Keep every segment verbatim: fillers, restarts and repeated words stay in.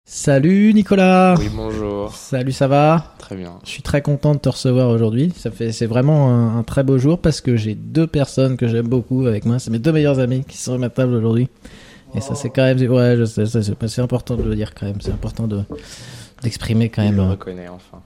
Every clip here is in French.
Salut Nicolas. Oui, bonjour. Salut, ça va? Très bien. Je suis très content de te recevoir aujourd'hui. Ça fait, c'est vraiment un, un très beau jour parce que j'ai deux personnes que j'aime beaucoup avec moi. C'est mes deux meilleurs amis qui sont à ma table aujourd'hui. Et ça, c'est quand même, ouais, je sais, ça, c'est, c'est important de le dire quand même. C'est important de, d'exprimer quand même. Je le reconnais enfin.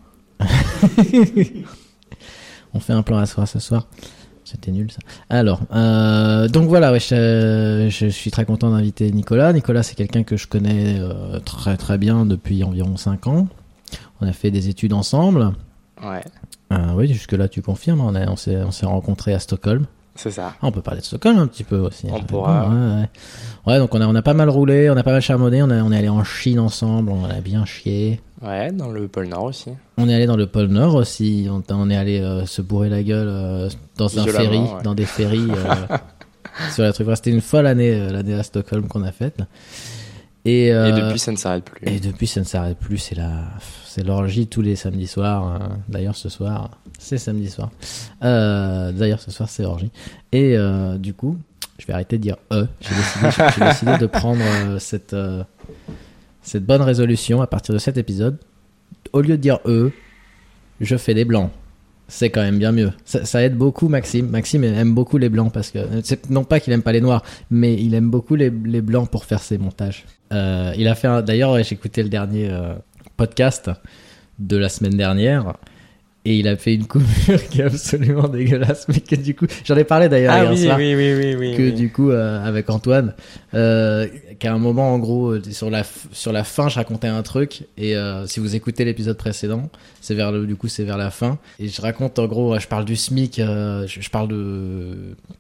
On fait un plan à soir ce soir. C'était nul ça. Alors, euh, donc voilà, ouais, je, je suis très content d'inviter Nicolas. Nicolas, c'est quelqu'un que je connais euh, très très bien depuis environ cinq ans. On a fait des études ensemble. Ouais. Euh, oui, jusque-là, tu confirmes. On, a, on, s'est, on s'est rencontrés à Stockholm. C'est ça. Ah, on peut parler de Stockholm un petit peu aussi. On pourra. Ouais, ouais. Ouais, donc on a, on a pas mal roulé, on a pas mal charbonné. On, a, on est allé en Chine ensemble, on a bien chié. Ouais, dans le pôle Nord aussi. On est allé dans le pôle Nord aussi. On, on est allé euh, se bourrer la gueule euh, dans un Violemment, ferry, ouais. dans des ferries. Euh, sur la truc. C'était une folle année, euh, l'année à Stockholm qu'on a faite. Et, euh, et depuis, ça ne s'arrête plus. Et depuis, ça ne s'arrête plus. C'est la, c'est l'orgie tous les samedis soirs. Hein. D'ailleurs, ce soir, c'est samedi soir. Euh, d'ailleurs, ce soir, c'est orgie. Et euh, du coup, je vais arrêter de dire e. J'ai décidé, j'ai décidé de prendre euh, cette, euh, cette bonne résolution à partir de cet épisode. Au lieu de dire e, je fais des blancs. C'est quand même bien mieux. Ça, ça aide beaucoup Maxime. Maxime aime beaucoup les blancs parce que c'est, non pas qu'il aime pas les noirs, mais il aime beaucoup les, les blancs pour faire ses montages. Euh, il a fait un, d'ailleurs, ouais, j'ai écouté le dernier euh, podcast de la semaine dernière et il a fait une coupure qui est absolument dégueulasse, mais que du coup, j'en ai parlé d'ailleurs Ah hier oui, soir, oui, oui, oui, oui. que oui. du coup euh, avec Antoine, euh, qu'à un moment en gros sur la sur la fin, je racontais un truc et euh, si vous écoutez l'épisode précédent, c'est vers le du coup c'est vers la fin et je raconte en gros, je parle du SMIC, euh, je, je parle de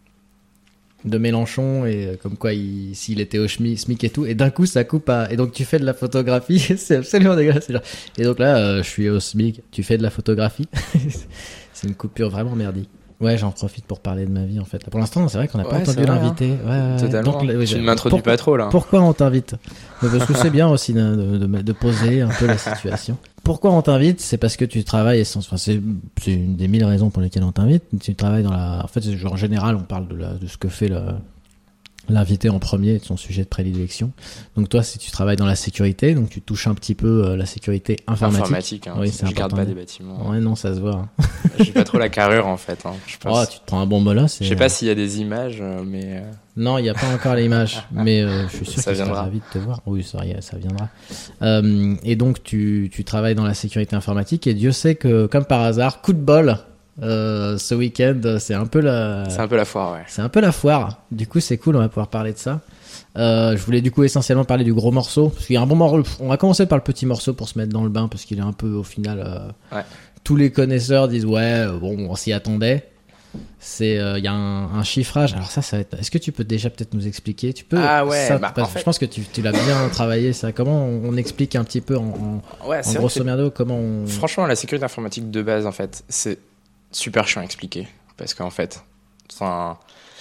de Mélenchon et euh, comme quoi il, s'il était au SMIC, SMIC et tout et d'un coup ça coupe à et donc tu fais de la photographie. C'est absolument dégueulasse, c'est genre... et donc là euh, je suis au SMIC, tu fais de la photographie. C'est une coupure vraiment merdique. Ouais, j'en profite pour parler de ma vie en fait. Pour l'instant, c'est vrai qu'on n'a pas Ouais, entendu c'est vrai, l'invité. Ouais, ouais, Totalement. donc, là, ouais, tu ne m'introduis pourquoi, pas trop là. Pourquoi on t'invite? Parce que c'est bien aussi de, de, de, de poser un peu la situation. Pourquoi on t'invite? C'est parce que tu travailles essentiellement. Enfin, c'est, c'est une des mille raisons pour lesquelles on t'invite. Tu travailles dans la. En fait, c'est genre, en général, on parle de, la, de ce que fait le. L'invité en premier, de son sujet de prédilection. Donc toi, si tu travailles dans la sécurité, donc tu touches un petit peu euh, la sécurité informatique. Informatique, hein. Oui, c'est c'est je garde important. pas des bâtiments. Ouais, non, ça se voit. Hein. J'ai pas trop la carrure en fait. Hein. Je pense. Oh, tu te prends un bon molosse. Je sais pas s'il y a des images, mais. Euh... Non, il n'y a pas encore l'image, mais euh, je suis sûr Ça qu'il sera viendra. ravi de te voir. Oui, ça, ça viendra. Euh, et donc, tu, tu travailles dans la sécurité informatique et Dieu sait que, comme par hasard, coup de bol, euh, ce week-end, c'est un peu la... C'est un peu la foire, ouais. C'est un peu la foire. Du coup, c'est cool, on va pouvoir parler de ça. Euh, je voulais du coup essentiellement parler du gros morceau, parce qu'il y a un bon morceau. On va commencer par le petit morceau pour se mettre dans le bain, parce qu'il est un peu, au final, euh, Ouais. tous les connaisseurs disent ouais, bon, on s'y attendait. C'est, il euh, y a un, un chiffrage. Alors ça, ça va être... Est-ce que tu peux déjà peut-être nous expliquer? Tu peux. Ah ouais. Ça, bah, parce, en fait... Je pense que tu, tu l'as bien travaillé. Ça. Comment on, on explique un petit peu en, en, ouais, en c'est grosso vrai que merdo comment on... Franchement, la sécurité informatique de base, en fait, c'est super chiant à expliquer. Parce qu'en fait, enfin,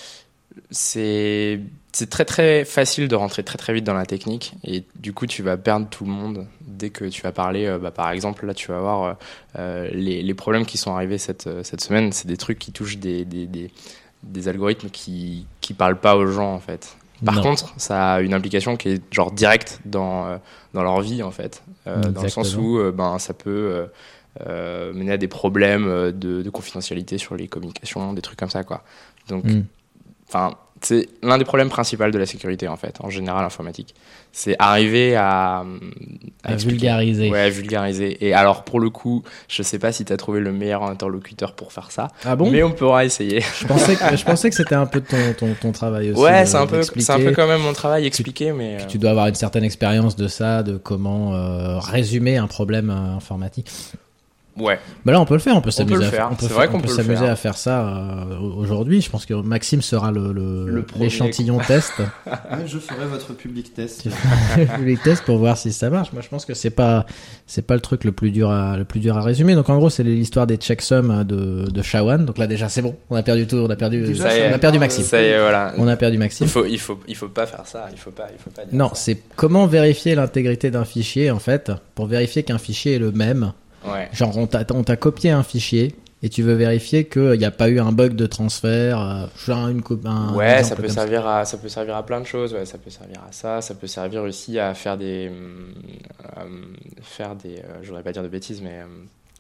c'est, c'est très très facile de rentrer très très vite dans la technique. Et du coup, tu vas perdre tout le monde dès que tu vas parler. Euh, bah, par exemple, là, tu vas voir euh, les, les problèmes qui sont arrivés cette, cette semaine. C'est des trucs qui touchent des, des, des, des algorithmes qui ne parlent pas aux gens, en fait. Par Non. contre, ça a une implication qui est genre directe dans, euh, dans leur vie, en fait. Euh, dans le sens où euh, ben, ça peut... Euh, Euh, mener à des problèmes de, de confidentialité sur les communications, des trucs comme ça, quoi. Donc, enfin, mm. c'est l'un des problèmes principaux de la sécurité, en fait, en général informatique. C'est arriver à, à, à vulgariser. Ouais, vulgariser. Et alors, pour le coup, je sais pas si tu as trouvé le meilleur interlocuteur pour faire ça. Ah bon? Mais on pourra essayer. Je pensais que, je pensais que c'était un peu ton, ton, ton travail aussi. Ouais, de, c'est un peu, c'est un peu quand même mon travail, expliquer, tu, mais. Euh... Tu dois avoir une certaine expérience de ça, de comment euh, résumer un problème euh, informatique. Ouais. Bah là, on peut le faire, on peut s'amuser, on peut le à, faire. on peut c'est faire, vrai qu'on on peut peut s'amuser faire. à faire ça euh, aujourd'hui. Je pense que Maxime sera le, le, le l'échantillon test. Ouais, je ferai votre public test. Le public test pour voir si ça marche. Moi, je pense que c'est pas, c'est pas le truc le plus dur à, le plus dur à résumer. Donc, en gros, c'est l'histoire des checksums de, de Shawan. Donc là, déjà, c'est bon. On a perdu tout, on a perdu, Déjà, on est, a perdu Maxime. Ça y est, voilà. On a perdu Maxime. Il faut, il faut, il faut pas faire ça. Il faut pas, il faut pas dire non, ça. c'est comment vérifier l'intégrité d'un fichier, en fait, pour vérifier qu'un fichier est le même. Ouais. Genre, on t'a, on t'a copié un fichier et tu veux vérifier qu'il n'y a pas eu un bug de transfert, euh, genre une coupe, un ouais, ça peut servir ça. à, ça peut servir à plein de choses. Ouais, ça peut servir à ça. Ça peut servir aussi à faire des, faire des, euh, je voudrais pas dire de bêtises, mais euh,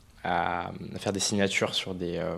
à, à faire des signatures sur des, euh,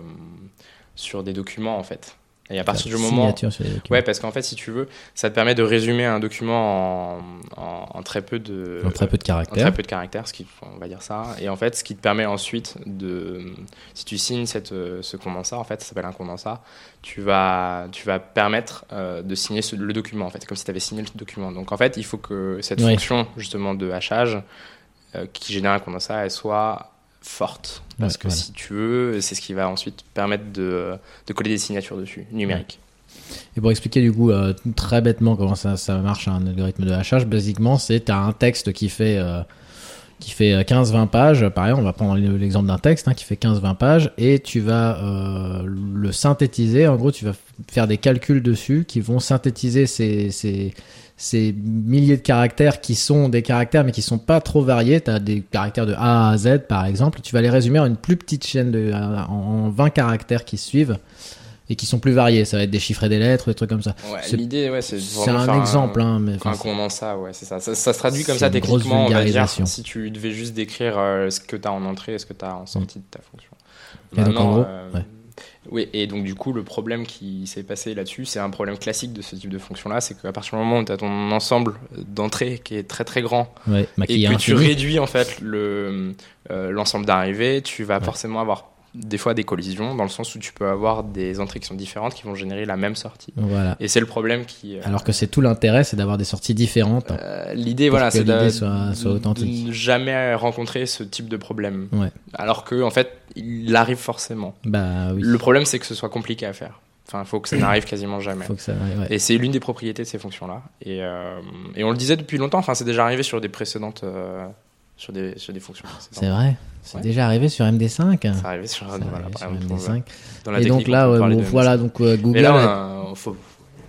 sur des documents en fait. Et à partir du moment, Signature sur les documents. ouais, parce qu'en fait, si tu veux, ça te permet de résumer un document en, en, en très peu de, En très peu de en caractères. très peu de caractères, ce qui, on va dire ça. Et en fait, ce qui te permet ensuite de, si tu signes cette, ce condensat, en fait, ça s'appelle un condensat, tu vas, tu vas permettre euh, de signer ce, le document, en fait, comme si tu avais signé le document. Donc, en fait, il faut que cette Oui. fonction, justement, de hachage, euh, qui génère un condensat, elle soit forte. Parce Ouais, que voilà. si tu veux, c'est ce qui va ensuite permettre de, de coller des signatures dessus, numériques. Et pour expliquer du coup euh, très bêtement comment ça, ça marche un algorithme de hachage, basiquement c'est tu as un texte qui fait euh, qui fait quinze vingt pages, pareil on va prendre l'exemple d'un texte hein, qui fait quinze vingt pages et tu vas euh, le synthétiser, en gros tu vas faire des calculs dessus qui vont synthétiser ces, ces, ces milliers de caractères qui sont des caractères mais qui sont pas trop variés, tu as des caractères de A à Z par exemple, tu vas les résumer en une plus petite chaîne de, en vingt caractères qui suivent et qui sont plus variés. Ça va être des chiffres et des lettres, des trucs comme ça. Ouais, C'est- l'idée, ouais, c'est C'est vraiment un faire exemple, hein, mais un, enfin, un condensat, ouais, c'est ça. ça. Ça se traduit comme C'est ça une grosse techniquement, on va dire, vulgarisation. si tu devais juste décrire euh, ce que tu as en entrée et ce que tu as en sortie de ta fonction. Et donc, en gros, euh, ouais. Oui, et donc du coup, le problème qui s'est passé là-dessus, c'est un problème classique de ce type de fonction-là, c'est qu'à partir du moment où tu as ton ensemble d'entrées qui est très très grand, ouais, bah, et qui est que tu infini. réduis en fait le, euh, l'ensemble d'arrivées, tu vas Ouais. forcément avoir des fois des collisions, dans le sens où tu peux avoir des entrées qui sont différentes qui vont générer la même sortie. Voilà. Et c'est le problème qui... euh, Alors que c'est tout l'intérêt, c'est d'avoir des sorties différentes. euh, l'idée, Pour voilà, que c'est de, l'idée soit- soit de- authentique. de ne jamais rencontrer ce type de problème. Ouais. Alors que, en fait, il arrive forcément. Bah oui. Le problème, c'est que ce soit compliqué à faire. Enfin, il faut que ça n'arrive quasiment jamais. Faut que ça. Ouais, ouais. Et c'est l'une des propriétés de ces fonctions-là. Et, euh, et on le disait depuis longtemps, enfin, c'est déjà arrivé sur des précédentes... euh, sur des, sur des fonctions précédentes. C'est vrai. C'est Ouais. déjà arrivé sur M D cinq. C'est arrivé sur, C'est voilà, arrivé par sur exemple, M D cinq. dans la Et donc technique, là, on peut ouais, parler bon, de voilà, donc euh, Google. Mais là, a- on a- faut...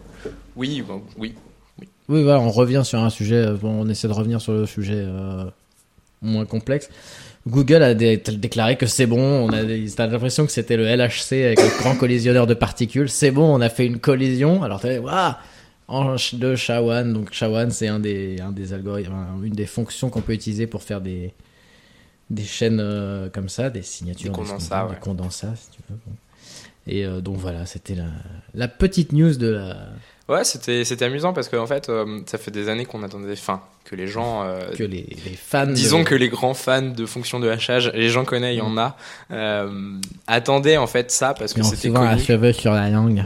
Oui, bon, oui. Oui, voilà, on revient sur un sujet. euh, Bon, on essaie de revenir sur le sujet euh, moins complexe. Google a dé- déclaré que c'est bon. On a, des- t'as l'impression que c'était le L H C avec le grand collisionneur de particules. C'est bon, on a fait une collision. Alors t'as waouh, en ch- de S H A one. Donc S H A one, c'est un des, un des algorithmes, un- une des fonctions qu'on peut utiliser pour faire des des chaînes euh, comme ça, des signatures, Des condensats, des ouais. condensats, si tu veux. Bon. Et euh, donc voilà, c'était la, la petite news de la Ouais, c'était, c'était amusant parce qu'en fait, euh, ça fait des années qu'on attendait, enfin, que les gens, euh, que les, les fans. disons de... que les grands fans de fonctions de hachage, les gens connaissent, il y en a, euh, attendaient en fait ça parce que Qui ont c'était souvent un connu. cheveu sur la langue.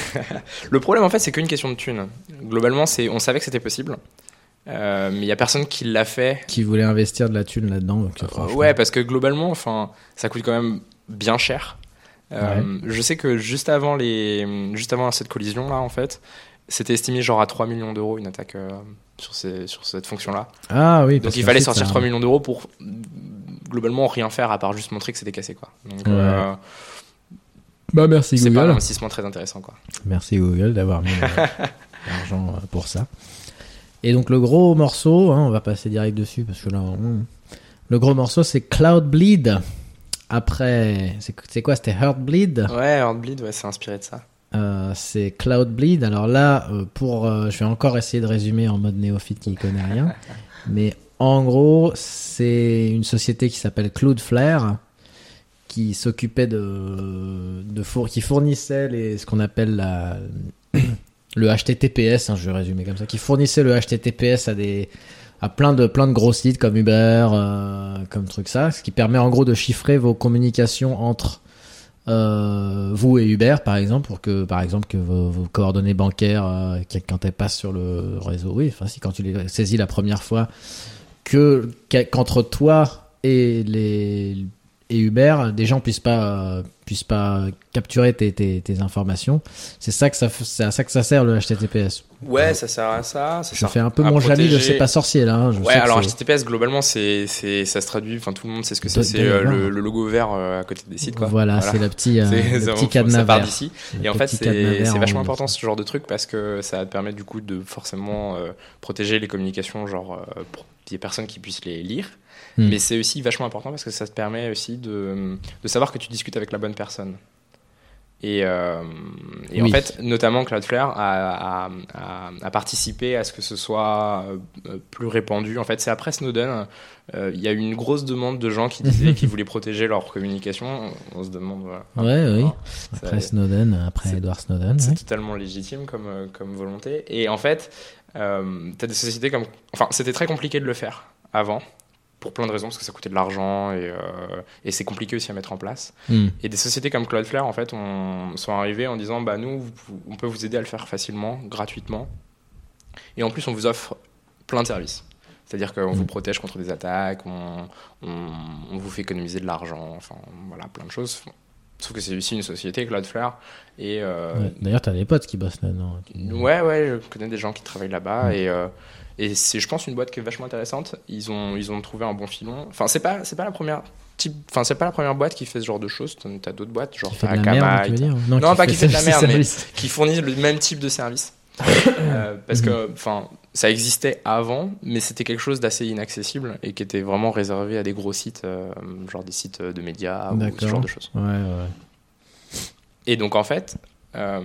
Le problème en fait, c'est qu'une question de thune. Globalement, c'est, on savait que c'était possible, euh, mais il y a personne qui l'a fait. Qui voulait investir de la thune là-dedans. Donc, Euh, franchement. ouais, parce que globalement, enfin, ça coûte quand même bien cher. Euh, Je sais que juste avant les, juste avant cette collision là, en fait, c'était estimé genre à trois millions d'euros une attaque euh, sur ces, sur cette fonction là. Ah oui. Donc parce il qu'ensuite, fallait sortir ça- trois millions d'euros pour globalement rien faire à part juste montrer que c'était cassé quoi. Donc Ouais. euh, Bah merci c'est pas un Google. investissement très intéressant quoi. Merci Google d'avoir mis euh, l'argent euh, pour ça. Et donc le gros morceau, hein, on va passer direct dessus parce que là, on- le gros morceau c'est Cloudbleed. Après, c'est c'est quoi? C'était Heartbleed. Ouais, Heartbleed, ouais, c'est inspiré de ça. Euh, c'est Cloudbleed. Alors là, euh, pour, euh, je vais encore essayer de résumer en mode néophyte qui connaît rien. Mais en gros, c'est une société qui s'appelle Cloudflare qui s'occupait de, de four, qui fournissait les, ce qu'on appelle la, le H T T P S, hein, je vais résumer comme ça, qui fournissait le H T T P S à des, à plein de, plein de gros sites comme Uber, euh, comme truc ça, ce qui permet en gros de chiffrer vos communications entre euh, vous et Uber par exemple, pour que par exemple que vos, vos coordonnées bancaires euh, quand elles passent sur le réseau, oui, enfin si quand tu les saisis la première fois, que qu'entre toi et les et Uber, des gens puissent pas euh, puissent pas capturer tes, tes, tes informations. C'est ça que ça c'est à ça que ça sert le H T T P S. Ouais, ça sert à ça. ça Je sert fais un peu à mon Jamy de protéger- C'est pas sorcier là. Hein. Je Ouais, sais que alors c'est- H T T P S globalement c'est c'est ça se traduit, enfin tout le monde sait ce que c'est, Doit- c'est doit y euh, avoir. le, le logo vert euh, à côté des sites quoi. Voilà, c'est le petit euh, C'est- le ça- petit cadenas ça part vert. d'ici. Le Et en fait, petit cadenas c'est vert c'est en vachement haut. important ce genre de truc parce que ça te permet du coup de forcément euh, protéger les communications, genre euh, pour qu'il y ait personne qui puisse les lire. Hmm. Mais c'est aussi vachement important parce que ça te permet aussi de, de savoir que tu discutes avec la bonne personne. Et, euh, et Oui. en fait, notamment Cloudflare a, a, a, a participé à ce que ce soit euh, plus répandu. En fait, c'est après Snowden, euh, il y a eu une grosse demande de gens qui disaient qu'ils voulaient protéger leur communication. On se demande, voilà. Ouais, oui. Hein, Après ça- Snowden, après c'est- Edward Snowden. c'est oui. totalement légitime comme, euh, comme volonté. Et en fait, euh, t'as des sociétés comme... Enfin, c'était très compliqué de le faire avant, pour plein de raisons, parce que ça coûtait de l'argent et, euh, et c'est compliqué aussi à mettre en place. Hmm. Et des sociétés comme Cloudflare, en fait, on, sont arrivées en disant, bah nous, vous- on peut vous aider à le faire facilement, gratuitement. Et en plus, on vous offre plein de services. C'est-à-dire qu'on Mm. vous protège contre des attaques, on, on, on vous fait économiser de l'argent, enfin, voilà, plein de choses. Sauf que c'est aussi une société, Cloudflare. Et, euh, Ouais. D'ailleurs, t'as des potes qui bossent là-dedans. qui- ouais, ouais, je connais des gens qui travaillent là-bas. Mm. Et, euh, et c'est, je pense, une boîte qui est vachement intéressante. Ils ont, ils ont trouvé un bon filon. Enfin, c'est pas, c'est pas la première... Type, enfin, c'est pas la première boîte qui fait ce genre de choses. T'as t'as d'autres boîtes, genre Qui fait de la merde, Akamai, tu veux dire Non, pas qui fait de la merde, mais- service. qui fournissent le même type de service. Euh, parce que, enfin, ça existait avant, mais c'était quelque chose d'assez inaccessible et qui était vraiment réservé à des gros sites, euh, genre des sites de médias ou ce D'accord. genre de choses. Ouais, ouais. Et donc, en fait, euh,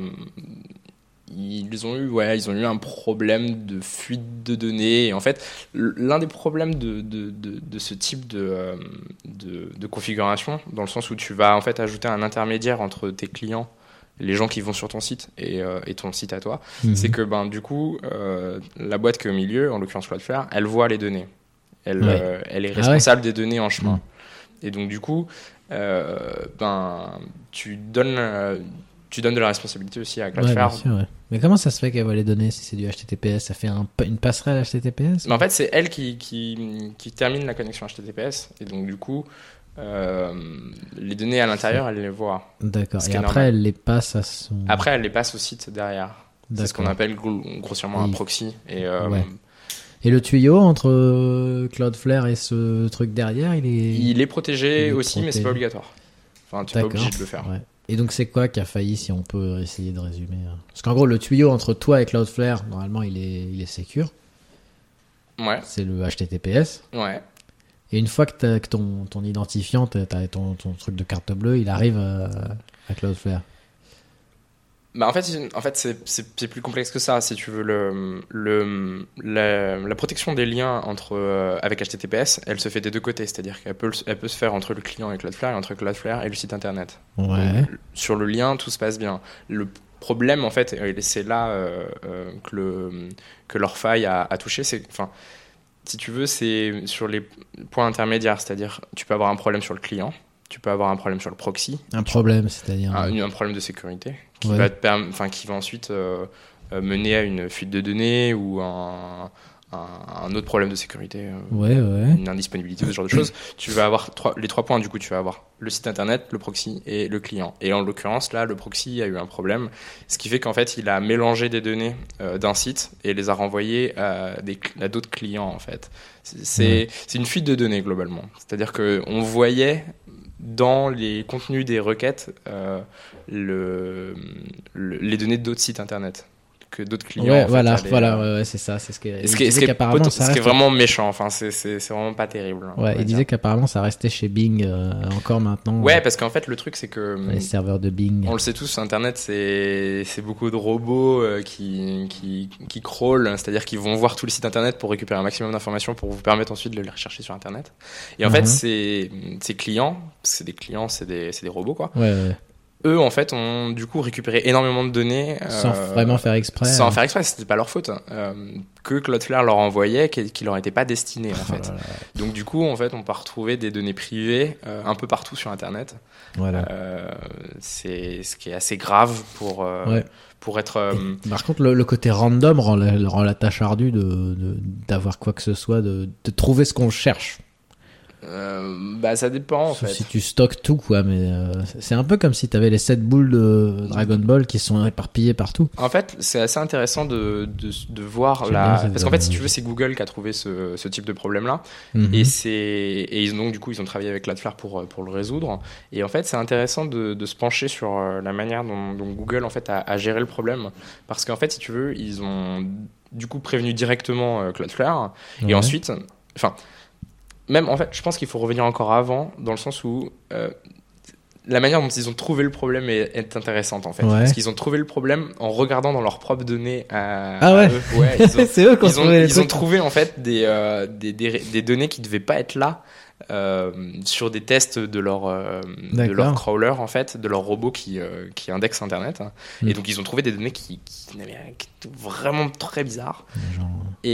ils ont eu, ouais, ils ont eu un problème de fuite de données. Et en fait, l'un des problèmes de, de, de, de ce type de, euh, de, de configuration, dans le sens où tu vas en fait ajouter un intermédiaire entre tes clients, les gens qui vont sur ton site et, euh, et ton site à toi, Mhm. c'est que ben, du coup, euh, la boîte qui est au milieu, en l'occurrence Cloudflare, elle voit les données. Elle, Ouais. euh, elle est Ah responsable des données en chemin. Mhm. Et donc, du coup, euh, ben, tu donnes, euh, tu donnes de la responsabilité aussi à Ouais, bien Cloudflare. sûr, ouais. Mais comment ça se fait qu'elle voit les données si c'est du H T T P S? Ça fait un, une passerelle H T T P S? Mais en fait, c'est elle qui, qui, qui termine la connexion H T T P S. Et donc, du coup, euh, les données à l'intérieur, elle les voit. D'accord. Ce Et qui est après, normal. elle les passe à son. Après, elle les passe au site derrière. C'est ce qu'on D'accord. appelle gro- grossièrement un Oui. proxy. Et, euh, Ouais. Et le tuyau entre euh, Cloudflare et ce truc derrière, il est. il est protégé Il est aussi, mais c'est protégé. pas obligatoire. Enfin, tu n'es pas D'accord. obligé de le faire. Ouais. Et donc, c'est quoi qui a failli, si on peut essayer de résumer hein Parce qu'en gros, le tuyau entre toi et Cloudflare, normalement, il est, il est secure. Ouais, C'est le H T T P S. ouais. Et une fois que, t'as, que ton, ton identifiant, t'as, t'as ton, ton truc de carte bleue, il arrive euh, à Cloudflare. Bah en fait, c'est- en fait c'est, c'est, c'est plus complexe que ça, si tu veux. Le, le, la, la protection des liens entre, euh, avec H T T P S, elle se fait des deux côtés. C'est-à-dire qu'elle peut, elle peut se faire entre le client et Cloudflare et entre Cloudflare et le site internet. Ouais. Donc, sur le lien, tout se passe bien. Le problème, en fait, et c'est là euh, euh, que, le, que leur faille a, a touché, c'est, enfin, si tu veux, c'est sur les points intermédiaires. C'est-à-dire, tu peux avoir un problème sur le client, tu peux avoir un problème sur le proxy, Un problème, c'est-à-dire. un, un problème de sécurité qui, Ouais. va, te perm- enfin, qui va ensuite euh, euh, mener à une fuite de données ou un, un, un autre problème de sécurité, euh, Ouais, ouais. une indisponibilité, ce genre de choses. Tu vas avoir trois, les trois points, du coup, tu vas avoir le site internet, le proxy et le client. Et en l'occurrence, là, le proxy a eu un problème, ce qui fait qu'en fait, il a mélangé des données euh, d'un site et les a renvoyées à, des, à d'autres clients, en fait. C'est, c'est, Ouais. c'est une fuite de données, globalement. C'est-à-dire qu'on voyait dans les contenus des requêtes euh, le, le- les données d'autres sites internet que d'autres clients. Ouais, en fait, voilà, allaient, voilà, euh, ouais, ouais, c'est ça, c'est ce que. ce il qui est, ce disait qui est qu'apparemment, pot- ça ce qui est reste- vraiment méchant, enfin, c'est, c'est, c'est vraiment pas terrible. on Ouais, va il dire. disait qu'apparemment ça restait chez Bing euh, encore maintenant. Ouais, parce qu'en fait, le truc, c'est que. Les serveurs de Bing. On le sait tous, sur Internet, c'est, c'est beaucoup de robots euh, qui, qui, qui crawlent, c'est-à-dire qu'ils vont voir tous les sites Internet pour récupérer un maximum d'informations pour vous permettre ensuite de les rechercher sur Internet. Et en Mhm. fait, ces, ces clients, parce que c'est des clients, c'est des, c'est des robots, quoi. Ouais, ouais. Eux, en fait, ont du coup récupéré énormément de données. Sans euh, vraiment faire exprès. Sans hein. en faire exprès, c'était pas leur faute. hein, euh, que Cloudflare leur envoyait, qui, qui leur était pas destiné, en Oh fait. là là. Donc, du coup, en fait, on peut retrouver des données privées euh, un peu partout sur Internet. Voilà. Euh, c'est ce qui est assez grave pour, euh, Ouais. pour être. euh, Par contre, le, le côté random rend la, rend la tâche ardue de, de- d'avoir quoi que ce soit, de, de trouver ce qu'on cherche. euh, bah, ça dépend, en Sauf fait. si tu stockes tout, quoi. Mais euh, c'est un peu comme si t'avais les sept boules de Dragon Ball qui sont éparpillées partout. En fait, c'est assez intéressant de, de, de voir J'aime la. bien cette Parce qu'en fait, si tu analogie. veux, c'est Google qui a trouvé ce, ce type de problème-là. Mhm. Et, c'est, et ils ont, donc, du coup, ils ont travaillé avec Cloudflare pour, pour le résoudre. Et en fait, c'est intéressant de, de se pencher sur euh, la manière dont, dont Google en fait, a, a géré le problème. Parce qu'en fait, si tu veux, ils ont du coup prévenu directement euh, Cloudflare. Ouais. Et ensuite, enfin, même en fait, je pense qu'il faut revenir encore avant, dans le sens où euh, la manière dont ils ont trouvé le problème est, est intéressante en fait. Ouais. Parce qu'ils ont trouvé le problème en regardant dans leurs propres données à, Ah ouais. à eux. Ouais, ils ont, C'est eux qui ont ils ont, trouvé les ils ont trucs. trouvé en fait des, euh, des, des, des données qui devaient pas être là. Euh, sur des tests de leur euh, de D'accord. leur crawler en fait, de leur robot qui euh, qui indexe internet. Mm. Et donc ils ont trouvé des données qui, qui, n'avaient- qui étaient vraiment très bizarres. Genre,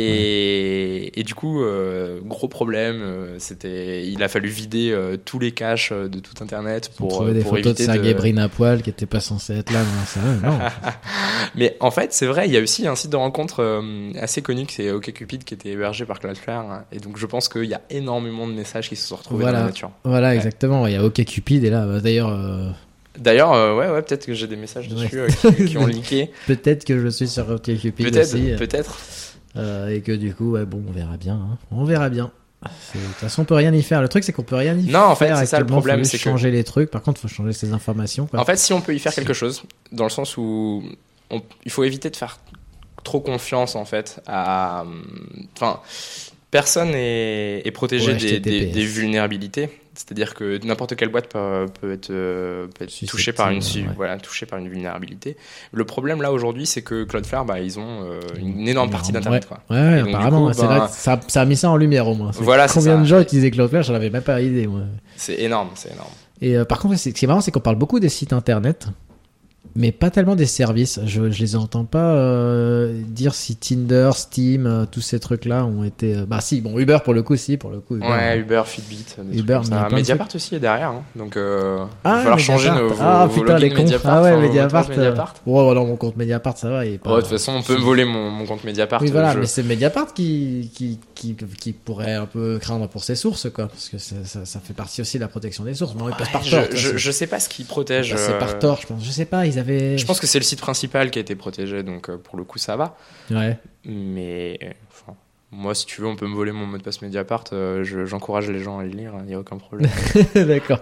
Et, et du coup, euh, gros problème, euh, c'était, il a fallu vider euh, tous les caches euh, de tout internet on pour, trouvait des pour photos de éviter Sergey de... Brin à poil qui était pas censé être là. Non, c'est vrai, non. Mais en fait, c'est vrai, il y a aussi un site de rencontre euh, assez connu qui c'est OkCupid qui était hébergé par Cloudflare. Hein, et donc je pense qu'il y a énormément de messages qui se sont retrouvés Voilà. dans la nature. Voilà, Ouais. exactement. Il y a OkCupid et là, bah, d'ailleurs, euh, D'ailleurs, euh, ouais, ouais, peut-être que j'ai des messages dessus Ouais. euh, qui, qui ont leaké. peut-être que je suis sur OkCupid Peut-être, aussi. peut-être. Euh, et que du coup, ouais, bon, on verra bien. Hein. On verra bien. C'est- De toute façon, on peut rien y faire. Le truc, c'est qu'on peut rien y Non, en fait, faire. c'est ça le actuellement. problème, Faut c'est juste que- changer les trucs. Par contre, faut changer ses informations. Quoi. En fait, si on peut y faire quelque chose, dans le sens où on- il faut éviter de faire trop confiance en fait à, enfin, personne est, est protégé Ouais, des, des, H T T P S. des vulnérabilités. C'est-à-dire que n'importe quelle boîte peut, peut être, euh, peut être touchée par une, Susceptible, ouais. voilà, touchée par une vulnérabilité. Le problème là aujourd'hui, c'est que Cloudflare, bah, ils ont euh, une énorme partie d'internet, quoi. Ouais, ouais, Et donc, du apparemment. coup, c'est ben, vrai que ça, ça a mis ça en lumière au moins. C'est Voilà, c'est combien ça. de gens utilisaient Cloudflare, j'en avais même pas idée. Moi. C'est énorme, c'est énorme. Et euh, par contre, c'est- ce qui est marrant, c'est qu'on parle beaucoup des sites internet, mais pas tellement des services. Je, je les entends pas euh, dire si Tinder, Steam, euh, tous ces trucs-là ont été. euh, Bah si, bon, Uber pour le coup, si, pour le coup. Uber, Ouais, euh, Uber, Fitbit, des Uber, trucs mais il y a comme ça. plein de Mediapart aussi est derrière, hein. Donc euh, il Ah, va falloir changer Mediapart. nos, vos, Ah vos putain, logins les cons. Mediapart. Ah ouais, enfin, vos Mediapart. mots de passe Mediapart. euh, Oh non, mon compte Mediapart, ça va. Il est pas... Ouais, de toute façon, on peut me voler mon, mon compte Mediapart. Oui, voilà, je- mais c'est Mediapart qui, qui, qui, qui pourrait un peu craindre pour ses sources, quoi. Parce que ça, ça, ça fait partie aussi de la protection des sources. Bon, ils passent par je, tort. je, je sais pas ce qui protège. C'est euh, par tort, je pense. Je sais pas, ils avaient. Je pense que c'est le site principal qui a été protégé, donc euh, pour le coup ça va. Ouais. Mais euh, enfin, moi, si tu veux, on peut me voler mon mot de passe Mediapart. euh, je- J'encourage les gens à le lire, il n'y a aucun problème. D'accord.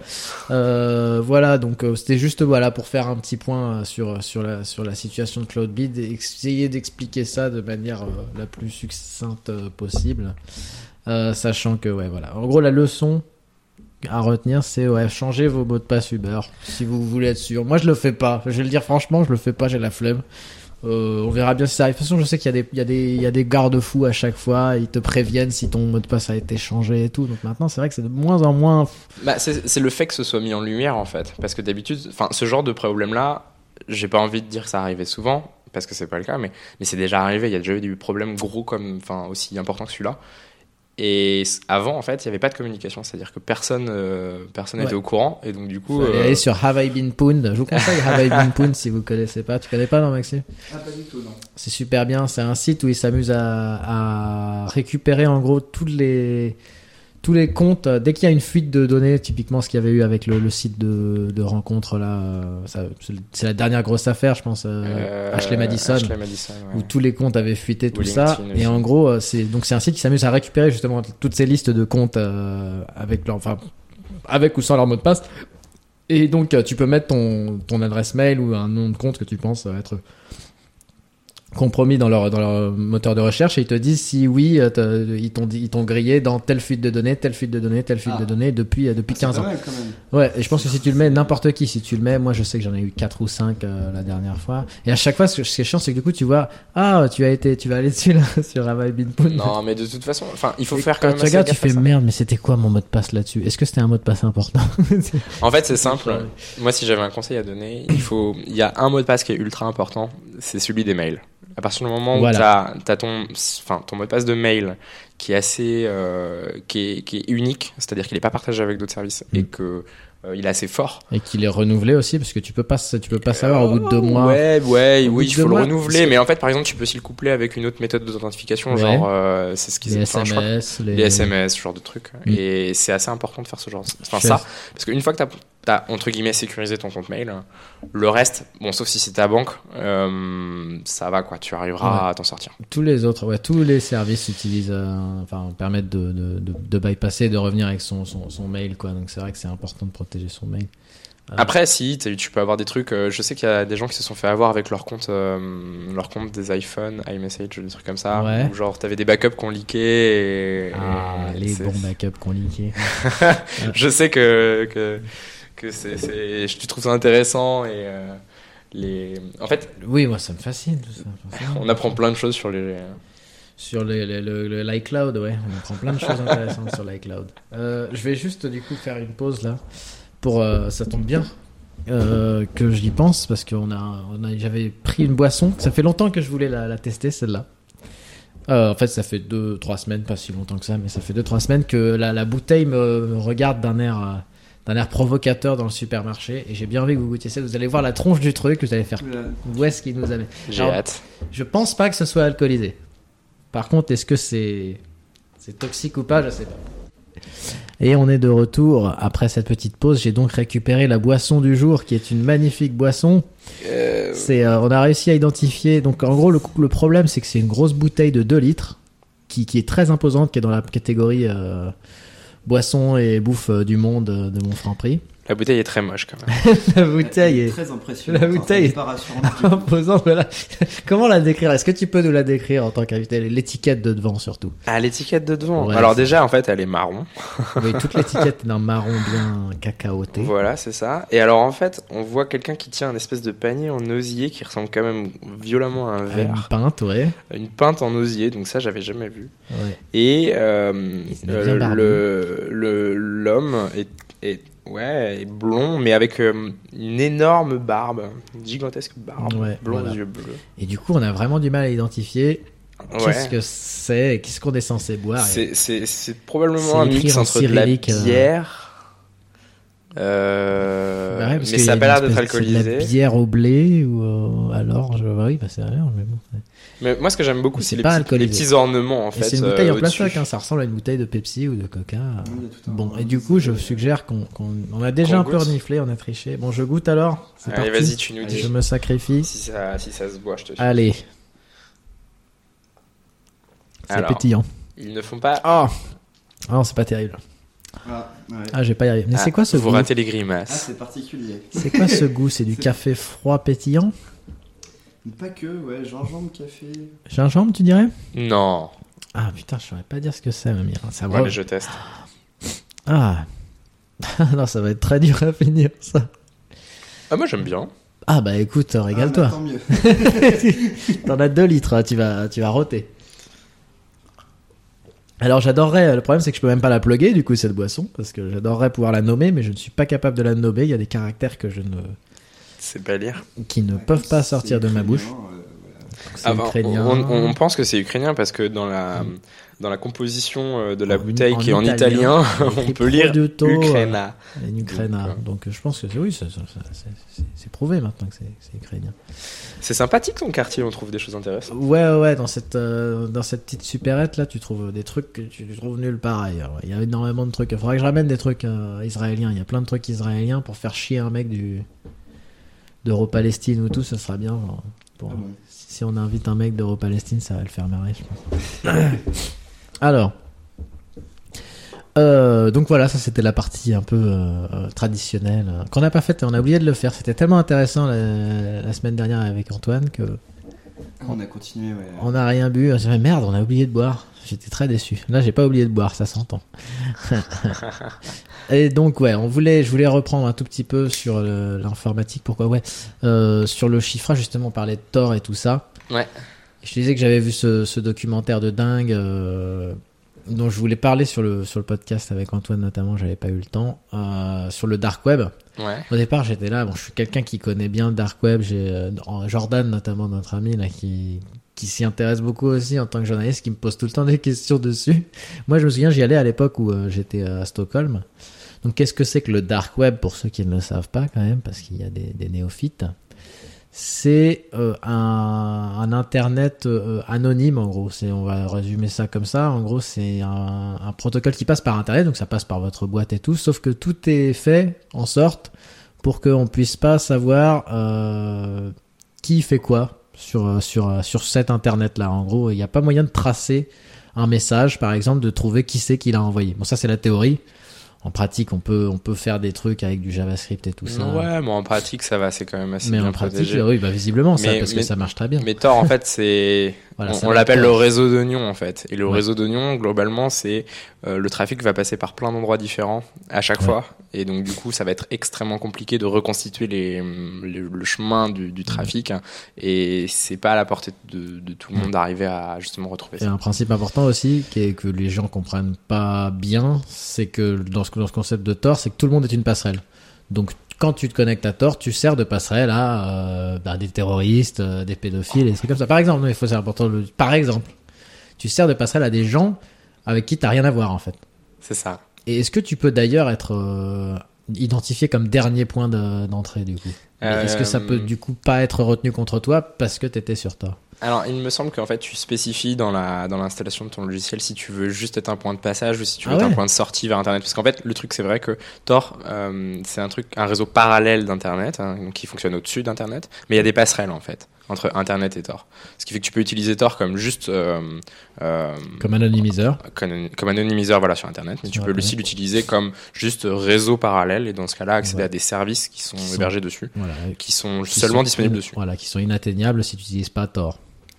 Euh, voilà, donc euh, c'était juste voilà pour faire un petit point euh, sur sur la sur la situation de Cloudbleed et essayer d'expliquer ça de manière euh, la plus succincte euh, possible, euh, sachant que ouais voilà. En gros, la leçon à retenir, c'est ouais changer vos mots de passe Uber si vous voulez être sûr. Moi, je le fais pas. Je vais le dire franchement, je le fais pas. J'ai la flemme. Euh, on verra bien si ça arrive. De toute façon, je sais qu'il y a des, il y a des, il y a des garde-fous à chaque fois. Ils te préviennent si ton mot de passe a été changé et tout. Donc maintenant, c'est vrai que c'est de moins en moins. Bah, c'est c'est le fait que ce soit mis en lumière en fait, parce que d'habitude, enfin, ce genre de problème-là, j'ai pas envie de dire que ça arrivait souvent, parce que c'est pas le cas, mais, mais c'est déjà arrivé. Il y a déjà eu des problèmes gros comme, enfin, aussi importants que celui-là. Et c- avant, en fait, il y avait pas de communication, c'est-à-dire que personne, euh, personne Ouais. n'était au courant, et donc du coup, Faut aller, euh, aller sur Have I Been Pwned. Je vous conseille Have I Been Pwned si vous connaissez pas. Tu connais pas, non, Maxime? Ah, pas du tout, non. C'est super bien. C'est un site où ils s'amusent à, à récupérer en gros tous les tous les comptes. euh, Dès qu'il y a une fuite de données, typiquement ce qu'il y avait eu avec le, le site de, de rencontre là, euh, ça- c'est c'est la dernière grosse affaire, je pense. euh, euh, Ashley Madison. Ashley Madison, ouais. Où tous les comptes avaient fuité, tout Ou ça. LinkedIn Et aussi. en gros, euh, c'est donc c'est un site qui s'amuse à récupérer justement toutes ces listes de comptes euh, avec leur, enfin, avec ou sans leur mot de passe. Et donc, euh, tu peux mettre ton ton adresse mail ou un nom de compte que tu penses être compromis dans leur dans leur moteur de recherche et ils te disent si oui, euh, t'as- ils t'ont dit- ils t'ont grillé dans telle fuite de données, telle fuite de données, telle fuite Ah. de données depuis euh, depuis Ah, c'est quinze pas ans. mal, quand même. Ouais, et je pense que si tu le mets, n'importe qui, si tu le mets, moi je sais que j'en ai eu quatre ou cinq euh, la dernière fois. Et à chaque fois, ce, que- ce qui est chiant, c'est que du coup, tu vois, ah, tu as été, tu vas aller dessus là, sur Have I Been Pwned. Non, mais de toute façon, enfin, il faut Et faire quand quand même tu assez regardes, tu gaffe à fais ça. merde, mais c'était quoi mon mot de passe là-dessus? Est-ce que c'était un mot de passe important? En fait, c'est simple. Moi, si j'avais un conseil à donner, il faut, il y a un mot de passe qui est ultra important, c'est celui des mails. À partir du moment où Voilà. tu as ton, enfin, ton mot de passe de mail qui est assez, euh, qui est, qui est unique, c'est-à-dire qu'il n'est pas partagé avec d'autres services Mm. et que euh, il est assez fort. Et qu'il est renouvelé aussi, parce que tu peux pas, tu peux pas savoir au bout de deux mois. Ouais, ouais, Au bout oui, de il deux faut le mois, renouveler. parce Mais en fait, par exemple, tu peux aussi le coupler avec une autre méthode d'authentification, Ouais. genre, euh, c'est ce qu'ils Les enfin, je crois- S M S, les... les S M S, ce genre de trucs. Mm. Et c'est assez important de faire ce genre. Enfin, Je- ça, parce qu'une fois que tu as, entre guillemets, sécurisé ton compte mail, le reste, bon, sauf si c'est ta banque, euh, ça va, quoi. Tu arriveras Ouais. à t'en sortir. Tous les autres, ouais, tous les services utilisent, euh, enfin, permettent de, de, de, de bypasser, de revenir avec son, son, son mail, quoi. Donc c'est vrai que c'est important de protéger son mail. Euh, Après, si, t'as- tu peux avoir des trucs. euh, je sais qu'il y a des gens qui se sont fait avoir avec leur compte, euh, leur compte des iPhones, iMessage, des trucs comme ça. Ouais. Où genre, t'avais des backups qu'on leakait. Et, Ah, et les c'est- bons backups qu'on liquait. Je sais que, que, que c'est, c'est, je trouve ça intéressant et euh, les, en fait, Oui, moi ça me fascine tout ça. on apprend plein de choses sur les. Sur le, le, le, le- l'iCloud, ouais, on apprend plein de choses intéressantes sur l'iCloud. Euh, je vais juste du coup faire une pause là. Pour, euh, ça tombe bien euh, que j'y pense parce que on a, on a, j'avais pris une boisson. Ça fait longtemps que je voulais la, la tester celle-là. Euh, en fait, ça fait deux trois semaines, pas si longtemps que ça, mais ça fait deux trois semaines que la, la bouteille me, me regarde d'un air, euh, d'un air provocateur dans le supermarché. Et j'ai bien envie que vous goûtiez ça. Vous allez voir la tronche du truc, vous allez faire où est-ce qu'il nous avait. J'ai Alors, hâte. Je pense pas que ce soit alcoolisé. Par contre, est-ce que c'est c'est toxique ou pas, je sais pas. Et on est de retour après cette petite pause. J'ai donc récupéré la boisson du jour, qui est une magnifique boisson. Euh, C'est, euh, on a réussi à identifier. Donc, en gros, le, le problème, c'est que c'est une grosse bouteille de deux litres, qui, qui est très imposante, qui est dans la catégorie euh, boisson et bouffe euh, du monde euh, de mon Franprix. La bouteille est très moche quand même. La bouteille est très impressionnante. la bouteille Enfin, est- pas rassurant du tout. imposante. Voilà. Comment la décrire? Est-ce que tu peux nous la décrire en tant qu'invité? L'étiquette de devant, surtout. Ah, l'étiquette de devant. Ouais, Alors c'est- déjà, en fait, elle est marron. Oui, toute l'étiquette est d'un marron bien cacaoté. Voilà, c'est ça. Et alors, en fait, on voit quelqu'un qui tient un espèce de panier en osier qui ressemble quand même violemment à un Une verre. pinte, ouais. Une pinte en osier, donc ça, j'avais jamais vu. ouais. Et euh, Il est euh, bien barbu. le, le, l'homme est, est, ouais, est blond, mais avec euh, une énorme barbe, une gigantesque barbe, Ouais, blond voilà. aux yeux bleus. Et du coup, on a vraiment du mal à identifier Ouais. qu'est-ce que c'est, et qu'est-ce qu'on est censé boire. et- C'est, c'est, c'est probablement C'est un écrit mix en entre de la cyrillique, euh. bière. Euh, Bah ouais, parce mais qu'il y ça a une pas l'air d'être espèce- c'est de alcoolisé. la bière au blé ou euh, alors, je... bah oui, bah c'est rien. Mais bon. Mais moi, ce que j'aime beaucoup, Mais c'est c'est les pas petits, alcoolisé. les petits ornements, en Et fait. c'est une bouteille euh, en plastique, au-dessus. hein, ça ressemble à une bouteille de Pepsi ou de Coca. Oui, il y a tout un- Bon, et du coup, je suggère qu'on, qu'on... on a déjà Qu'on un peu goûte. reniflé, on a triché. Bon, je goûte alors. C'est Allez, parti. vas-y, tu nous Allez, dis. je me sacrifie. Si ça, si ça se boit, je te suis. Allez. C'est Alors. pétillant. Ils ne font pas. Ah, non, c'est pas terrible. Ah, ouais. Ah, j'ai pas y arrivé. Mais Ah, c'est quoi ce Vous goût? ratez les Ah, grimaces. c'est particulier. C'est quoi ce goût? C'est du café froid pétillant? Pas que, ouais, gingembre, café. Gingembre, tu dirais? Non. Ah putain, je saurais pas dire ce que c'est, Mamie. Ça Ouais, va. mais je teste. Ah. Non, ça va être très dur à finir, ça. Ah, moi, j'aime bien. Ah bah écoute, Ah, régale-toi. bah, tant mieux. T'en as deux litres, hein, tu vas, tu vas roter. Alors j'adorerais, le problème c'est que je peux même pas la plugger du coup cette boisson, parce que j'adorerais pouvoir la nommer, mais je ne suis pas capable de la nommer, il y a des caractères que je ne, C'est pas lire. qui ne peuvent pas sortir de ma bouche. Ukrainien, euh, voilà. C'est Ah, bah, ukrainien. on, on pense que c'est ukrainien parce que dans la, dans la composition euh, de la En- bouteille en qui est en italien, italien, il y a on écrit peut lire Produtto, euh, Ukraina. En Ukraina. Donc, euh, Donc je pense que c'est, oui, ça- ça- ça- c'est, c'est- c'est prouvé maintenant que c'est, que c'est ukrainien. C'est sympathique ton quartier, on trouve des choses intéressantes. Ouais, ouais, ouais, dans cette, euh, dans cette petite supérette là, tu trouves des trucs que tu trouves nulle part ailleurs. Il y a énormément de trucs. Il faudrait que je ramène des trucs euh, israéliens. Il y a plein de trucs israéliens pour faire chier un mec du d'Euro-Palestine ou tout, ça sera bien. genre, pour- Ah bon. Si on invite un mec d'Euro-Palestine, ça va le faire marrer, je pense. Alors. Euh, donc voilà, ça c'était la partie un peu euh, euh, traditionnelle euh, qu'on n'a pas faite, on a oublié de le faire. C'était tellement intéressant la, la semaine dernière avec Antoine que On a continué, ouais. on n'a rien bu. J'ai dit, merde, on a oublié de boire. J'étais très déçu. Là, j'ai pas oublié de boire, ça s'entend. Et donc, ouais, on voulait, je voulais reprendre un tout petit peu sur le- l'informatique. Pourquoi, ouais, euh, sur le chiffrage, justement, on parlait de Tor et tout ça. Ouais. Je te disais que j'avais vu ce, ce documentaire de dingue euh, dont je voulais parler sur le sur le podcast avec Antoine notamment. J'avais pas eu le temps euh, sur le dark web. Ouais. Au départ, j'étais là. Bon, je suis quelqu'un qui connaît bien le dark web. J'ai euh, Jordan, notamment notre ami là, qui qui s'y intéresse beaucoup aussi en tant que journaliste, qui me pose tout le temps des questions dessus. Moi, je me souviens, j'y allais à l'époque où euh, j'étais à Stockholm. Donc, qu'est-ce que c'est que le dark web pour ceux qui ne le savent pas quand même, parce qu'il y a des, des néophytes. C'est euh, un, un internet euh, anonyme en gros. C'est, on va résumer ça comme ça. En gros, c'est un, un protocole qui passe par internet, donc ça passe par votre boîte et tout. Sauf que tout est fait en sorte pour qu'on puisse pas savoir euh, qui fait quoi sur sur sur cet internet là. En gros, il n'y a pas moyen de tracer un message, par exemple, de trouver qui c'est qui l'a envoyé. Bon, ça c'est la théorie. en pratique, on peut, on peut faire des trucs avec du JavaScript et tout ça. Ouais, mais en pratique, ça va, c'est quand même assez mais bien en pratique, protégé. oui, bah visiblement, ça, Mais- parce mais- que ça marche très bien. Mais Tor, en fait, c'est, Voilà, ça on, on va l'appelle Tor. le réseau d'oignons, en fait. Et le Ouais. réseau d'oignons, globalement, c'est euh, le trafic va passer par plein d'endroits différents à chaque Ouais. fois. Et donc, du coup, ça va être extrêmement compliqué de reconstituer les, les- le chemin du, du trafic. hein. Et c'est pas à la portée de, de tout le monde d'arriver à justement retrouver Et ça. un principe important aussi, qui est que les gens comprennent pas bien, c'est que dans ce, dans ce concept de Tor, c'est que tout le monde est une passerelle. Donc, quand tu te connectes à Tor, tu sers de passerelle à euh, bah, des terroristes, euh, des pédophiles, et des trucs comme ça. Par exemple, il faut c'est important. de le- Par exemple, tu sers de passerelle à des gens avec qui t'as rien à voir en fait. C'est ça. Et est-ce que tu peux d'ailleurs être euh, identifié comme dernier point de- d'entrée du coup? Et Est-ce que ça Euh, peut du coup pas être retenu contre toi parce que t'étais sur Tor? Alors, il me semble qu'en fait, tu spécifies dans la dans l'installation de ton logiciel si tu veux juste être un point de passage ou si tu veux Ah être ouais. un point de sortie vers Internet. Parce qu'en fait, le truc, c'est vrai que Tor, euh, c'est un truc, un réseau parallèle d'Internet, hein, donc qui fonctionne au-dessus d'Internet, mais il y a des passerelles en fait entre Internet et Tor. Ce qui fait que tu peux utiliser Tor comme juste euh, euh, Comme anonymiseur. comme, comme anonymiseur, voilà, sur Internet, mais Sur tu peux Internet. aussi l'utiliser comme juste réseau parallèle et dans ce cas-là, accéder Ouais. à des services qui sont Qui sont- hébergés dessus, Voilà. qui sont Qui seulement sont disponibles in- dessus. Voilà, qui sont inatteignables si tu n'utilises pas Tor.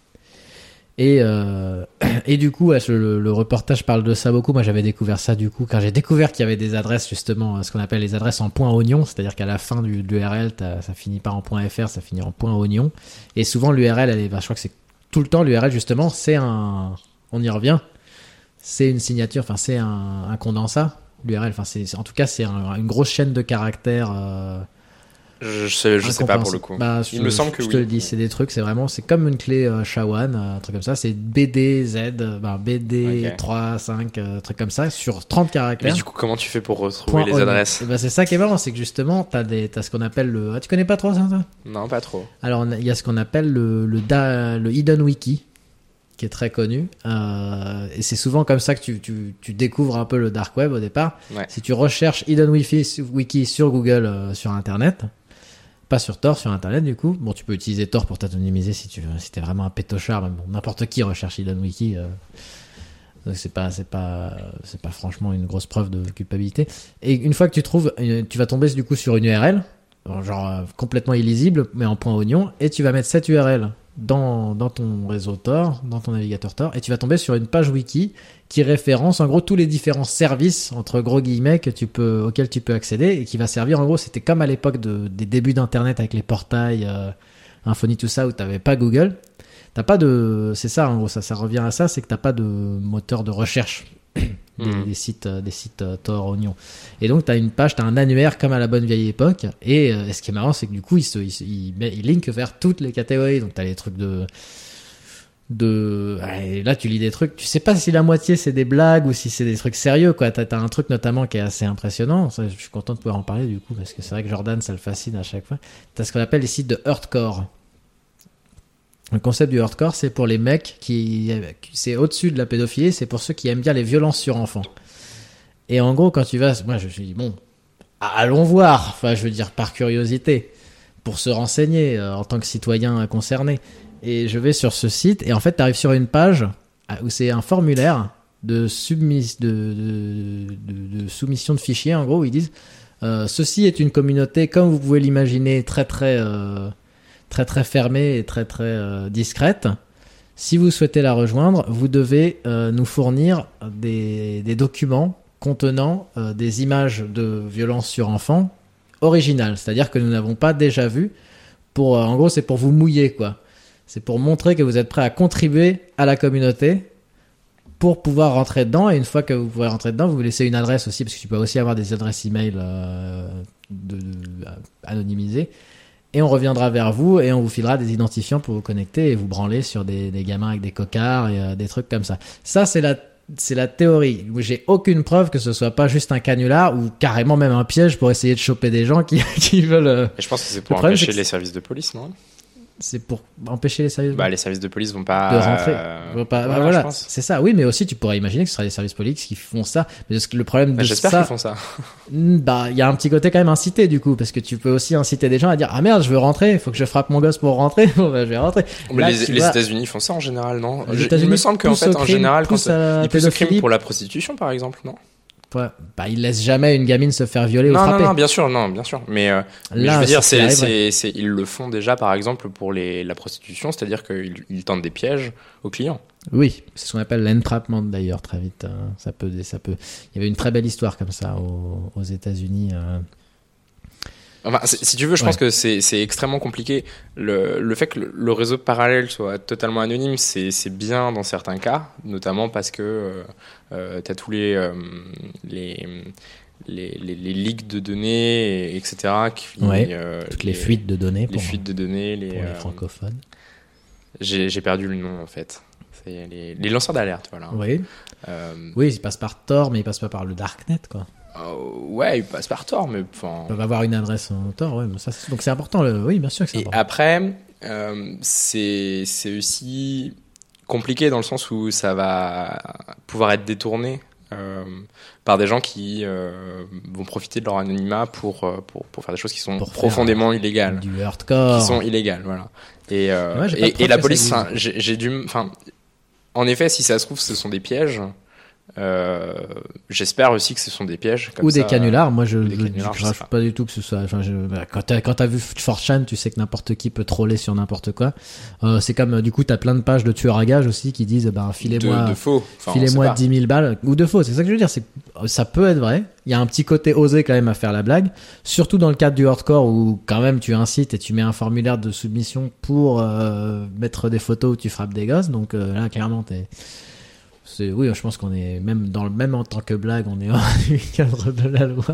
Et, euh, et du coup, ouais, le, le reportage parle de ça beaucoup. Moi, j'avais découvert ça du coup quand j'ai découvert qu'il y avait des adresses justement, ce qu'on appelle les adresses en point oignon, c'est-à-dire qu'à la fin du de l'U R L, t'as- ça finit pas en point .fr, ça finit en point oignon. Et souvent l'U R L, elle est, bah, je crois que c'est tout le temps l'U R L justement, c'est un, on y revient, c'est une signature, enfin c'est un, un condensat. L'U R L, enfin c'est, c'est- en tout cas c'est un- une grosse chaîne de caractères. Euh, Je, sais, je sais pas pour le coup. Bah, Il je- me semble que je oui. te le dis, c'est des trucs, c'est vraiment, c'est comme une clé euh, S H A one, euh, un truc comme ça, c'est B D Z, euh, bah, B D Ok. trois, cinq, euh, truc comme ça, sur trente Mais caractères. du coup, comment tu fais pour retrouver Point les oignon. adresses Et bah, c'est ça qui est marrant, c'est que justement, t'as des, t'as ce qu'on appelle le, ah, tu connais pas trop ça, toi? Non, pas trop. Alors, on a- il y a ce qu'on appelle le, le, da- le Hidden Wiki, qui est très connu, euh, et c'est souvent comme ça que tu, tu, tu découvres un peu le dark web au départ. Ouais. Si tu recherches Hidden Wiki, Wiki sur Google, euh, sur Internet, pas sur Tor, sur Internet du coup. Bon, tu peux utiliser Tor pour t'anonymiser si tu veux, si t'es vraiment un pétochard. Mais bon, n'importe qui recherche Hidden Wiki. Euh, donc c'est pas, c'est pas, c'est pas franchement une grosse preuve de culpabilité. Et une fois que tu trouves, une- tu vas tomber du coup sur une U R L, genre euh, complètement illisible, mais en point oignon, et tu vas mettre cette U R L dans, dans ton réseau Tor, dans ton navigateur Tor, et tu vas tomber sur une page wiki qui référence en gros tous les différents services entre gros guillemets que tu peux, auxquels tu peux accéder et qui va servir en gros, c'était comme à l'époque de, des débuts d'internet avec les portails, euh, Infony, tout ça, où t'avais pas Google. T'as pas de, c'est ça en gros, ça, ça revient à ça, c'est que t'as pas de moteur de recherche des, Mhm. des sites, euh, des sites euh, Tor, Oignon. Et donc t'as une page, t'as un annuaire comme à la bonne vieille époque. Et, euh, et ce qui est marrant, c'est que du coup, il se, il, se- il, met- il link vers toutes les catégories. Donc t'as les trucs de, de, et là tu lis des trucs, tu sais pas si la moitié c'est des blagues ou si c'est des trucs sérieux, quoi. T'as, t'as un truc notamment qui est assez impressionnant. Ça, je suis content de pouvoir en parler du coup parce que c'est vrai que Jordan, ça le fascine à chaque fois. T'as ce qu'on appelle les sites de Heartcore. Le concept du hardcore, c'est pour les mecs qui, c'est au-dessus de la pédophilie, c'est pour ceux qui aiment bien les violences sur enfants. Et en gros, quand tu vas, moi je me suis dit bon, allons voir. Enfin, je veux dire par curiosité, pour se renseigner euh, en tant que citoyen concerné. Et je vais sur ce site et en fait, tu arrives sur une page où c'est un formulaire de, submis, de, de, de, de soumission de fichiers. En gros, où ils disent euh, ceci est une communauté comme vous pouvez l'imaginer très très euh, très très fermée et très très euh, discrète. Si vous souhaitez la rejoindre, vous devez euh, nous fournir des, des documents contenant euh, des images de violences sur enfants originales, c'est-à-dire que nous n'avons pas déjà vu. Pour, euh, en gros, c'est pour vous mouiller, quoi. C'est pour montrer que vous êtes prêt à contribuer à la communauté pour pouvoir rentrer dedans. Et une fois que vous pouvez rentrer dedans, vous vous laissez une adresse aussi, parce que tu peux aussi avoir des adresses email euh, de, de, anonymisées. Et on reviendra vers vous et on vous filera des identifiants pour vous connecter et vous branler sur des, des gamins avec des cocards et euh, des trucs comme ça. Ça, c'est la, c'est la théorie. J'ai aucune preuve que ce soit pas juste un canular ou carrément même un piège pour essayer de choper des gens qui, qui veulent... euh, Et je pense que c'est pour problème, empêcher c'est que les services de police, non? c'est pour empêcher les services... Bah, les services de police vont pas. de rentrer. euh, Vont pas- bah, voilà, voilà, je pense. c'est ça. Oui, mais aussi tu pourrais imaginer que ce sera les services politiques qui font ça. Mais parce que le problème Bah, de J'espère ça, qu'ils font ça. Hmm, bah, il y a un petit côté quand même incité du coup, parce que tu peux aussi inciter des gens à dire ah merde, je veux rentrer, il faut que je frappe mon gosse pour rentrer. Bon, bah, je vais rentrer. Mais Là, les, tu les vois, États-Unis font ça en général, non? Les Je- Il États-Unis me semble qu'en poussent fait, au en crime, général, quand poussent à la ils poussent au crime pédophilie. pour la prostitution, par exemple, non? Ouais. Bah, il laisse jamais une gamine se faire violer ou Non, non, frapper. non, bien sûr, non, bien sûr. Mais, euh, mais Là, je veux dire, c'est ce qui c'est, arriverait. c'est, c'est, ils le font déjà, par exemple, pour les, la prostitution, c'est-à-dire qu'ils ils tentent des pièges aux clients. Oui, c'est ce qu'on appelle l'entrapment d'ailleurs, très vite. hein. Ça peut, ça peut. Il y avait une très belle histoire comme ça aux, aux États-Unis. euh. Enfin, c'est- si tu veux, je Ouais. pense que c'est, c'est extrêmement compliqué. Le, le fait que le, le réseau parallèle soit totalement anonyme, c'est, c'est bien dans certains cas, notamment parce que euh, euh, tu as tous les, euh, les, les, les, les leaks de données, et cetera. Qui, Ouais. euh, Toutes les fuites de données les pour, fuites de données, les, pour les euh, francophones. j'ai, j'ai perdu le nom en fait. C'est les, les lanceurs d'alerte, voilà. Oui. Euh, Oui, ils passent par Tor, mais ils passent pas par le Darknet, quoi. euh, ouais, ils passent par Tor, mais enfin. Ils peuvent avoir une adresse en Tor, ouais, mais ça, c'est- donc c'est important. Le... Oui, bien sûr que c'est Et important. après, euh, c'est c'est aussi compliqué dans le sens où ça va pouvoir être détourné euh, par des gens qui euh, vont profiter de leur anonymat pour, euh, pour, pour faire des choses qui sont Pour faire, profondément illégales. Du hardcore. Qui sont illégales, voilà. Et, euh, Ouais, j'ai pas de et, preuve et la que ça police, existe. enfin, j'ai j'ai dû. Enfin, en effet, si ça se trouve, ce sont des pièges. Euh, J'espère aussi que ce sont des pièges. Comme Ou des ça, canulars. Moi, je des je, canulars, je je sais rajoute pas. pas du tout que ce soit. Enfin, je, bah, quand t'as quand t'as vu four chan, tu sais que n'importe qui peut troller sur n'importe quoi. Euh, c'est comme euh, du coup, t'as plein de pages de tueurs à gages aussi qui disent, ben filez-moi, de, de faux. Enfin, on sait filez-moi pas. dix mille balles ou de faux. C'est ça que je veux dire. C'est que ça peut être vrai. Il y a un petit côté osé quand même à faire la blague, surtout dans le cadre du hardcore où quand même tu incites et tu mets un formulaire de soumission pour euh, mettre des photos où tu frappes des gosses. Donc euh, là, clairement, t'es C'est, oui, je pense qu'on est même dans le même en tant que blague, on est hors du cadre de la loi.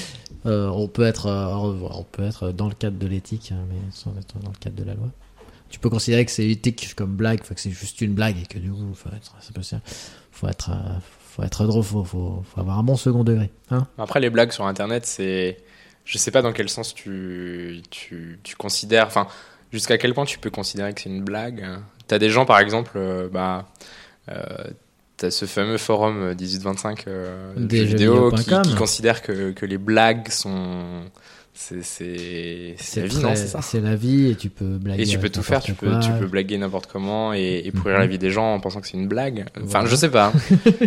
Euh, on peut être, euh, on peut être dans le cadre de l'éthique, hein, mais sans être dans le cadre de la loi. Tu peux considérer que c'est éthique comme blague, faut que c'est juste une blague et que du coup, faut être, ça peut se- faut être, euh, faut être drôle, faut, faut, faut avoir un bon second degré, hein. Après, les blagues sur Internet, c'est. Je sais pas dans quel sens tu, tu, tu considères. Enfin, jusqu'à quel point tu peux considérer que c'est une blague. T'as des gens, par exemple, euh, bah. Euh, T'as ce fameux forum dix-huit vingt-cinq euh, de Des jeux jeux vidéo vidéo qui, point com. qui considère que, que les blagues sont. C'est c'est- c'est la vie, très- non? C'est ça? C'est la vie et tu peux blaguer. Et tu peux avec tout faire, tu n'importe peux, tu quoi. peux blaguer n'importe comment et, et pourrir Mhm. la vie des gens en pensant que c'est une blague. Enfin, Voilà. je sais pas.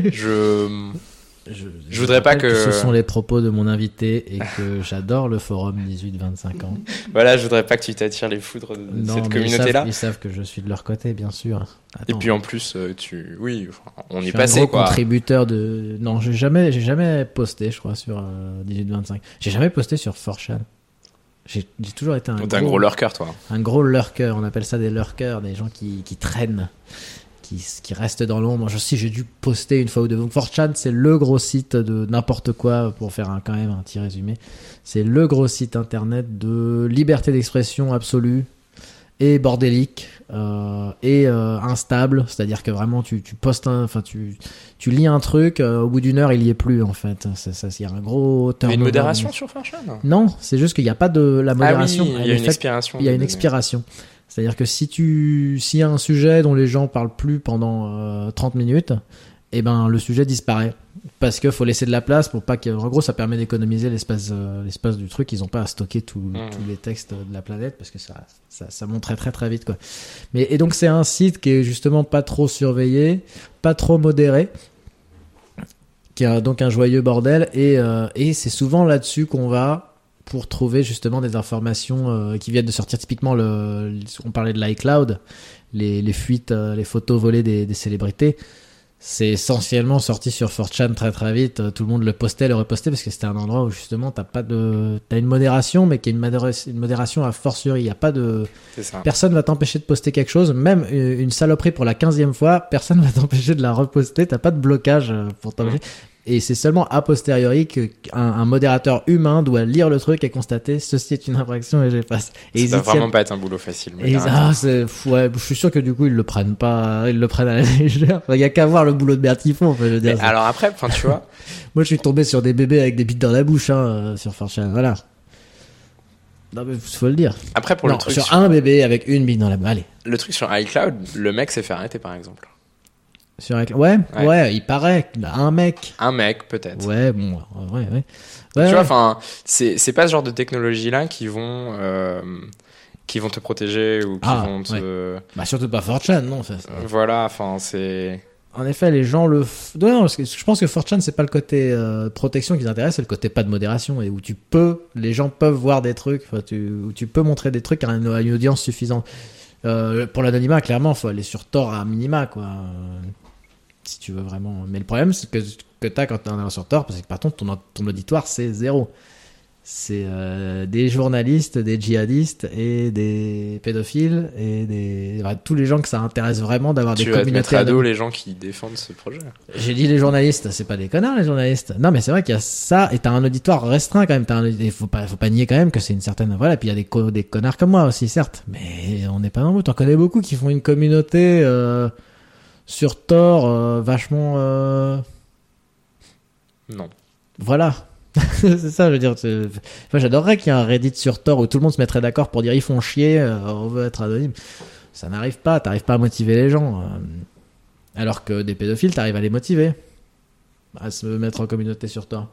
je. Je, Je voudrais pas rappelle que- ce sont les propos de mon invité et que j'adore le forum dix-huit vingt-cinq ans. Voilà, je voudrais pas que tu t'attires les foudres de Non, cette mais communauté-là. Ils savent, ils savent que je suis de leur côté, bien sûr. Et Attends, puis en plus, euh, tu. Oui, enfin, on je est suis passé un gros quoi. contributeur de. Non, j'ai jamais, j'ai jamais posté, je crois, sur euh, dix-huit vingt-cinq. J'ai jamais posté sur four chan. J'ai j'ai toujours été un T'es gros, un gros lurker, toi. un gros lurker. On appelle ça des lurkers, des gens qui, qui traînent, qui, qui restent dans l'ombre. Je sais, j'ai dû poster une fois ou deux. Donc four chan, c'est le gros site de n'importe quoi, pour faire un, quand même un petit résumé. C'est le gros site internet de liberté d'expression absolue et bordélique euh, et euh, instable. C'est-à-dire que vraiment, tu, tu postes un, enfin tu, tu lis un truc, euh, au bout d'une heure, il y est plus en fait. Ça, ça, il y a un gros. Il y a une turnover. modération sur four chan? Non, c'est juste qu'il n'y a pas de la modération. Ah oui, il elle y a est une faite- expiration. il y a des une données. expiration. C'est-à-dire que si tu, s'il y a un sujet dont les gens parlent plus pendant euh, trente minutes, eh ben le sujet disparaît parce que faut laisser de la place pour pas que, en gros, ça permet d'économiser l'espace, euh, l'espace du truc. Ils ont pas à stocker tout- Mmh. tous les textes de la planète parce que ça, ça, ça monte très très très vite quoi. Mais et donc c'est un site qui est justement pas trop surveillé, pas trop modéré, qui a donc un joyeux bordel et euh, et c'est souvent là-dessus qu'on va pour trouver justement des informations euh, qui viennent de sortir. Typiquement, le, on parlait de l'iCloud, les, les fuites, euh, les photos volées des, des célébrités. C'est essentiellement sorti sur four chan très très vite. Euh, Tout le monde le postait, le repostait parce que c'était un endroit où justement t'as pas de, t'as une modération, mais qui est une, modéra- une modération à fortiori. Il y a pas de, C'est ça. personne va t'empêcher de poster quelque chose, même euh, une saloperie pour la quinzième fois, personne va t'empêcher de la reposter. T'as pas de blocage euh, pour t'empêcher. Et c'est seulement a posteriori qu'un un modérateur humain doit lire le truc et constater ceci est une infraction et j'efface. Et Ça ils doit y tiennent. vraiment pas être un boulot facile. Et ils, modérateur. ah, c'est, pff, ouais, je suis sûr que du coup ils le prennent pas, ils le prennent à la légère. Il y a qu'à voir le boulot de Bertifon, on peut le dire. Mais alors après, enfin, tu vois, Moi je suis tombé sur des bébés avec des bites dans la bouche, hein, euh, sur four chan, voilà. Non mais faut le dire. après pour Non, le truc sur sur, un bébé avec une bite dans la bouche. Allez. le truc sur iCloud, le mec s'est fait arrêter par exemple. Sur un- ouais, ouais, Ouais. il paraît qu'il a un mec. Un mec peut-être. Ouais, bon, ouais, ouais. Ouais, Tu ouais. vois, enfin, c'est c'est pas ce genre de technologie là qui vont euh, qui vont te protéger ou qui Ah, vont te Bah surtout pas four chan, non, ça. ça- voilà, enfin c'est en effet, les gens le. F... Non, parce que je pense que four chan, c'est pas le côté euh, protection qui les intéresse, c'est le côté pas de modération et où tu peux, les gens peuvent voir des trucs, tu, où tu peux montrer des trucs à une, à une audience suffisante. Euh, pour l'anonymat, clairement, faut aller sur Tor à minima, quoi. Euh, si tu veux vraiment. Mais le problème, c'est que que t'as quand t'es sur Tor, parce que par contre, ton, ton auditoire, c'est zéro. C'est euh, des journalistes, des djihadistes et des pédophiles et des enfin, tous les gens que ça intéresse vraiment d'avoir tu des vas communautés. Tu vas te mettre à dos les gens qui défendent ce projet. J'ai dit les journalistes, c'est pas des connards les journalistes. Non mais c'est vrai qu'il y a ça et t'as un auditoire restreint quand même. T'as un... Il faut pas, faut pas nier quand même que c'est une certaine voilà. Puis il y a des co... des connards comme moi aussi certes, mais on n'est pas nombreux. T'en connais beaucoup qui font une communauté euh, sur Tor euh, vachement. Euh... Non. Voilà. C'est ça, je veux dire. C'est... Moi, j'adorerais qu'il y ait un Reddit sur Tor où tout le monde se mettrait d'accord pour dire ils font chier, euh, on veut être anonyme. Ça n'arrive pas, t'arrives pas à motiver les gens. Euh... Alors que des pédophiles, t'arrives à les motiver à se mettre en communauté sur Tor.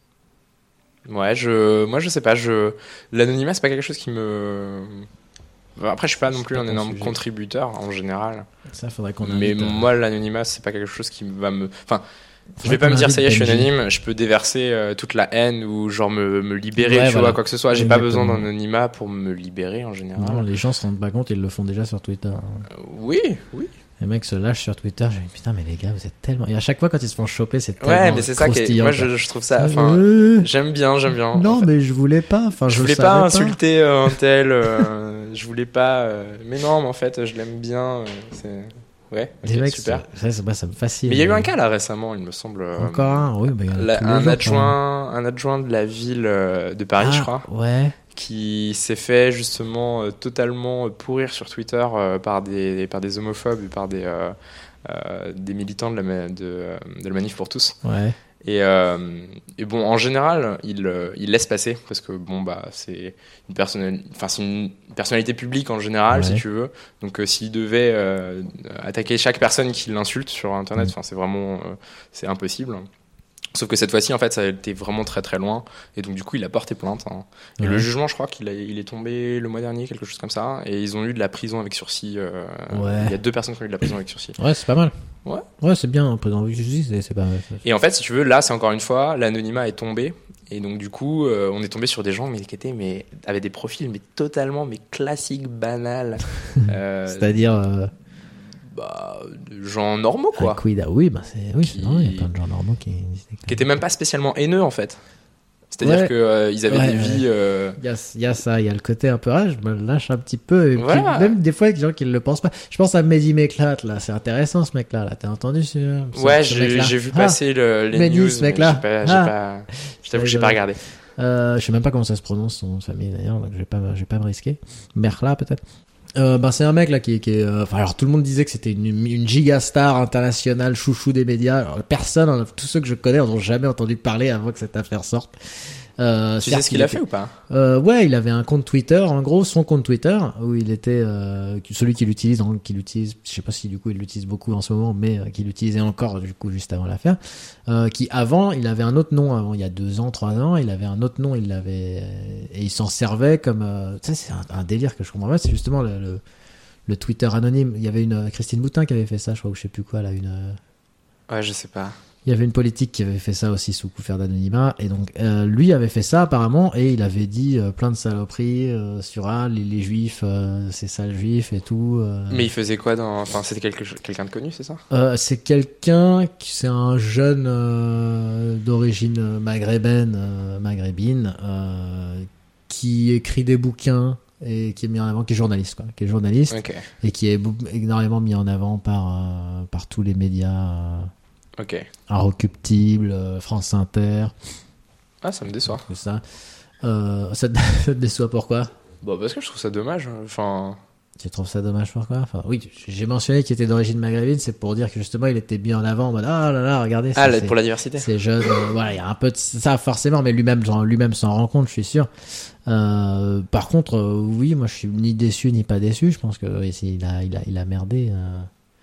Ouais, je, moi je sais pas, je, l'anonymat c'est pas quelque chose qui me. Après, je suis pas non plus pas un ton énorme sujet. contributeur en général. Ça, faudrait qu'on Mais invite, euh, moi, l'anonymat, c'est pas quelque chose qui va me. Enfin, je faudrait vais pas qu'on me dire invite ça y est, je suis Benji. anonyme, je peux déverser euh, toute la haine ou genre me, me libérer, Ouais, tu voilà. vois, quoi que ce soit. J'ai pas besoin Exactement. d'anonymat pour me libérer en général. Non, les gens se rendent pas compte, ils le font déjà sur Twitter. Euh, oui, oui. Les mecs se lâchent sur Twitter, j'ai dit putain, mais les gars, vous êtes tellement. Et à chaque fois, quand ils se font choper, c'est tellement. Ouais, mais c'est ça qui est. croustillant, Moi, quoi. je, je trouve ça. Enfin, Euh, j'aime bien, j'aime bien. Non, En fait, mais je voulais pas. Enfin, je, je voulais savais pas insulter euh, un tel. euh, je voulais pas. euh, Mais non, mais en fait, je l'aime bien. euh, C'est. Ouais, ok, Les mecs, super. ça, ça, ça me fascine. Mais il y a eu un cas là récemment, il me semble. euh, Encore un, oui. Bah, la- tous les un jours, adjoint, un adjoint de la ville euh, de quand même. Paris, Ah, je crois, Ouais. qui s'est fait justement euh, totalement pourrir sur Twitter euh, par des par des homophobes et par des euh, euh, des militants de la ma- de, euh, de la manif pour tous. Ouais. Et, euh, et bon, en général, il, euh, il laisse passer parce que bon bah c'est une personne, enfin c'est une personnalité publique en général, Ouais. si tu veux. Donc euh, s'il devait euh, attaquer chaque personne qui l'insulte sur Internet, Mm. enfin c'est vraiment, euh, c'est impossible. Sauf que cette fois-ci, en fait, ça a été vraiment très très loin. Et donc, du coup, il a porté plainte. Hein. Et Ouais. le jugement, je crois qu'il a, il est tombé le mois dernier, quelque chose comme ça. Et ils ont eu de la prison avec sursis. Euh, Ouais. Il y a deux personnes qui ont eu de la prison avec sursis. Ouais, c'est pas mal. Ouais. Ouais, c'est bien. En président justice, c'est, c'est pas mal. Et en fait, si tu veux, là, c'est encore une fois, l'anonymat est tombé. Et donc, du coup, euh, on est tombé sur des gens mais, qui étaient, mais, avaient des profils mais totalement mais classiques, banals. euh, C'est-à-dire. Euh, bah, de gens normaux, un quoi. quid. Oui, bah c'est. Oui, Qui- c'est normal. Il y a plein de gens normaux qui. Qui étaient même pas spécialement haineux, en fait. C'est-à-dire Ouais. qu'ils euh, ils avaient Ouais, des ouais. vies. euh, Il y a, il y a ça, il y a le côté un peu, ah, je me lâche un petit peu. Et Voilà. puis, même des fois, il y a des gens qui ne le pensent pas. Je pense à Mehdi Meklat, là. C'est intéressant, ce mec-là. Là. T'as entendu ce, ce- Ouais, ce j'ai mec-là j'ai vu Ah, passer le, les Mehdi, news. ce mais mec-là. j'ai pas- j'ai Ah. pas- Je t'avoue que j'ai pas Désolé. regardé. Euh, je sais même pas comment ça se prononce son famille d'ailleurs, donc je vais pas, je vais pas me risquer. Merla peut-être. Euh, ben c'est un mec là qui, qui est. euh, Enfin alors tout le monde disait que c'était une, une giga star internationale, chouchou des médias. Alors, personne, hein, tous ceux que je connais, n'ont jamais entendu parler avant que cette affaire sorte. Euh, Tu certes, sais ce qu'il il a était- fait ou pas? Euh, ouais, il avait un compte Twitter, en gros, son compte Twitter, où il était euh, celui qu'il utilise, hein, qu'il utilise, je sais pas si du coup il l'utilise beaucoup en ce moment, mais euh, qu'il utilisait encore du coup juste avant l'affaire. Euh, qui avant, il avait un autre nom, avant, il y a deux ans, trois ans, il avait un autre nom, il l'avait et il s'en servait comme, euh, tu sais, c'est un, un délire que je comprends pas, c'est justement le, le, le Twitter anonyme. Il y avait une euh, Christine Boutin qui avait fait ça, je crois, ou je sais plus quoi là, une. euh, Ouais, je sais pas. Il y avait une politique qui avait fait ça aussi sous couvert d'anonymat, et donc euh, lui avait fait ça apparemment, et il avait dit euh, plein de saloperies euh, sur ah les, les juifs, euh, c'est sales juifs et tout. euh. Mais il faisait quoi dans. Enfin, c'était quelque... quelqu'un de connu, c'est ça? Euh, c'est quelqu'un qui c'est un jeune euh, d'origine maghrébine, euh, maghrébine, euh, qui écrit des bouquins et qui est mis en avant, qui est journaliste quoi, qui est journaliste Ok. et qui est bou- énormément mis en avant par euh, par tous les médias. Euh, Ok. Inrecuptible, euh, France Inter, Ah, ça me déçoit. tout ça. Euh, ça, te, ça te déçoit pourquoi? Bon, parce que je trouve ça dommage. Enfin. Tu trouves ça dommage pourquoi? Enfin, oui, j'ai mentionné qu'il était d'origine maghrébine, c'est pour dire que justement il était bien en avant en mode ah là là, regardez, Ah, c'est, là, c'est, pour la diversité. c'est jeune. euh, voilà, il y a un peu de ça forcément, mais lui-même, genre, lui-même s'en rend compte, je suis sûr. Euh, par contre, euh, oui, moi je suis ni déçu ni pas déçu. Je pense que oui, si, il a, il a, il a merdé. Euh,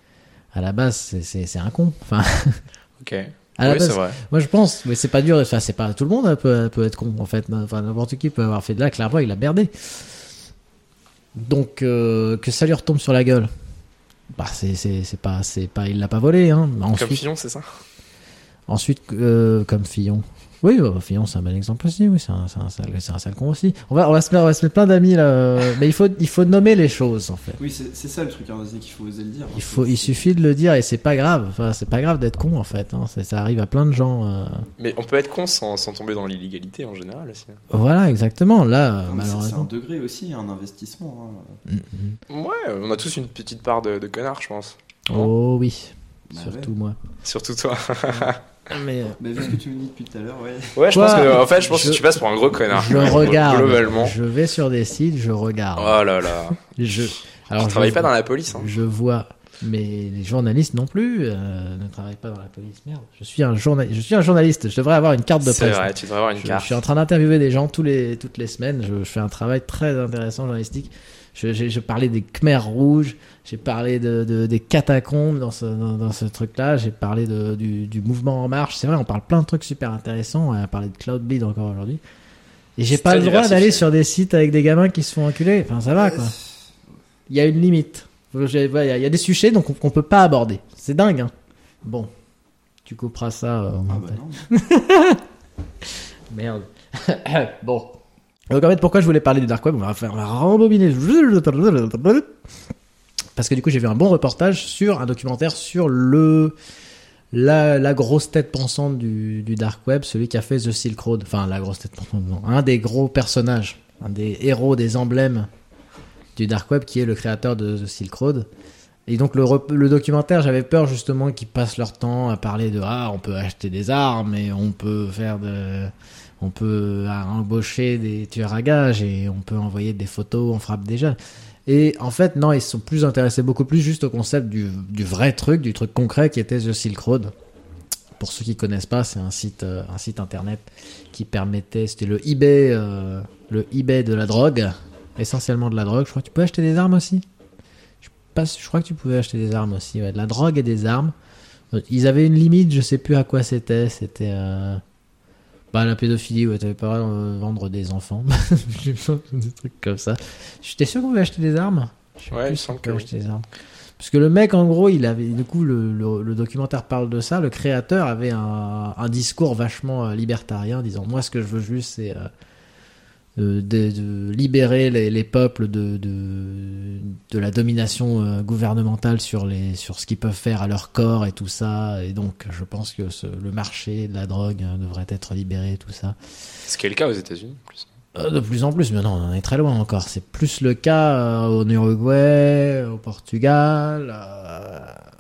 à la base, c'est, c'est, c'est un con. Enfin. Ok. À la Oui, base, c'est vrai. moi je pense, mais c'est pas dur, enfin c'est pas tout le monde peut, peut être con en fait, enfin n'importe qui peut avoir fait de là, clairement il a merdé. Donc euh, que ça lui retombe sur la gueule, bah c'est c'est c'est pas c'est pas il l'a pas volé hein. Ensuite, Comme Fillon, c'est ça? Ensuite, euh, comme Fillon. Oui, bah, Fillon, c'est un bon exemple aussi. Oui, c'est un, c'est un, sale, c'est un sale con aussi. On va, on va se mettre, on va se mettre plein d'amis là. euh, Mais il faut, il faut nommer les choses en fait. Oui, c'est c'est ça le truc, hein, c'est qu'il faut oser le dire. Il faut, il suffit de le dire et c'est pas grave. Enfin, c'est pas grave d'être con en fait. Hein. C'est- Ça arrive à plein de gens. euh. Mais on peut être con sans, sans tomber dans l'illégalité en général aussi. Voilà, exactement. Là, euh, Non, mais c'est- C'est un malheureusement. degré aussi, un investissement. hein. Mm, mm. Ouais, on a tous une petite part de, de connard, je pense. Oh oui, Bah surtout ouais. moi. Surtout toi. Mais euh, Bah, vu ce que tu me dis depuis tout à l'heure, ouais. Ouais, je Quoi pense que, en fait, je pense Je- que tu passes pour un gros connard. je regarde. Globalement. Je vais sur des sites, je regarde. Oh là là. Je. Alors, je travaille pas dans la police. Hein. Je vois, mais les journalistes non plus euh, ne travaillent pas dans la police. Merde, je suis un journaliste. Je suis un journaliste. Je devrais avoir une carte de C'est presse. vrai, tu devrais avoir une Je, carte. je suis en train d'interviewer des gens tous les toutes les semaines. Je, je fais un travail très intéressant journalistique. Je, j'ai, je parlais des Khmers rouges. J'ai parlé de, de des catacombes dans ce dans, dans ce truc-là. J'ai parlé de, du, du mouvement En Marche. C'est vrai, on parle plein de trucs super intéressants. On a parlé de Cloudbleed encore aujourd'hui. Et j'ai C'est pas très le droit diversifié. d'aller sur des sites avec des gamins qui se font enculer. Enfin, ça va quoi. Il y a une limite. Il y, a- il y a des sujets donc qu'on qu'on peut pas aborder. C'est dingue. Hein. Bon, tu couperas ça. euh, au Ah montage. bah non. Merde. Bon. Donc en fait, pourquoi je voulais parler du dark web, on va faire la rembobiner. Parce que du coup, j'ai vu un bon reportage sur un documentaire sur le la, la grosse tête pensante du, du dark web, celui qui a fait The Silk Road. Enfin, la grosse tête pensante, non. Un des gros personnages, un des héros, des emblèmes du dark web, qui est le créateur de The Silk Road. Et donc le, rep- le documentaire, j'avais peur justement qu'ils passent leur temps à parler de ah, on peut acheter des armes et on peut faire de on peut embaucher des tueurs à gages et on peut envoyer des photos, on frappe des jeunes. Et en fait, non, ils se sont plus intéressés beaucoup plus juste au concept du, du vrai truc, du truc concret qui était The Silk Road. Pour ceux qui connaissent pas, c'est un site, euh, un site internet qui permettait, c'était le eBay, euh, le eBay de la drogue, essentiellement de la drogue. Je crois que tu peux acheter des armes aussi. Je, pas, je crois que tu pouvais acheter des armes aussi, ouais, de la drogue et des armes. Ils avaient une limite, je sais plus à quoi c'était. C'était euh... bah la pédophilie, ouais, t'avais pas le droit de vendre des enfants, des trucs comme ça. J'étais sûr qu'on pouvait acheter des armes. Je sais Ouais, plus il me si on semble peut que oui. acheter des armes. Parce que le mec, en gros, il avait, du coup, le, le, le documentaire parle de ça. Le créateur avait un, un discours vachement euh, libertarien, disant moi, ce que je veux juste, c'est euh, de, de, de libérer les, les peuples de, de, de la domination euh, gouvernementale sur les, sur ce qu'ils peuvent faire à leur corps et tout ça. Et donc, je pense que ce, le marché de la drogue euh, devrait être libéré, tout ça. Ce qui est le cas aux États-Unis, en plus. Euh, de plus en plus, mais non, on en est très loin encore. C'est plus le cas euh, au Uruguay, au Portugal. Euh,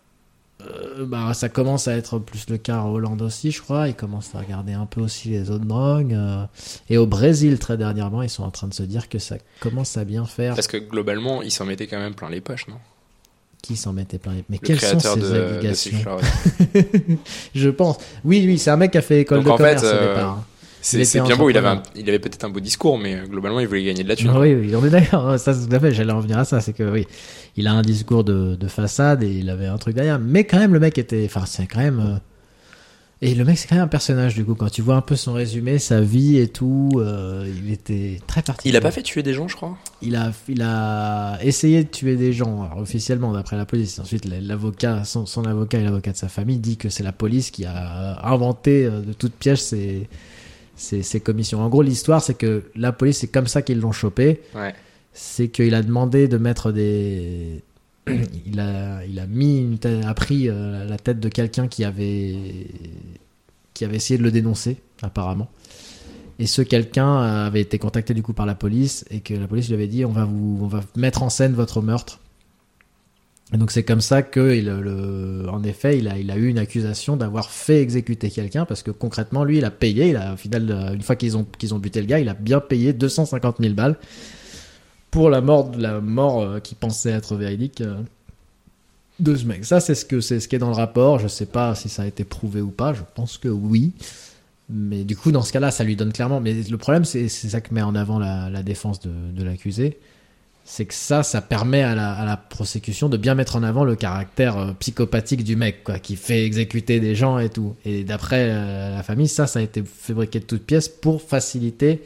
euh, bah, ça commence à être plus le cas en Hollande aussi, je crois. Ils commencent à regarder un peu aussi les autres drogues. euh. Et au Brésil, très dernièrement, ils sont en train de se dire que ça commence à bien faire. Parce que globalement, ils s'en mettaient quand même plein les poches, non? Qui s'en mettait plein les... Mais Le quelles sont créateur ces de, de obligations Silk Road. Je pense. Oui, oui, c'est un mec qui a fait école Donc, de en commerce fait, au euh, départ. hein. Il C'est était c'est bien beau, il avait, un- entrepreneur. il avait peut-être un beau discours, mais euh, globalement, il voulait gagner de la thune. Oui, oui, on est d'accord. Ça, tout à fait. J'allais en venir à ça. C'est que oui, il a un discours de, de façade et il avait un truc derrière. Mais quand même, le mec était. Enfin, c'est quand même. euh, Et le mec, c'est quand même un personnage du coup. Quand tu vois un peu son résumé, sa vie et tout, euh, il était très particulier. Il a pas fait tuer des gens, je crois. Il a, il a essayé de tuer des gens, alors, officiellement d'après la police. Ensuite, l'avocat, son, son avocat et l'avocat de sa famille dit que c'est la police qui a inventé euh, de toutes pièces ces, ces, ces commissions. En gros, l'histoire, c'est que la police, c'est comme ça qu'ils l'ont chopé. Ouais. C'est qu'il a demandé de mettre des... il a, il a mis une tête- a pris euh, la tête de quelqu'un qui avait, qui avait essayé de le dénoncer, apparemment. Et ce quelqu'un avait été contacté du coup par la police et que la police lui avait dit on va vous, on va mettre en scène votre meurtre. Et donc c'est comme ça que, il, le, en effet, il a, il a eu une accusation d'avoir fait exécuter quelqu'un parce que concrètement, lui, il a payé. Il a, au final, une fois qu'ils ont, qu'ils ont buté le gars, il a bien payé deux cent cinquante mille balles pour la mort, la mort euh, qui pensait être véridique euh, de ce mec. Ça, c'est ce que c'est ce qui est dans le rapport. Je sais pas si ça a été prouvé ou pas. Je pense que oui. Mais du coup, dans ce cas-là, ça lui donne clairement. Mais le problème, c'est, c'est ça que met en avant la, la défense de, de l'accusé. C'est que ça, ça permet à la, à la prosécution de bien mettre en avant le caractère euh, psychopathique du mec, quoi, qui fait exécuter des gens et tout. Et d'après euh, la famille, ça, ça a été fabriqué de toutes pièces pour faciliter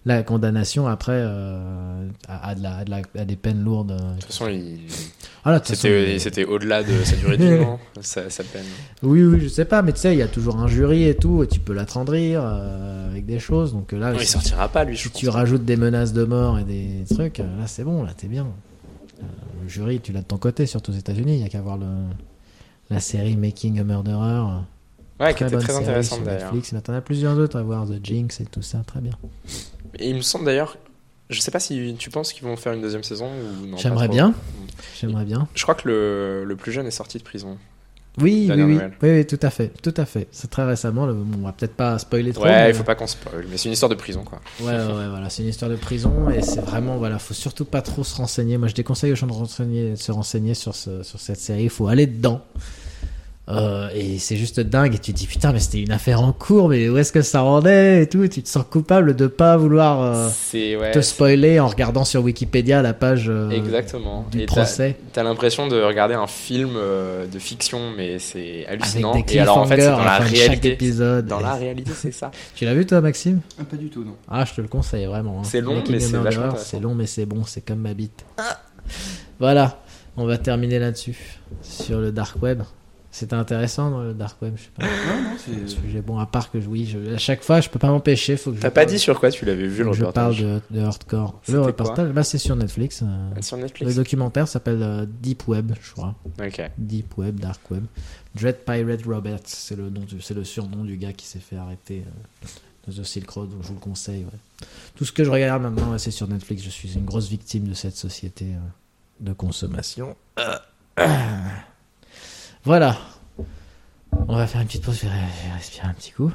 la condamnation après euh, à, à, de la, à, de la, à des peines lourdes. euh, De toute façon, il... Ah là, de toute c'était, façon, c'était au-delà de sa durée de vie, non sa, sa peine. Oui, oui, je sais pas, mais tu sais, il y a toujours un jury et tout, et tu peux l'attendrir euh, avec des choses. Donc là, Non, il si, sortira pas, lui, je si pense. tu rajoutes des menaces de mort et des trucs, euh, là c'est bon, là t'es bien. Euh, le jury, tu l'as de ton côté, surtout aux États-Unis. Il y a qu'à voir le, la série Making a Murderer. Ouais, qui était bonne très série intéressante sur d'ailleurs. Netflix. Mais t'en as plusieurs autres à voir, The Jinx et tout ça, très bien. Et il me semble d'ailleurs, je sais pas si tu penses qu'ils vont faire une deuxième saison ou non. pas J'aimerais trop. bien. J'aimerais bien. Je crois que le, le plus jeune est sorti de prison. Oui, oui, Dernière oui, nouvelle. oui, oui, tout à fait, tout à fait. C'est très récemment. Le, bon, on va peut-être pas spoiler trop. Ouais, mais- il faut pas qu'on spoil, mais c'est une histoire de prison, quoi. Ouais, ouais, ouais, voilà, c'est une histoire de prison et c'est vraiment, voilà, faut surtout pas trop se renseigner. Moi, je déconseille aux gens de, renseigner, de se renseigner sur, ce, sur cette série. Il faut aller dedans. Euh, et c'est juste dingue. Et tu te dis, putain, mais c'était une affaire en cours, mais où est-ce que ça en est et tout. Et tu te sens coupable de pas vouloir euh, C'est, ouais. te spoiler en regardant sur Wikipédia la page euh, Exactement. du Et t'as- procès. T'as l'impression de regarder un film euh, de fiction, mais c'est Avec hallucinant. des Et alors en fait, c'est cliffhangers dans à la la fin de chaque réalité. épisode. Dans Et- la réalité, c'est ça. Tu l'as vu toi, Maxime? Ah, pas du tout, non. Ah, je te le conseille vraiment. hein. C'est long, Making mais a c'est Murderer, vachement intéressant. c'est long, mais c'est bon. C'est comme ma bite. Voilà, on va terminer là-dessus sur le dark web. C'était intéressant dans le dark web, je sais pas. Non, non, Le c'est. sujet bon, à part que je- oui, je, à chaque fois, je peux pas m'empêcher. Faut que je T'as pas parle- dit sur quoi tu l'avais vu le faut que je parle reportage de, de hardcore. C'était Le quoi reportage, bah, c'est sur Netflix. euh, Sur le Netflix. documentaire s'appelle euh, Deep Web, je crois. Ok. Deep Web, Dark Web. Dread Pirate Roberts, c'est le nom, du, c'est le surnom du gars qui s'est fait arrêter euh, de The Silk Road. Donc je vous le conseille. Ouais. Tout ce que je regarde maintenant, ouais, c'est sur Netflix. Je suis une grosse victime de cette société euh, de consommation. Euh, euh. Voilà. On va faire une petite pause. Je vais, je vais respirer un petit coup.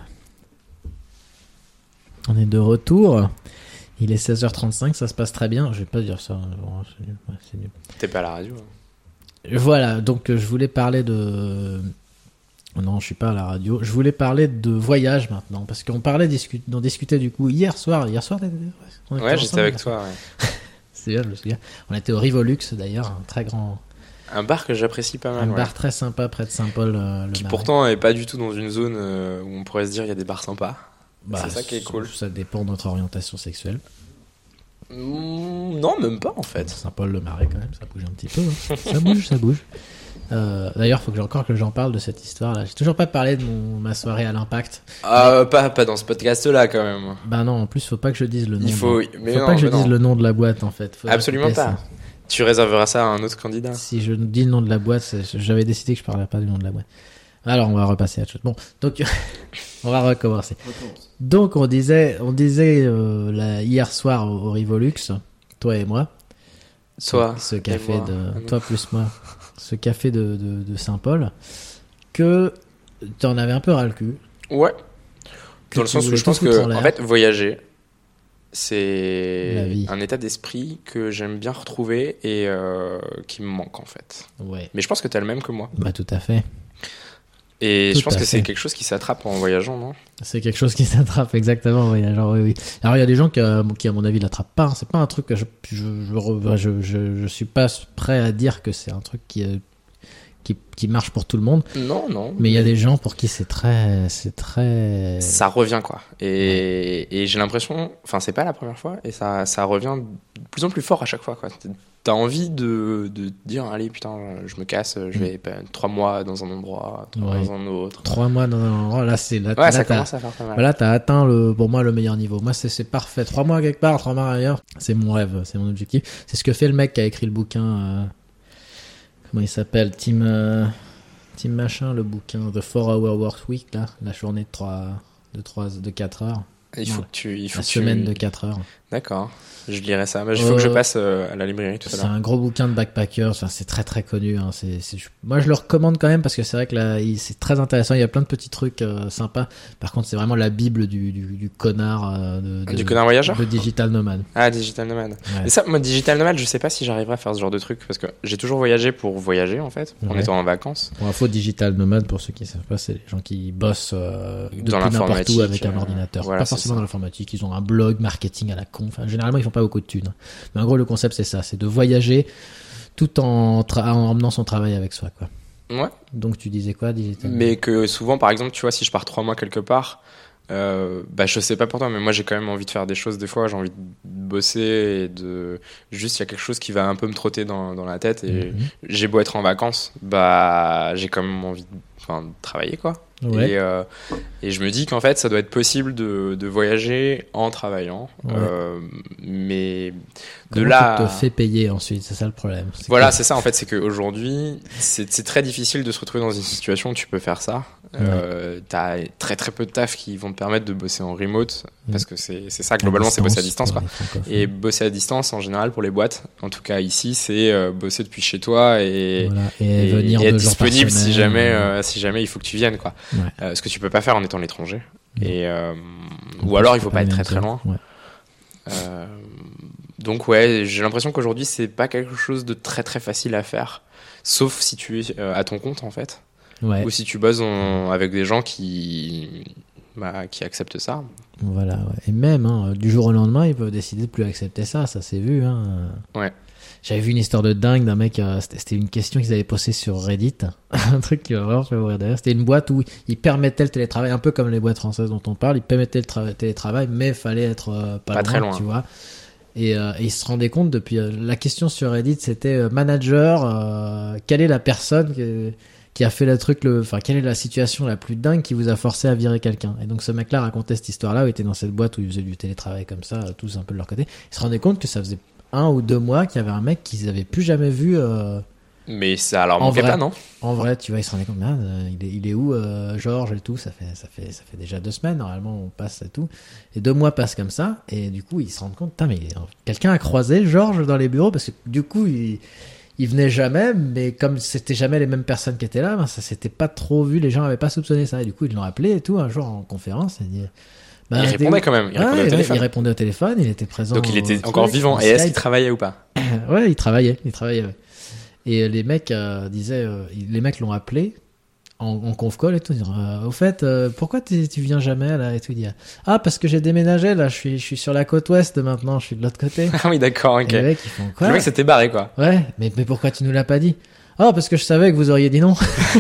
On est de retour. Il est seize heures trente-cinq, ça se passe très bien. Je vais pas dire ça. hein. Bon, c'est nul. Ouais, c'est nul. T'es pas à la radio. hein. Voilà, donc euh, je voulais parler de... Non, je suis pas à la radio. Je voulais parler de voyage maintenant, parce qu'on parlait, discu... on discutait du coup hier soir. Hier soir, t'étais- on était Ouais, j'étais ensemble, avec hier toi. Ouais. soir. C'est bien, je me souviens. On était au Rivolux d'ailleurs, un très grand... Un bar que j'apprécie pas mal. un ouais. bar très sympa près de Saint-Paul. euh, le Qui Marais. pourtant est pas du tout dans une zone euh, où on pourrait se dire il y a des bars sympas. Bah, c'est ça qui est cool. Ça dépend de notre orientation sexuelle. Mm, non, même pas en fait. Saint-Paul-le-Marais quand même, ça bouge un petit peu. hein. Ça bouge, ça bouge. Euh, D'ailleurs, faut que j'ai encore que j'en parle de cette histoire-là. J'ai toujours pas parlé de mon, ma soirée à l'Impact. Ah, pas, pas dans ce podcast-là quand même. Bah non, en plus, faut pas que je dise le nom. Il faut. de... Mais faut non, pas que je mais dise non. le nom de la boîte en fait. Faut Absolument couper pas. ça. Tu réserveras ça à un autre candidat. Si je dis le nom de la boîte, c'est- j'avais décidé que je parlais pas du nom de la boîte. Alors, on va repasser à autre chose. Bon, donc on va recommencer. Recommence. Donc on disait, on disait euh, la- hier soir au, au Rivolux, toi et moi, ce- Toi ce, et café moi. de, Ah non. toi plus moi, ce café de, de, de Saint-Paul, que t'en avais un peu ras le cul. Ouais. que Dans le tu sens où voulais je pense tout foutre que, en l'air. en fait, voyager, La c'est vie. un état d'esprit que j'aime bien retrouver et euh, qui me manque en fait. Ouais. Mais je pense que t'as le même que moi. Bah tout à fait. Et Tout je pense à que fait. c'est quelque chose qui s'attrape en voyageant, non? C'est quelque chose qui s'attrape exactement, oui, genre, oui, oui. Alors il y a des gens qui, euh, qui à mon avis l'attrapent pas. hein. C'est pas un truc que je je, je, re- je, je, je suis pas prêt à dire que c'est un truc qui, euh, qui qui marche pour tout le monde. Non, non. Mais il y a des gens pour qui c'est très c'est très Ça revient quoi. Et, et j'ai l'impression, enfin c'est pas la première fois, et ça, ça revient de plus en plus fort à chaque fois quoi. T'as envie de, de dire allez putain je me casse, je vais bah, trois mois dans un endroit, trois Ouais. mois dans un autre. trois mois dans un endroit. Là c'est là, Ouais, là, ça t'as- commence à faire pas mal. Voilà, t'as atteint le, pour moi, le meilleur niveau. Moi, c'est, c'est parfait. Trois mois quelque part, trois mois ailleurs. C'est mon rêve, c'est mon objectif. C'est ce que fait le mec qui a écrit le bouquin, euh, comment il s'appelle? Tim, euh, Tim machin, le bouquin, The four hour Work Week, là. La journée de trois, de trois, de quatre heures. Il faut Ouais. que tu, il faut La que tu- semaine de quatre heures. D'accord. Je lirai ça. Mais il faut que je Euh, passe euh, à la librairie tout à C'est l'heure. un gros bouquin de backpackers. Enfin, c'est très très connu. Hein. C'est, c'est, je- moi, je le recommande quand même parce que c'est vrai que là, il- c'est très intéressant. Il y a plein de petits trucs euh, sympas. Par contre, c'est vraiment la bible du, du, du connard euh, de, de, Du connard voyageur. de digital nomade. Ah, Digital Nomad. Ouais. Et ça, moi, Digital Nomad, je sais pas si j'arriverai à faire ce genre de truc parce que j'ai toujours voyagé pour voyager en fait, en Ouais. étant en vacances. Pour info, digital nomade, pour ceux qui savent pas, c'est les gens qui bossent euh, depuis Dans n'importe où l'informatique, avec un euh, ordinateur. voilà, pas c'est forcément ça. dans l'informatique, ils ont un blog marketing à la con. Enfin, généralement, ils font pas beaucoup de thunes. Mais en gros, le concept, c'est ça, c'est de voyager tout en, tra- en emmenant son travail avec soi, quoi. Ouais. Donc, tu disais quoi, digital? Mais que souvent, par exemple, tu vois, si je pars trois mois quelque part, Euh, bah je sais pas pour toi, mais moi j'ai quand même envie de faire des choses des fois, j'ai envie de bosser et de juste il y a quelque chose qui va un peu me trotter dans, dans la tête et Mhm. j'ai beau être en vacances, bah j'ai quand même envie de, enfin, de travailler quoi. Ouais. Et, euh, et je me dis qu'en fait ça doit être possible de, de voyager en travaillant, Ouais. euh, mais de Comment là tu te fais payer ensuite, c'est ça le problème. C'est voilà, que- c'est ça en fait, c'est qu'aujourd'hui, c'est c'est très difficile de se retrouver dans une situation où tu peux faire ça. Euh, t'as très très peu de taf qui vont te permettre de bosser en remote, Mm. parce que c'est c'est ça, globalement, c'est bosser à distance, pour quoi. les francophones. Et bosser à distance, en général, pour les boîtes, en tout cas ici, c'est euh, bosser depuis chez toi et, Voilà. et, et- venir et être deux jours par disponible si semaine, jamais, euh, euh, si jamais il faut que tu viennes, quoi. Ouais. Euh, ce que tu peux pas faire en étant à l'étranger. Non. Et, euh, En ou plus, alors, c'est il faut pas les être très mêmes très heures. loin. Ouais. Euh, donc ouais, j'ai l'impression qu'aujourd'hui c'est pas quelque chose de très très facile à faire, sauf si tu es euh, à ton compte en fait, Ouais. ou si tu bosses en- avec des gens qui bah, qui acceptent ça. Voilà, ouais. Et même, hein, du jour au lendemain, ils peuvent décider de plus accepter ça, ça s'est vu. Hein. Ouais. J'avais vu une histoire de dingue d'un mec, euh, c'était c'était une question qu'ils avaient posée sur Reddit, un truc qui m'a vraiment fait mourir d'ailleurs. C'était une boîte où ils permettaient le télétravail, un peu comme les boîtes françaises dont on parle, ils permettaient le tra- télétravail, mais fallait être euh, pas, Pas loin, très loin. tu vois. Et, euh, et ils se rendaient compte depuis euh, la question sur Reddit, c'était euh, manager, euh, quelle est la personne que- qui a fait le truc, le, enfin quelle est la situation la plus dingue qui vous a forcé à virer quelqu'un. Et donc ce mec-là racontait cette histoire-là où il était dans cette boîte où il faisait du télétravail comme ça, euh, tous un peu de leur côté. Il se rendait compte que ça faisait un ou deux mois qu'il y avait un mec qu'ils avaient plus jamais vu euh, Mais ça alors En manquait vrai. pas, non? en vrai, tu vois. Il se rendait compte, merde, euh, il est, il est où euh, Georges et tout. Ça fait, ça fait, ça fait déjà deux semaines. Normalement, on passe et tout. Et deux mois passent comme ça. Et du coup, ils se rendent compte, putain, mais quelqu'un a croisé Georges dans les bureaux parce que du coup, il, il venait jamais. Mais comme c'était jamais les mêmes personnes qui étaient là, ben, ça s'était pas trop vu. Les gens avaient pas soupçonné ça. Et du coup, ils l'ont appelé et tout un jour en conférence. Et il dit, bah, Il t'es répondait où quand même, il Ouais, répondait au ouais, téléphone. il répondait au téléphone. Il était présent. Donc il au était truc, encore vivant. en Et est-ce qu'il Skype. travaillait ou pas? Ouais, il travaillait, il travaillait. Ouais. Et euh, les mecs euh, disaient, euh, les mecs l'ont appelé en, en conf call et tout. Ils disaient, euh, au fait, euh, pourquoi tu tu viens jamais là et tout. Il dit, ah parce que j'ai déménagé là, je suis, je suis sur la côte ouest maintenant, je suis de l'autre côté. Ah oui, d'accord, ok. Et les mecs ils font quoi Le mec s'était barré, quoi. Ouais, mais mais pourquoi tu nous l'as pas dit? Ah parce que je savais que vous auriez dit non.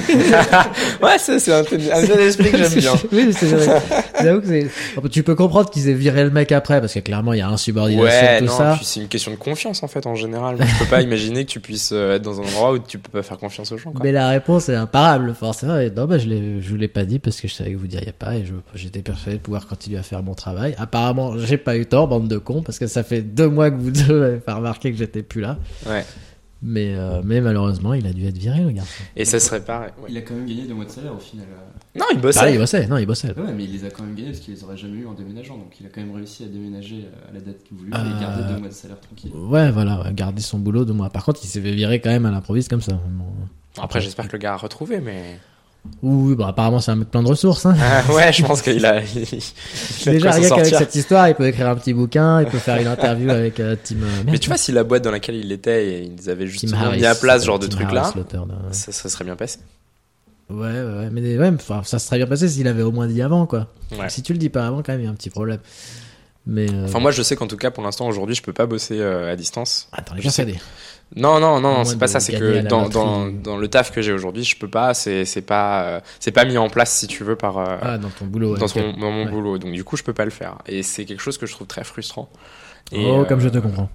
Ouais, ça, c'est un, un état d'esprit que j'aime bien. Oui, c'est vrai. J'avoue que c'est. Tu peux comprendre qu'ils aient viré le mec après parce que clairement il y a insubordination, Ouais, tout non, ça. puis c'est une question de confiance en fait en général. Je peux pas imaginer que tu puisses euh, être dans un endroit où tu peux pas faire confiance aux gens, quoi. Mais la réponse est imparable, forcément. Et non, bah, je, l'ai, je vous l'ai pas dit parce que je savais que vous diriez pas et je, j'étais persuadé de pouvoir continuer à faire mon travail. Apparemment, j'ai pas eu tort, bande de cons, parce que ça fait deux mois que vous deux avez fait remarquer que j'étais plus là. Ouais. Mais, euh, mais malheureusement, il a dû être viré, le garçon. Et ça serait pareil. Ouais. Il a quand même gagné deux mois de salaire au final. Non, il bossait. Ah, il bossait, non, il bossait. Ouais, mais il les a quand même gagnés parce qu'il les aurait jamais eu en déménageant. Donc il a quand même réussi à déménager à la date qu'il voulait Euh, et garder deux mois de salaire tranquille. Ouais, voilà, ouais, garder son boulot deux mois. Par contre, il s'est fait virer quand même à l'improviste comme ça. Bon. Après, j'espère que le gars a retrouvé, mais. Oui, bah, apparemment, c'est un mec plein de ressources. Hein. Ah, ouais, je pense qu'il a. il- il a de Déjà, quoi s'en rien qu'avec sortir. cette histoire, il peut écrire un petit bouquin, il peut faire une interview avec euh, Tim. euh, Mais merde, tu vois, si la boîte dans laquelle il était, et ils avaient Tim justement Harris, mis à place ce genre de Tim truc là, Harris, l'auteur de- ça, ça serait bien passé. Ouais, ouais, ouais, mais ouais, enfin, ça se serait bien passé s'il avait au moins dit avant, quoi. Ouais. Si tu le dis pas avant, quand même, il y a un petit problème. Mais. Euh... Enfin, moi, je sais qu'en tout cas, pour l'instant, aujourd'hui, je peux pas bosser euh, à distance. Attends, les je sais- persuadé. Non, non, non, À moins c'est pas de ça. C'est gagner à que la dans, loterie. dans, dans le taf que j'ai aujourd'hui, je peux pas. C'est, c'est pas, euh, c'est pas mis en place, si tu veux, par. euh, Ah, dans ton boulot. dans, ouais, son- ok. dans mon Ouais. boulot. Donc, du coup, je peux pas le faire. Et c'est quelque chose que je trouve très frustrant. Et, Oh, euh, comme je te comprends.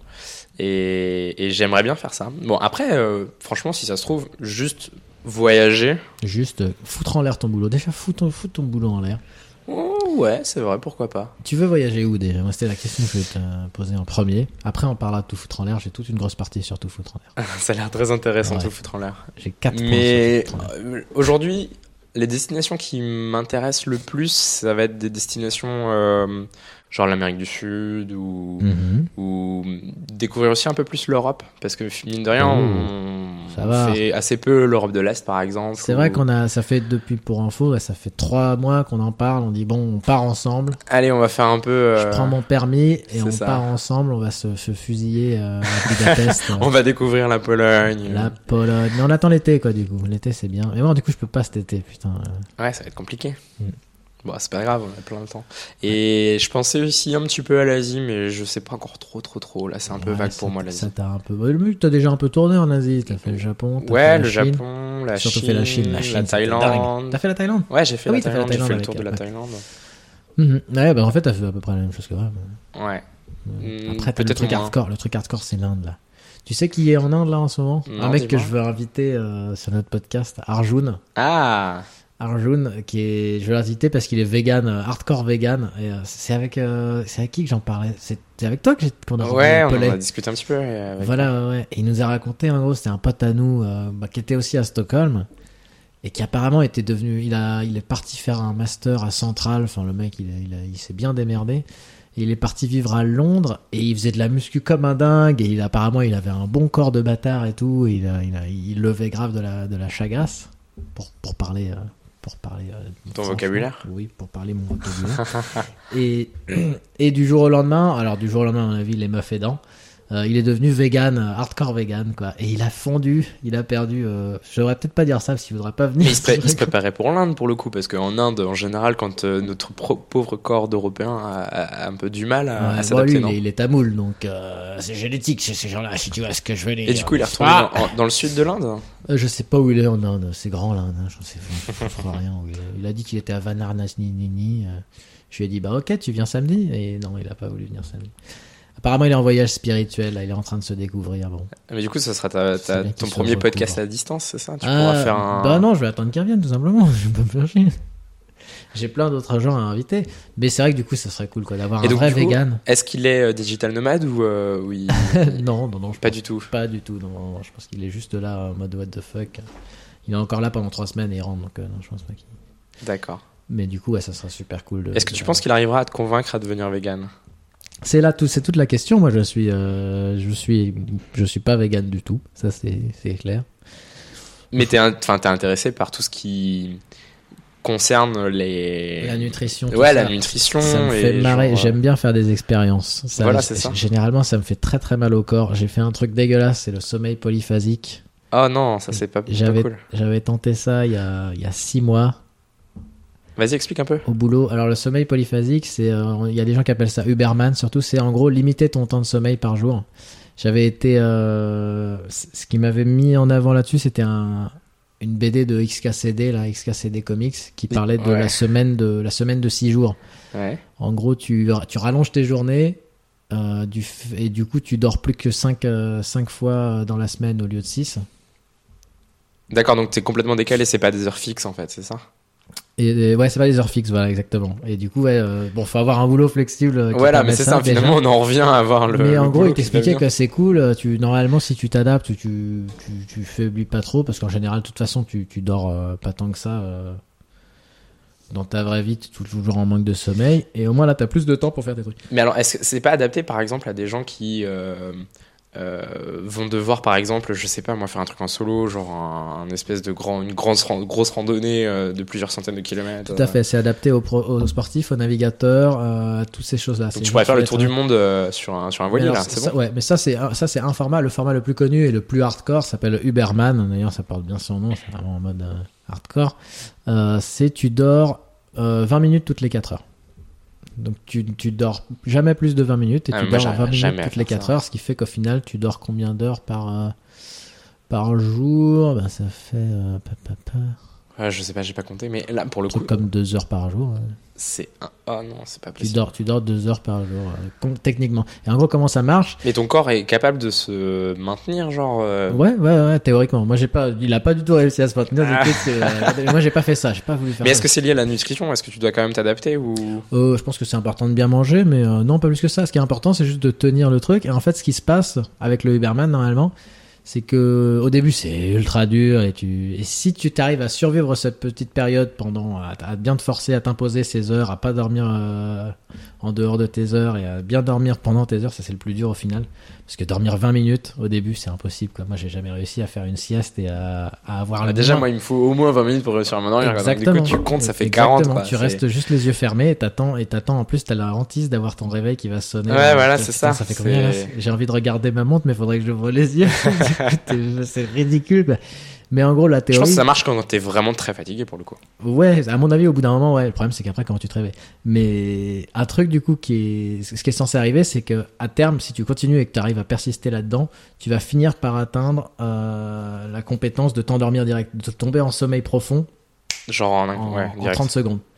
Et, et j'aimerais bien faire ça. Bon, après, euh, franchement, si ça se trouve, juste voyager. Juste euh, foutre en l'air ton boulot. Déjà, fous ton, fous ton boulot en l'air. Oh, ouais, c'est vrai, pourquoi pas. Tu veux voyager où déjà? Moi, c'était la question que je vais te poser en premier. Après, on parlera de tout foutre en l'air. J'ai toute une grosse partie sur tout foutre en l'air. Ça a l'air très intéressant, Ouais. tout foutre en l'air. J'ai quatre points Mais sur tout foutre en l'air. euh, aujourd'hui, les destinations qui m'intéressent le plus, ça va être des destinations euh, genre l'Amérique du Sud ou, Mhm. ou découvrir aussi un peu plus l'Europe. Parce que mine de rien, Oh, on, ça on va. fait assez peu l'Europe de l'Est, par exemple. C'est ou- vrai qu'on a, ça fait depuis pour info, là, ça fait trois mois qu'on en parle. On dit bon, on part ensemble. Allez, on va faire un peu... euh, Je prends mon permis et c'est on ça. part ensemble. On va se, se fusiller euh, à Budapest. euh, On va découvrir la Pologne. La Pologne. Mais on attend l'été, quoi, du coup. L'été, c'est bien. Mais bon, du coup, je peux pas cet été, putain. euh. Ouais, ça va être compliqué. Mm. Bon, c'est pas grave, on a plein de temps. Et je pensais aussi un petit peu à l'Asie, mais je sais pas encore trop, trop, trop. Là, c'est un peu Ouais, vague ça- pour moi, l'Asie. Ça t'a un peu. Le mieux, t'as déjà un peu tourné en Asie. T'as fait le Japon. T'as fait Ouais, la le Chine. Japon, la Surtout Chine, fait la Chine. La Chine, la c'était Thaïlande. dingue. T'as fait la Thaïlande? Ouais, j'ai fait Ah la oui, t'as fait la Thaïlande, j'ai fait le Thaïlande tour de avec- la ouais. Thaïlande. Mhm. Ouais, bah en fait, t'as fait à peu près la même chose que moi. Ouais. mais- Hmm, Après, t'as le peut-être truc moins. hardcore. Le truc hardcore, c'est l'Inde, là. Tu sais qui est en Inde, là, en ce moment? Non, Un mec que dis-moi. je veux inviter euh, sur notre podcast, Arjun. Ah, Arjun, qui est, je veux l'inviter parce qu'il est vegan, euh, hardcore vegan. Et euh, c'est avec, euh, c'est avec qui que j'en parlais? C'est c'est avec toi que j'ai, qu'on a ouais, on Pelé. en a discuté un petit peu. euh, Avec... Voilà, ouais, ouais. Et il nous a raconté, en gros, c'était un pote à nous, euh, bah, qui était aussi à Stockholm. Et qui apparemment était devenu, il a, il est parti faire un master à Central. Enfin, le mec, il, a- il, a- il s'est bien démerdé. Et il est parti vivre à Londres et il faisait de la muscu comme un dingue. Et il, apparemment, il avait un bon corps de bâtard et tout. Et il, a, il, a, il levait grave de la, de la chagasse pour, pour parler, euh, pour parler. euh, Ton franchement. vocabulaire. Oui, pour parler mon vocabulaire. et, et du jour au lendemain, alors du jour au lendemain, à mon avis, les meufs aidant. Euh, il est devenu vegan, euh, hardcore vegan, quoi. Et il a fondu, il a perdu. Euh... Je devrais peut-être pas dire ça parce qu'il voudrait pas venir. Mais il se, pré- il se préparait pour l'Inde pour le coup, parce qu'en Inde, en général, quand euh, notre pro- pauvre corps d'Européen a, a- a un peu du mal à, Ouais, à bon, s'adapter, lui, non il est, il est tamoul, donc euh, c'est génétique chez ces gens-là, si tu vois ce que je veux dire. Et du coup, il est retourné Ah dans, en- dans le sud de l'Inde. Euh, Je sais pas où il est en Inde, c'est grand l'Inde, hein, je sais je sais pas rien où il est. Il a dit qu'il était à Varanasi. Euh, je lui ai dit, bah ok, tu viens samedi. Et non, il a pas voulu venir samedi. Apparemment, il est en voyage spirituel, là, il est en train de se découvrir. Bon. Mais du coup, ça sera ta- C'est ta- bien ton qu'il se premier podcast recouvre. à distance, c'est ça? Tu Ah, pourras faire un. Bah non, je vais attendre qu'il revienne, tout simplement. Je vais pas me faire chier. J'ai plein d'autres gens à inviter. Mais c'est vrai que du coup, ça serait cool quoi, d'avoir Et un donc, vrai du coup, vegan. Est-ce qu'il est euh, digital nomade ou, euh, ou il- non, non, non, je pas pense du tout? pas du tout. Non, non, non, je pense qu'il est juste là en mode what the fuck. Il est encore là pendant trois semaines et il rentre, donc euh, non, je pense pas qu'il. D'accord. Mais du coup, ouais, ça sera super cool. de- Est-ce que de- tu penses qu'il arrivera à te convaincre à devenir vegan? C'est là tout, c'est toute la question. Moi, je suis, euh, je suis, je suis pas vegan du tout. Ça, c'est, c'est clair. Mais t'es, un- enfin, t'es intéressé par tout ce qui concerne les. La nutrition. tout Ouais, ça. la nutrition. Ça me et fait marrer. genre, euh, J'aime bien faire des expériences. Ça, Voilà, g- c'est ça. Généralement, ça me fait très très mal au corps. J'ai fait un truc dégueulasse, c'est le sommeil polyphasique. Oh non, ça c'est pas, pas J'avais, cool. j'avais tenté ça il y a, il y a six mois Vas-y, explique un peu. au boulot. Alors le sommeil polyphasique, c'est, euh, il y a des gens qui appellent ça Uberman. Surtout, c'est en gros limiter ton temps de sommeil par jour. J'avais été, euh, c- ce qui m'avait mis en avant là-dessus, c'était un, une B D de X K C D, là, X K C D Comics, qui parlait de Ouais. la semaine de la semaine de six jours. Ouais. En gros, tu, tu rallonges tes journées euh, du, f- et du coup, tu dors plus que cinq fois dans la semaine au lieu de six. D'accord, donc t'es complètement décalé, c'est pas des heures fixes en fait, c'est ça? Et, et ouais, c'est pas les heures fixes, voilà, exactement. Et du coup, ouais, euh, bon, faut avoir un boulot flexible. euh, qui Voilà, permet mais c'est ça, déjà. finalement on en revient à avoir le. Mais en le gros, boulot il qui t'expliquait va bien. que c'est cool. euh, Tu, normalement, si tu t'adaptes, tu, tu, tu, tu faiblis pas trop, parce qu'en général, de toute façon, tu, tu dors euh, pas tant que ça. euh, dans ta vraie vie, tu es toujours en manque de sommeil. Et au moins, là, t'as plus de temps pour faire tes trucs. Mais alors, est-ce que c'est pas adapté par exemple à des gens qui euh, euh, vont devoir par exemple, je sais pas moi, faire un truc en solo, genre un, un espèce de grand, une grosse, ran- grosse randonnée euh, de plusieurs centaines de kilomètres? Tout à fait, c'est adapté aux, pro- aux sportifs, aux navigateurs, euh, à toutes ces choses-là. Donc tu pourrais faire le tour du monde euh, sur un, sur un voilier Alors, là, ça- c'est ça- bon? Ouais, mais ça c'est un- ça c'est un format, le format le plus connu et le plus hardcore s'appelle Uberman. D'ailleurs, ça porte bien son nom, c'est vraiment en mode euh, hardcore. Euh, c'est tu dors euh, vingt minutes toutes les quatre heures. Donc tu, tu dors jamais plus de vingt minutes et Ah, tu mais moi, dors j'arrive vingt minutes jamais à toutes les faire quatre ça. heures, ce qui fait qu'au final tu dors combien d'heures par euh, par jour? Ben ça fait euh, pa, pa, pa, Ouais, je sais pas, j'ai pas compté, mais là pour le un coup, truc comme deux heures par jour. ouais. c'est un. Oh non, c'est pas Tu possible. dors tu dors deux heures par jour euh, com- techniquement. Et en gros comment ça marche? Mais ton corps est capable de se maintenir, genre. euh, Ouais, ouais, ouais, théoriquement. Moi, j'ai pas, il a pas du tout réussi à se maintenir. Du Ah. coup, c'est, euh, moi, j'ai pas fait ça. J'ai pas voulu faire Mais ça. est-ce que c'est lié à la nutrition? Est-ce que tu dois quand même t'adapter ou? Euh, je pense que c'est important de bien manger, mais euh, non, pas plus que ça. Ce qui est important, c'est juste de tenir le truc. Et en fait, ce qui se passe avec le Uberman, normalement, c'est que au début, c'est ultra dur et tu, et si tu t'arrives à survivre cette petite période pendant, à, à bien te forcer à t'imposer ces heures, à pas dormir euh, en dehors de tes heures et à bien dormir pendant tes heures, ça c'est le plus dur au final. Parce que dormir vingt minutes au début, c'est impossible, quoi. Moi, j'ai jamais réussi à faire une sieste et à, à avoir Ah, la déjà, moi, il me faut au moins vingt minutes pour réussir à m'endormir. quoi. Donc, Exactement. du coup, tu comptes, ça fait Exactement. quarante. Quoi. Tu C'est- restes juste les yeux fermés et t'attends, et t'attends. En plus, t'as la hantise d'avoir ton réveil qui va sonner. Ouais, Euh, voilà, putain, c'est ça. Ça fait combien là C'est- J'ai envie de regarder ma montre, mais faudrait que j'ouvre les yeux. c'est ridicule. quoi. Mais en gros, la Je théorie. pense que ça marche quand t'es vraiment très fatigué pour le coup. Ouais, à mon avis, au bout d'un moment, ouais. Le problème, c'est qu'après, comment tu te réveilles. Mais un truc, du coup, qui est, ce qui est censé arriver, c'est que à terme, si tu continues et que tu arrives à persister là-dedans, tu vas finir par atteindre euh, la compétence de t'endormir direct, de tomber en sommeil profond Genre en, en, ouais, en direct. trente secondes.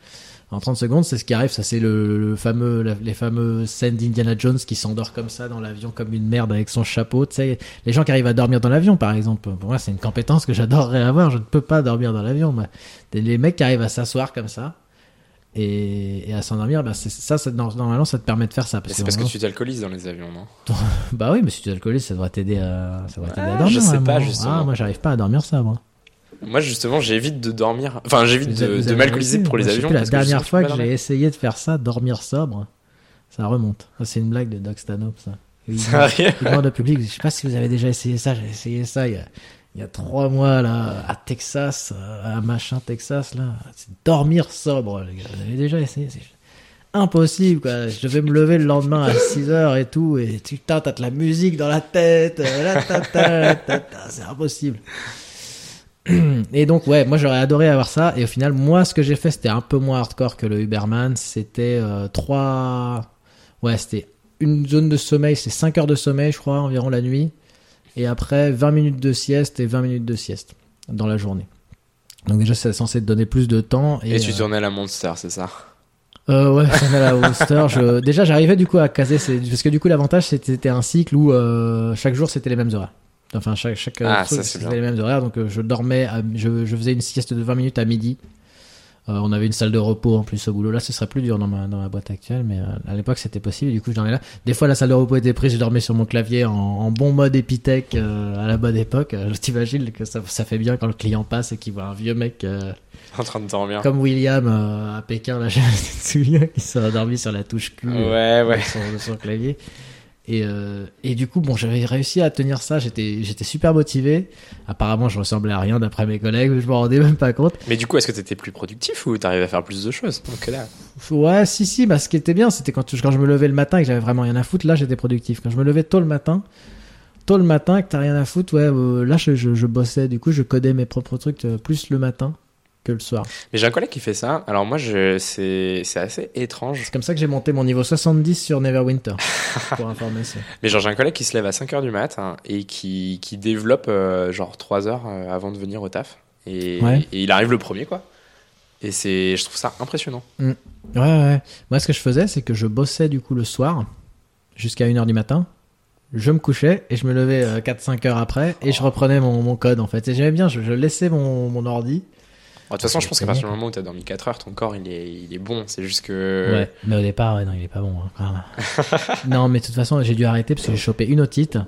En trente secondes, c'est ce qui arrive. Ça, c'est le, le fameux, la, les fameuses scènes d'Indiana Jones qui s'endort comme ça dans l'avion comme une merde avec son chapeau. Tu sais, les gens qui arrivent à dormir dans l'avion, par exemple. Pour moi, c'est une compétence que j'adorerais avoir. Je ne peux pas dormir dans l'avion. Moi. Les mecs qui arrivent à s'asseoir comme ça et, et à s'endormir, bah c'est, ça, ça, normalement, ça te permet de faire ça. Parce c'est parce que tu t'alcoolises dans les avions, non? Bah oui, mais si tu t'alcoolises, ça devrait t'aider à, ça devrait t'aider ah, à dormir. Je sais hein, pas, moi. justement. Ah, moi, j'arrive pas à dormir ça, moi. Moi, justement, j'évite de dormir. Enfin, j'évite Vous de, avez- vous de avez m'alcooliser réussi. pour les Moi, je sais avions. plus, la parce dernière que fois sinon, que tu peux j'ai pas essayé de faire ça, dormir sobre, ça remonte. Ça, c'est une blague de Doc Stanhope, ça. Il dormir. Sérieux? il demande au public, je sais pas si vous avez déjà essayé ça, j'ai essayé ça il y a, il y a trois mois, là, à Texas, à machin Texas, là. C'est dormir sobre, les gars. Vous avez déjà essayé? C'est impossible, quoi. Je devais me lever le lendemain à six heures et tout, et putain, t'as de la musique dans la tête, là, ta, ta, ta, ta, c'est impossible. Et donc, ouais, moi j'aurais adoré avoir ça. Et au final, moi, ce que j'ai fait, c'était un peu moins hardcore que le Uberman. C'était euh, trois. Ouais, c'était une zone de sommeil, c'est cinq heures de sommeil, je crois, environ la nuit. Et après, vingt minutes de sieste et vingt minutes de sieste dans la journée. Donc, déjà, c'est censé te donner plus de temps. Et, Et tu euh, tournais à la Monster, c'est ça? euh, ouais, on est à la Worcester. Je... Déjà, j'arrivais du coup à caser, c'est... parce que du coup, l'avantage, c'était, c'était un cycle où euh, chaque jour, c'était les mêmes horaires. Enfin, chaque, chaque Ah, truc, ça, c'est c'était bien. les mêmes horaires. Donc, euh, je dormais, à... je, je faisais une sieste de vingt minutes à midi. Euh, on avait une salle de repos en plus au boulot. Là, ce serait plus dur dans ma, dans ma boîte actuelle, mais euh, à l'époque, c'était possible. Du coup, je dormais là. Des fois, la salle de repos était prise, je dormais sur mon clavier en, en bon mode Epitech euh, à la bonne époque. Euh, T'imagines que ça, ça fait bien quand le client passe et qu'il voit un vieux mec euh, En train de dormir. comme William euh, à Pékin, là, je me souviens, qui s'est endormi sur la touche Q euh, Ouais, ouais. de, son, de son clavier. Et, euh, et du coup, bon, j'avais réussi à tenir ça. J'étais, j'étais super motivé. Apparemment, je ressemblais à rien d'après mes collègues, mais je m'en rendais même pas compte. Mais du coup, est-ce que t'étais plus productif ou t'arrivais à faire plus de choses? Donc là. Ouais, si, si, bah, ce qui était bien, c'était quand, quand je me levais le matin et que j'avais vraiment rien à foutre, là, j'étais productif. Quand je me levais tôt le matin, tôt le matin, que t'as rien à foutre, ouais, euh, là, je, je, je bossais, du coup, je codais mes propres trucs euh, plus le matin que le soir. Mais j'ai un collègue qui fait ça. Alors moi, je... c'est... c'est assez étrange. C'est comme ça que j'ai monté mon niveau soixante-dix sur Neverwinter, pour information. Mais genre, j'ai un collègue qui se lève à cinq heures du mat hein, et qui, qui développe euh, genre trois heures euh, avant de venir au taf. Et... Ouais. et il arrive le premier, quoi. Et c'est... je trouve ça impressionnant. Ouais, ouais. Moi, ce que je faisais, c'est que je bossais, du coup, le soir, jusqu'à une heure du matin. Je me couchais et je me levais euh, quatre cinq heures après et je reprenais mon, mon code, en fait. Et j'aimais bien, je, je laissais mon, mon ordi. De toute façon, je pense qu'à partir du moment où t'as dormi quatre heures, ton corps, il est, il est bon. C'est juste que... Ouais, mais au départ, ouais, non, il est pas bon. Hein, quand même. Non, mais de toute façon, j'ai dû arrêter parce que j'ai chopé une otite.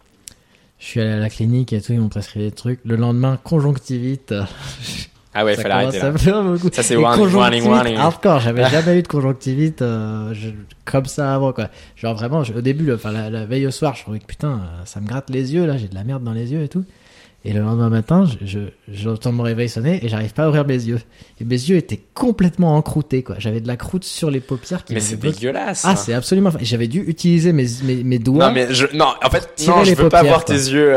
Je suis allé à la clinique et tout, ils m'ont prescrit des trucs. Le lendemain, conjonctivite. Ah ouais, il Ça fallait arrêter commence à là. me faire beaucoup. Ça, c'est Et warning, warning, conjonctivite warning. hardcore, j'avais jamais eu de conjonctivite euh, je- comme ça avant, quoi. Genre vraiment, je- au début, le- enfin la, la veille au soir, je trouvais que putain, euh, ça me gratte les yeux, là, j'ai de la merde dans les yeux et tout. Et le lendemain matin, je, je, j'entends mon réveil sonner et j'arrive pas à ouvrir mes yeux. Et mes yeux étaient complètement encroutés, quoi. J'avais de la croûte sur les paupières qui Mais m'avaient c'est bloqué. dégueulasse. Ah, c'est absolument. et J'avais dû utiliser mes, mes, mes doigts. Non, mais je... non, en fait, tirer non, je les veux pas paupières, voir quoi. tes yeux.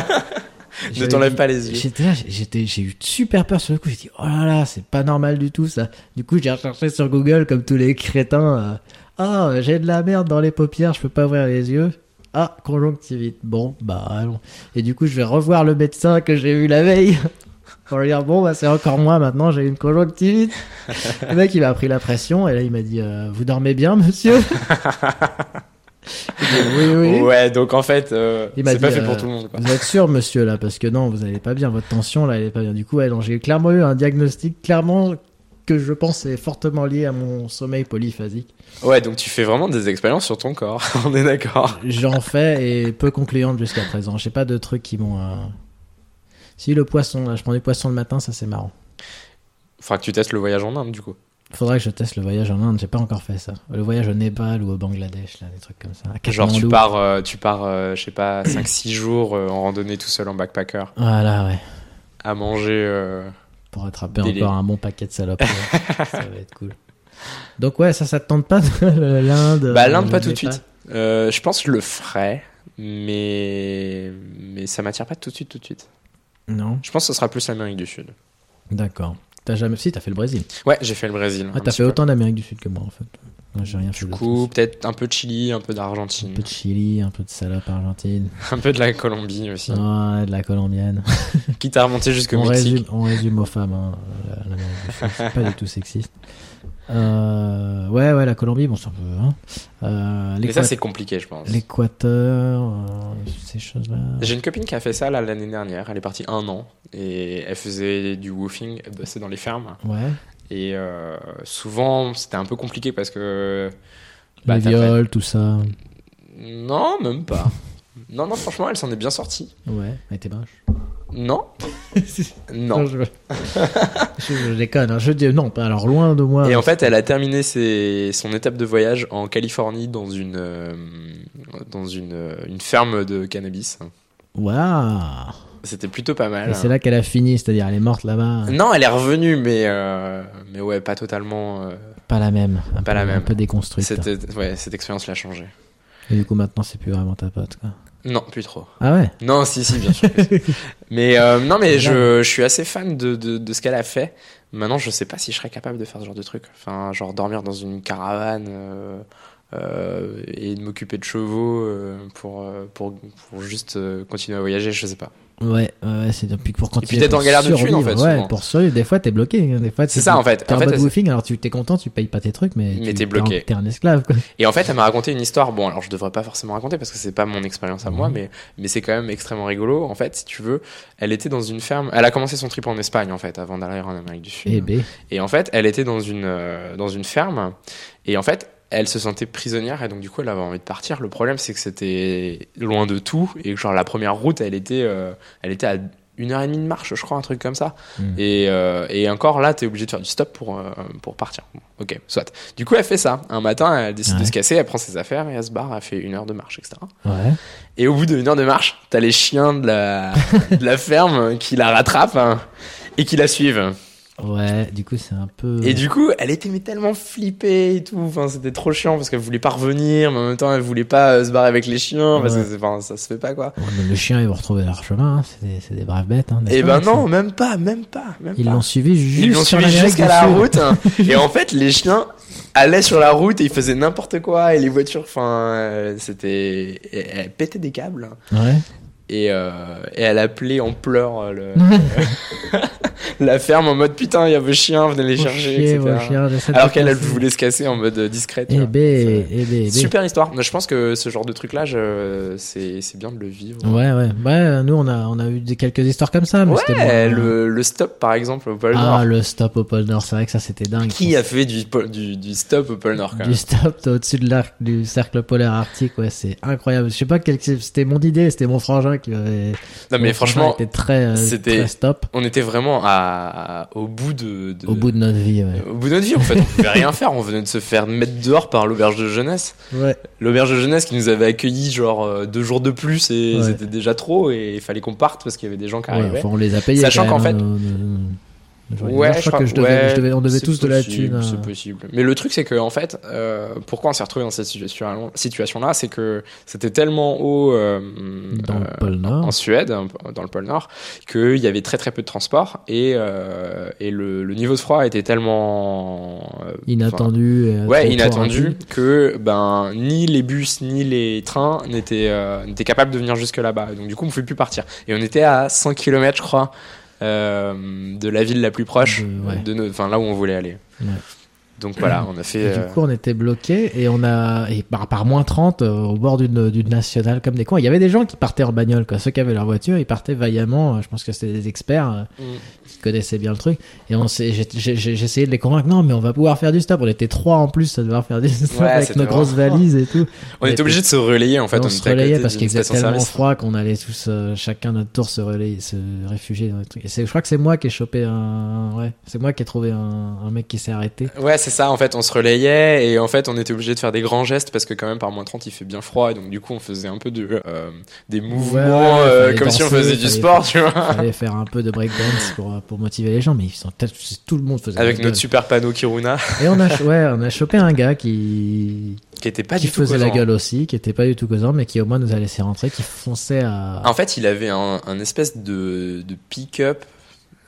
Ne J'avais t'enlève dit- pas les yeux. J'étais là, j'étais, j'ai eu super peur sur le coup. J'ai dit, oh là là, c'est pas normal du tout ça. Du coup, j'ai recherché sur Google comme tous les crétins. euh, Ah, euh, j'ai de la merde dans les paupières, je peux pas ouvrir les yeux. Ah, conjonctivite. Bon, bah allons. Et du coup, je vais revoir le médecin que j'ai vu la veille. Pour lui dire, bon, bah c'est encore moi maintenant, j'ai une conjonctivite. Le mec, il m'a pris la pression et là, il m'a dit, euh, vous dormez bien, monsieur? J'ai dit, oui, oui. Ouais, donc en fait, euh, Il m'a c'est dit, pas fait euh, pour tout le monde, quoi. Vous êtes sûr, monsieur, là, parce que non, vous allez pas bien, votre tension, là, elle est pas bien. Du coup, ouais, donc, j'ai clairement eu un diagnostic, clairement, que je pense est fortement lié à mon sommeil polyphasique. Ouais, donc tu fais vraiment des expériences sur ton corps. On est d'accord. J'en fais et peu concluantes jusqu'à présent. J'ai pas de trucs qui m'ont. Euh... Si le poisson, là, je prends du poisson le matin, ça c'est marrant. Faudra que tu testes le voyage en Inde, du coup. Faudrait que je teste le voyage en Inde, j'ai pas encore fait ça. Le voyage au Népal ou au Bangladesh, là, des trucs comme ça. À Genre, tu Katmandou. pars, euh, tu pars, euh, je sais pas, cinq six jours euh, en randonnée tout seul en backpacker, Voilà, ouais. à manger. euh, Pour attraper Délire. encore un bon paquet de salopes. Ça va être cool. Donc ouais, ça, ça te tente pas de- l'Inde? Bah, l'Inde, le pas tout de Népal suite. Euh, je pense que je le ferais, mais mais ça m'attire pas tout de suite, tout de suite. Non, Je pense que ce sera plus l'Amérique du Sud. d'accord. T'as jamais... Si, t'as fait le Brésil. Ouais, j'ai fait le Brésil. Ah, un t'as petit fait peu. autant d'Amérique du Sud que moi, en fait. Moi, j'ai rien fait Du de coup, tout. peut-être un peu de Chili, un peu Un d'Argentine, peu de Chili, un peu de salope argentine, un peu de la Colombie aussi. ouais, de la colombienne. Quitte à remonter jusqu'au On Mexique. résume, on résume aux femmes, hein, la- l'Amérique du Sud. C'est pas du tout sexiste. Euh, ouais, ouais, la Colombie, bon, c'est un peu. Hein. Euh, Mais ça, l'Équat- c'est compliqué, je pense. L'Équateur, euh, ces choses-là. J'ai une copine qui a fait ça là, l'année dernière. Elle est partie un an et elle faisait du woofing, elle bossait dans les fermes. Ouais. Et euh, souvent, c'était un peu compliqué parce que. bah, Les t'as viols, tout ça. pas- Non, même pas. Non, non, franchement, elle s'en est bien sortie. Ouais, elle était moche. Non. Non. je, je, je déconne. Hein. Je dis non, pas alors loin de moi. Et en fait, elle a terminé ses, son étape de voyage en Californie dans une, euh, dans une, euh, une ferme de cannabis. Waouh. C'était plutôt pas mal. Et c'est là qu'elle a fini, c'est-à-dire elle est morte là-bas. Non, elle est revenue, mais, euh, mais ouais, pas totalement. euh, Pas la même. Un Pas peu, la même. Un peu déconstruite. C'était, ouais, cette expérience l'a changé. Et du coup, maintenant, c'est plus vraiment ta pote, quoi. Non, plus trop. Ah ouais. Non, si, si, bien sûr. que si. Mais euh, non, mais je, je suis assez fan de, de, de ce qu'elle a fait. Maintenant, je sais pas si je serais capable de faire ce genre de truc. Enfin, genre dormir dans une caravane euh, euh, et de m'occuper de chevaux euh, pour, euh, pour, pour juste euh, continuer à voyager, je sais pas. Ouais, ouais, c'est depuis pour continuer. peut-être pour en galère de thunes, survivre. en fait, Ouais, souvent. pour survivre. Des fois, t'es bloqué. hein. Des fois, C'est ça, en fait. T'es En en fait, mode c'est- woofing, alors tu t'es content, tu payes pas tes trucs, mais, Mais tu, t'es bloqué. un, t'es un esclave, quoi. Et en fait, elle m'a raconté une histoire. Bon, alors je devrais pas forcément raconter parce que c'est pas mon expérience à moi, Mhm. mais, mais c'est quand même extrêmement rigolo. En fait, si tu veux, elle était dans une ferme. Elle a commencé son trip en Espagne, en fait, avant d'aller en Amérique du Sud. Eh ben. Et en fait, elle était dans une, euh, dans une ferme. Et en fait, elle se sentait prisonnière. Et donc, du coup, elle avait envie de partir. Le problème, c'est que c'était loin de tout. Et que, genre, la première route, elle était, euh, elle était à une heure et demie de marche, je crois, un truc comme ça. Mm. Et, euh, et encore là, t'es obligé de faire du stop pour, euh, pour partir. Bon, ok, soit. Du coup, elle fait ça. Un matin, elle décide Ouais. de se casser, elle prend ses affaires et elle se barre. Elle fait une heure de marche, et cetera. Ouais. Et au bout d'une heure de marche, t'as les chiens de la, de la ferme qui la rattrapent hein, et qui la suivent. Ouais, du coup, c'est un peu. Et du coup, elle était mais tellement flippée et tout. Enfin, c'était trop chiant parce qu'elle voulait pas revenir, mais en même temps, elle voulait pas euh, se barrer avec les chiens parce Ouais. que c'est- enfin, ça se fait pas quoi. Ouais, mais le chien, ils vont retrouver leur chemin. hein. C'est des, c'est des braves bêtes. Hein, n'est-ce Et pas, ben ça non, même pas, même pas, même Ils pas. l'ont suivi juste Ils l'ont sur suivi l'Amérique jusqu'à du la Sud. route. hein. Et en fait, les chiens allaient sur la route et ils faisaient n'importe quoi. Et les voitures, enfin, euh, c'était. Elles pétaient des câbles. Ouais. Et, euh, et elle appelait en pleurs euh, le... la ferme en mode putain, il y a vos chiens, venez les Vos chercher, chiens, et vos cetera. chiens, j'essaie de Alors les qu'elle elle casser. voulait se casser en mode euh, discrète. tu Eh vois. ben, C'est- eh ben, eh ben. Super histoire. Je pense que ce genre de truc-là, je... c'est c'est bien de le vivre. Ouais, ouais. Ouais, nous, on a, on a eu des, quelques histoires comme ça, mais c'était Ouais, moins- le, le stop par exemple au pôle Ah, Nord. le stop au pôle Nord, c'est vrai que ça, c'était dingue. Qui a fait du, pôle- du, du stop au pôle Nord quand Du même. stop au-dessus de l'arc du cercle polaire arctique, ouais, c'est incroyable. Je sais pas quel, c'était mon idée, c'était mon frangin qui avait. Non mais mon frangin franchement, était très, euh, c'était- très stop. on était vraiment à, au bout de, de- Au bout de notre vie, ouais. au bout de notre vie en fait. On pouvait rien faire. On venait de se faire mettre dehors par l'auberge de jeunesse. Ouais. L'auberge de jeunesse qui nous avait accueillis genre euh, deux jours de plus et Ouais. c'était déjà trop et il fallait qu'on parte parce qu'il y avait des gens qui Ouais, arrivaient. enfin, on les a payés. Sachant quand qu'en même, fait- hein, nos- nos- nos journaliers. Ouais, je crois que je devais, ouais, je devais- on devait c'est tous de la possible, thune. C'est euh. possible. Mais le truc, c'est que en fait, euh, pourquoi on s'est retrouvé dans cette situation- situation-là, c'est que c'était tellement haut euh, Dans le euh, pôle Nord. en Suède, un peu dans le pôle Nord, qu'il y avait très très peu de transport et, euh, et le, le niveau de froid était tellement euh, Inattendu. et enfin, ouais, trop- trop inattendu rapide. que ben ni les bus ni les trains n'étaient euh, n'étaient capables de venir jusque là-bas. Donc du coup, on ne pouvait plus partir. Et on était à cent kilomètres, je crois. Euh, de la ville la plus proche De- ouais. de nos- enfin là où on voulait aller. Ouais. Donc voilà, on a fait. Et euh, du coup, on était bloqués et on a, et par, par moins trente, euh, au bord d'une, d'une nationale comme des cons. Il y avait des gens qui partaient en bagnole, quoi. Ceux qui avaient leur voiture, ils partaient vaillamment. euh, Je pense que c'était des experts euh, mm. qui connaissaient bien le truc. Et on s'est, j'ai, j'ai, j'ai j'ai essayé de les convaincre. Non, mais on va pouvoir faire du stop. On était trois en plus à devoir faire du stop Ouais, avec c'était nos grosses vraiment- valises et tout. On était obligé de se relayer en fait. on, on se était à relayait côté parce d'une qu'il faisait station tellement service. froid qu'on allait tous, euh, chacun notre tour, se relayer, se réfugier dans le truc. Et c'est, je crois que c'est moi qui ai chopé un, ouais, c'est moi qui ai trouvé un, un mec qui s'est arrêté. Ouais, c'est ça. En fait, on se relayait et en fait, on était obligé de faire des grands gestes parce que quand même par moins trente, il fait bien froid et donc du coup, on faisait un peu de euh, des mouvements ouais, euh, fallait comme si on danser, faisait du fallait- sport, tu vois. Fallait faire un peu de breakdance pour, pour motiver les gens, mais ils sont tellement- tout le monde faisait Avec la notre gueule. super panneau Kiruna Et on a, ouais, on a chopé un gars qui, qui était pas qui du tout faisait la causant. gueule aussi, qui était pas du tout causant, mais qui au moins nous a laissé rentrer, qui fonçait à, En fait, il avait un, un espèce de, de pick-up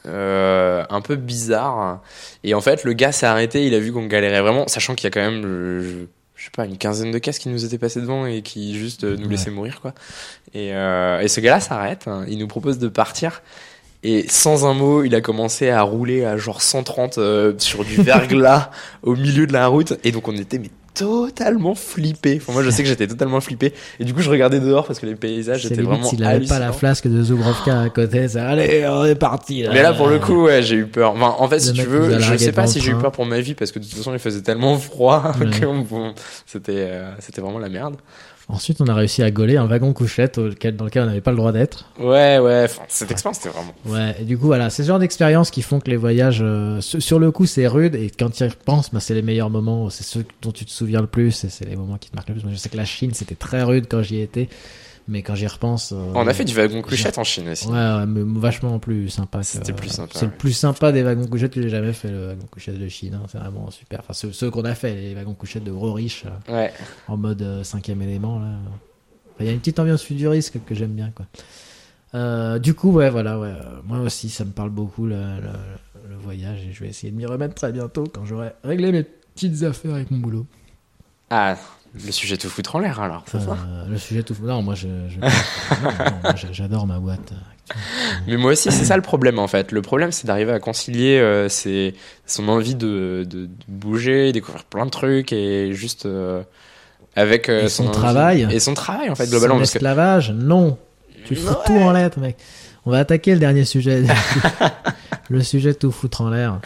euh, un peu bizarre. Et en fait, le gars s'est arrêté, il a vu qu'on galérait vraiment, sachant qu'il y a quand même, je, je, je sais pas, une quinzaine de caisses qui nous étaient passés devant et qui juste euh, nous Ouais. laissaient mourir, quoi. Et, euh, et ce gars-là s'arrête, hein, il nous propose de partir. Et sans un mot, il a commencé à rouler à genre cent trente euh, sur du verglas au milieu de la route. Et donc on était mais totalement flippés. Enfin, moi je sais que j'étais totalement flippé. Et du coup je regardais dehors parce que les paysages C'est étaient limite vraiment s'il avait pas la hallucinants. flasque de Zubrovka à côté, ça allez, on est parti. Là. Mais là pour le coup ouais, j'ai eu peur. Enfin, en fait si Le tu mec nous a veux, je largué sais pas devant si le j'ai eu train. peur pour ma vie parce que de toute façon il faisait tellement froid Ouais. que bon, c'était, euh, c'était vraiment la merde. Ensuite, on a réussi à gauler un wagon couchette auquel- dans lequel on n'avait pas le droit d'être. Ouais ouais, enfin, cette expérience c'était vraiment... Ouais, et du coup, voilà, c'est ce genre d'expériences qui font que les voyages, euh, sur sur le coup, c'est rude, et quand tu y repenses, bah, c'est les meilleurs moments, c'est ceux dont tu te souviens le plus, et c'est les moments qui te marquent le plus. Moi, je sais que la Chine, c'était très rude quand j'y étais, mais quand j'y repense... euh, On a fait du wagon couchette en Chine aussi. Ouais, ouais, mais vachement plus sympa. que- C'était plus sympa, C'est ouais. le plus sympa des wagons couchettes que j'ai jamais fait, le wagon couchette de Chine. hein, C'est vraiment super. Enfin, ceux, ceux qu'on a fait, les wagons couchettes de gros riches, euh, Ouais. en mode euh, cinquième élément, là. Enfin, il y a une petite ambiance futuriste que, que j'aime bien, quoi. Euh, du coup, ouais, voilà, ouais. euh, Moi aussi, ça me parle beaucoup, le, le, le voyage, et je vais essayer de m'y remettre très bientôt quand j'aurai réglé mes petites affaires avec mon boulot. Ah, le sujet tout foutre en l'air alors, c'est ça. Euh, le sujet tout... Non, moi, je, je- non, non, moi, je- j'adore ma boîte. euh, actuelle. Mais moi aussi, c'est ça le problème en fait. Le problème, c'est d'arriver à concilier euh, ses- son envie de, de, de bouger, découvrir plein de trucs et juste euh, avec euh, Et son envie- travail. Et son travail en fait, globalement. Son Parce que... esclavage, non. Tu fous Ouais. tout en l'air, mec. On va attaquer le dernier sujet. Le sujet de tout foutre en l'air.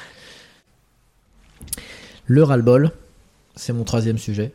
Le ras-le-bol, c'est mon troisième sujet.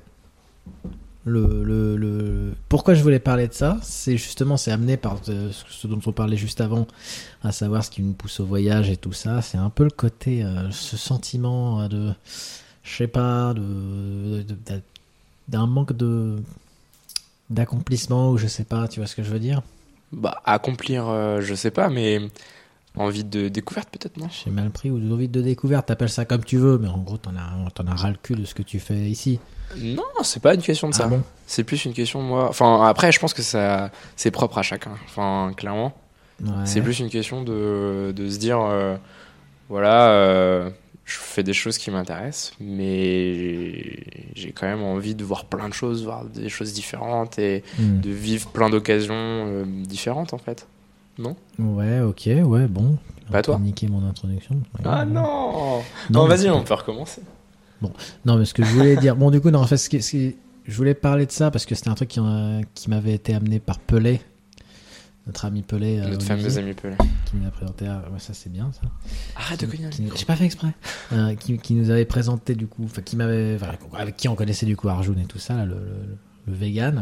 Le, le, le... Pourquoi je voulais parler de ça, c'est justement, c'est amené par euh, ce dont on parlait juste avant, à savoir ce qui nous pousse au voyage et tout ça. C'est un peu le côté, euh, ce sentiment euh, de, je sais pas, de, de- de- d'un manque de d'accomplissement, ou je sais pas, tu vois ce que je veux dire. Bah, accomplir, euh, je sais pas, mais envie de découverte peut-être, non? J'ai mal pris, ou d'envie de découverte, t'appelles ça comme tu veux, mais en gros, t'en as, t'en as ras le cul de ce que tu fais ici. Non, c'est pas une question de ça. Ah bon? C'est plus une question de moi. Enfin, après, je pense que ça, c'est propre à chacun. Enfin, clairement. Ouais. C'est plus une question de, de se dire, euh, voilà, euh, je fais des choses qui m'intéressent, mais j'ai- j'ai quand même envie de voir plein de choses, voir des choses différentes et Hmm. de vivre plein d'occasions euh, différentes en fait. Non? Ouais, ok, ouais, bon. Pas On toi. peut niquer mon introduction. Ah Ouais. non! Non, Non, mais vas-y, c'est- on peut recommencer. Non, mais ce que je voulais dire. Bon, du coup, non, en fait, ce qui- ce qui- je voulais parler de ça parce que c'était un truc qui, euh, qui m'avait été amené par Pelé, notre ami Pelé, euh, Notre Olivier, fameux ami Pelé. qui nous a présenté. Ah, ouais, ça, c'est bien, ça. Arrête de cogner. Qui nous- J'ai pas fait exprès. Euh, qui, qui nous avait présenté, du coup, enfin, qui m'avait, enfin, avec qui on connaissait, du coup, Arjun et tout ça, là, le, le, le vegan.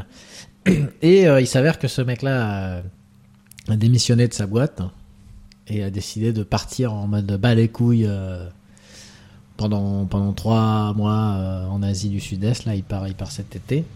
Et euh, il s'avère que ce mec-là a, a démissionné de sa boîte et a décidé de partir en mode bas les couilles euh, pendant, pendant trois mois euh, en Asie du Sud-Est. Là, il part, il part cet été.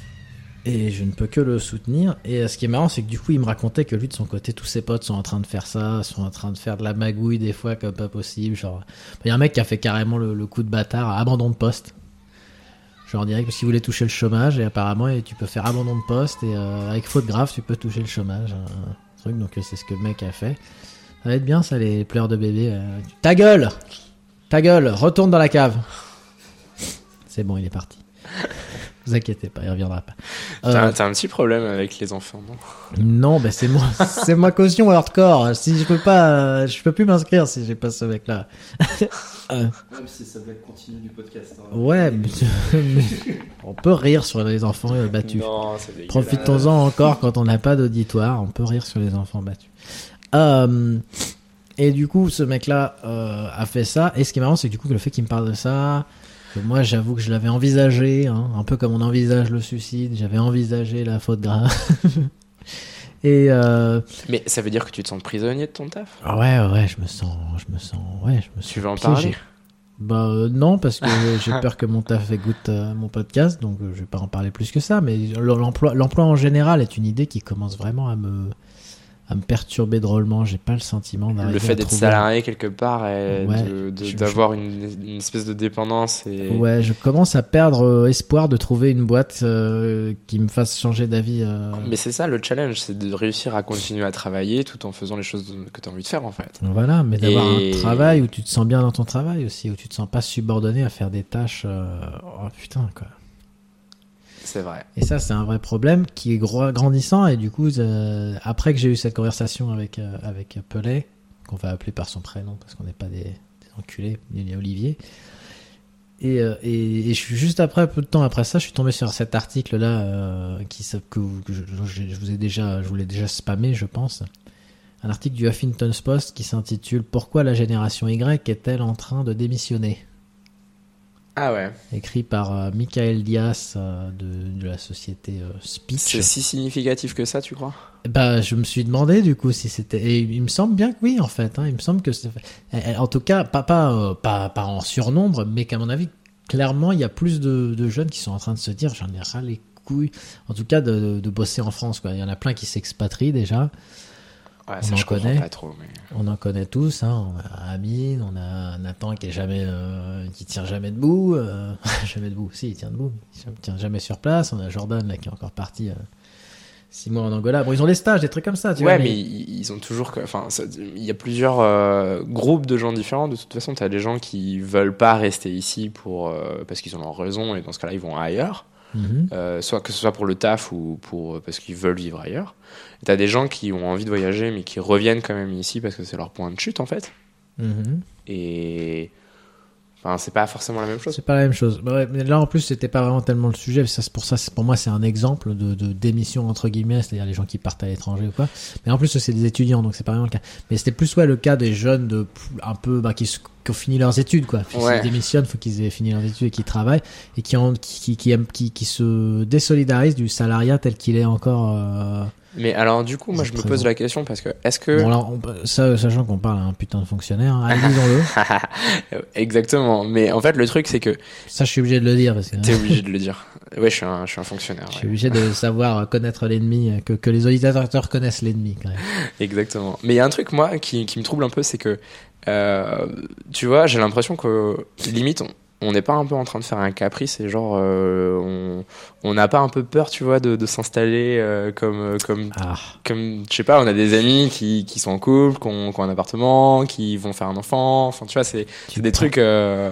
Et je ne peux que le soutenir. Et euh, ce qui est marrant, c'est que du coup, il me racontait que lui, de son côté, tous ses potes sont en train de faire ça, sont en train de faire de la magouille des fois comme pas possible. Genre, il y a un mec qui a fait carrément le, le coup de bâtard à abandon de poste. Genre direct parce qu'il voulait toucher le chômage, et apparemment, et tu peux faire abandon de poste, et euh, avec faute grave, tu peux toucher le chômage. Un, un truc, donc euh, c'est ce que le mec a fait. Ça va être bien, ça, les pleurs de bébé. euh. Ta gueule! Ta gueule! Retourne dans la cave! C'est bon, il est parti. Vous inquiétez pas, il reviendra pas. Euh, T'as t'as un petit problème avec les enfants, non? non, ben c'est moi, c'est ma caution hardcore. Si je peux pas, euh, je peux plus m'inscrire si j'ai pas ce mec-là. Euh, Même si ça va être continu du podcast. hein. ouais, mais, mais on peut rire sur les enfants euh, battus. Non, c'est dégueulasse. Profitons-en encore quand on n'a pas d'auditoire. On peut rire sur les enfants battus. Euh, et du coup, ce mec-là euh, a fait ça. Et ce qui est marrant, c'est que du coup, le fait qu'il me parle de ça, que moi, j'avoue que je l'avais envisagé, hein, un peu comme on envisage le suicide. J'avais envisagé la faute grave. Et euh, Mais ça veut dire que tu te sens prisonnier de ton taf? ouais, ouais, je me sens, je me sens, ouais, je me sens Tu veux en piégé. parler? Bah euh, non, parce que j'ai peur que mon taf écoute euh, mon podcast, donc euh, je vais pas en parler plus que ça. Mais l'emploi, l'emploi en général est une idée qui commence vraiment à me, à me perturber drôlement. J'ai pas le sentiment d'arriver Le fait à d'être trouver... salarié quelque part et Ouais, de, de, je- d'avoir une, une espèce de dépendance et Ouais, je commence à perdre euh, espoir de trouver une boîte euh, qui me fasse changer d'avis. euh. mais c'est ça le challenge, c'est de réussir à continuer à travailler tout en faisant les choses que tu as envie de faire en fait. Voilà, mais d'avoir Et- un travail où tu te sens bien dans ton travail aussi, où tu te sens pas subordonné à faire des tâches. euh, Oh putain, quoi. C'est vrai. Et ça, c'est un vrai problème qui est gro- grandissant. Et du coup, euh, après que j'ai eu cette conversation avec, euh, avec Pelé, qu'on va appeler par son prénom parce qu'on n'est pas des, des enculés, il y a Olivier. Et, euh, et, et je suis juste après, peu de temps après ça, je suis tombé sur cet article-là euh, qui, se- que, que je, je, je vous ai déjà, je vous l'ai déjà spammé, je pense. Un article du Huffington Post qui s'intitule Pourquoi la génération Y est-elle en train de démissionner ? Ah ouais. Écrit par euh, Michael Diaz euh, de, de la société euh, Speech. C'est si significatif que ça, tu crois? Bah, je me suis demandé du coup si c'était. Et il me semble bien que oui, en fait. Hein, il me semble que c'est. En tout cas, pas pas euh, pas pas en surnombre, mais qu'à mon avis, clairement, il y a plus de, de jeunes qui sont en train de se dire, j'en ai ras les couilles. En tout cas, de, de, de bosser en France, quoi. Il y en a plein qui s'expatrient déjà. Ouais, On ça en je comprends connaît. pas trop. Mais... On en connaît tous. Hein. On a Amine, on a Nathan qui est jamais, euh, qui tient jamais debout. Euh, jamais debout. Si, il tient debout. Il tient jamais sur place. On a Jordan là qui est encore parti. Euh, Six mois en Angola. Bon, ils ont des stages, des trucs comme ça, tu ouais, vois. mais ils ils ont toujours. que- Enfin, ça- il y a plusieurs euh, groupes de gens différents. De toute façon, tu as des gens qui veulent pas rester ici pour euh, parce qu'ils ont leur raison et dans ce cas-là, ils vont ailleurs. Mhm. Euh, soit que ce soit pour le taf ou pour parce qu'ils veulent vivre ailleurs. Et t'as des gens qui ont envie de voyager mais qui reviennent quand même ici parce que c'est leur point de chute en fait. Mhm. Et enfin, c'est pas forcément la même chose. C'est pas la même chose. Bah ouais, mais là, en plus, c'était pas vraiment tellement le sujet. Ça, c'est pour ça, c'est- pour moi, c'est un exemple de, de démission entre guillemets, c'est-à-dire les gens qui partent à l'étranger ou quoi. Mais en plus, c'est des étudiants, donc c'est pas vraiment le cas. Mais c'était plus ouais le cas des jeunes de un peu bah, qui, s- qui ont fini leurs études, quoi. Puis Ouais. S'ils démissionnent, faut qu'ils aient fini leurs études et qu'ils travaillent et qui ont qui qui, qui, aiment- qui, qui se désolidarisent du salariat tel qu'il est encore. Euh... Mais alors du coup, moi C'est je me présent. pose la question parce que est-ce que Bon, alors, on peut- ça, sachant qu'on parle à un putain de fonctionnaire, hein, allez, disons-le. exactement. Mais en fait, le truc c'est que Ça, je suis obligé de le dire parce que. t'es obligé de le dire. Ouais, je suis un, je suis un fonctionnaire. Je ouais. suis obligé de savoir connaître l'ennemi, que, que les auditeurs connaissent l'ennemi quand même. Exactement. Mais il y a un truc, moi, qui, qui me trouble un peu, c'est que, euh, tu vois, j'ai l'impression que, limite, on on n'est pas un peu en train de faire un caprice et genre, euh, on on n'a pas un peu peur, tu vois, de, de s'installer euh, comme, comme, Ah, comme, je sais pas, on a des amis qui, qui sont en couple, qui ont, qui ont un appartement, qui vont faire un enfant, enfin, tu vois, c'est tu c'est des prends- trucs, euh,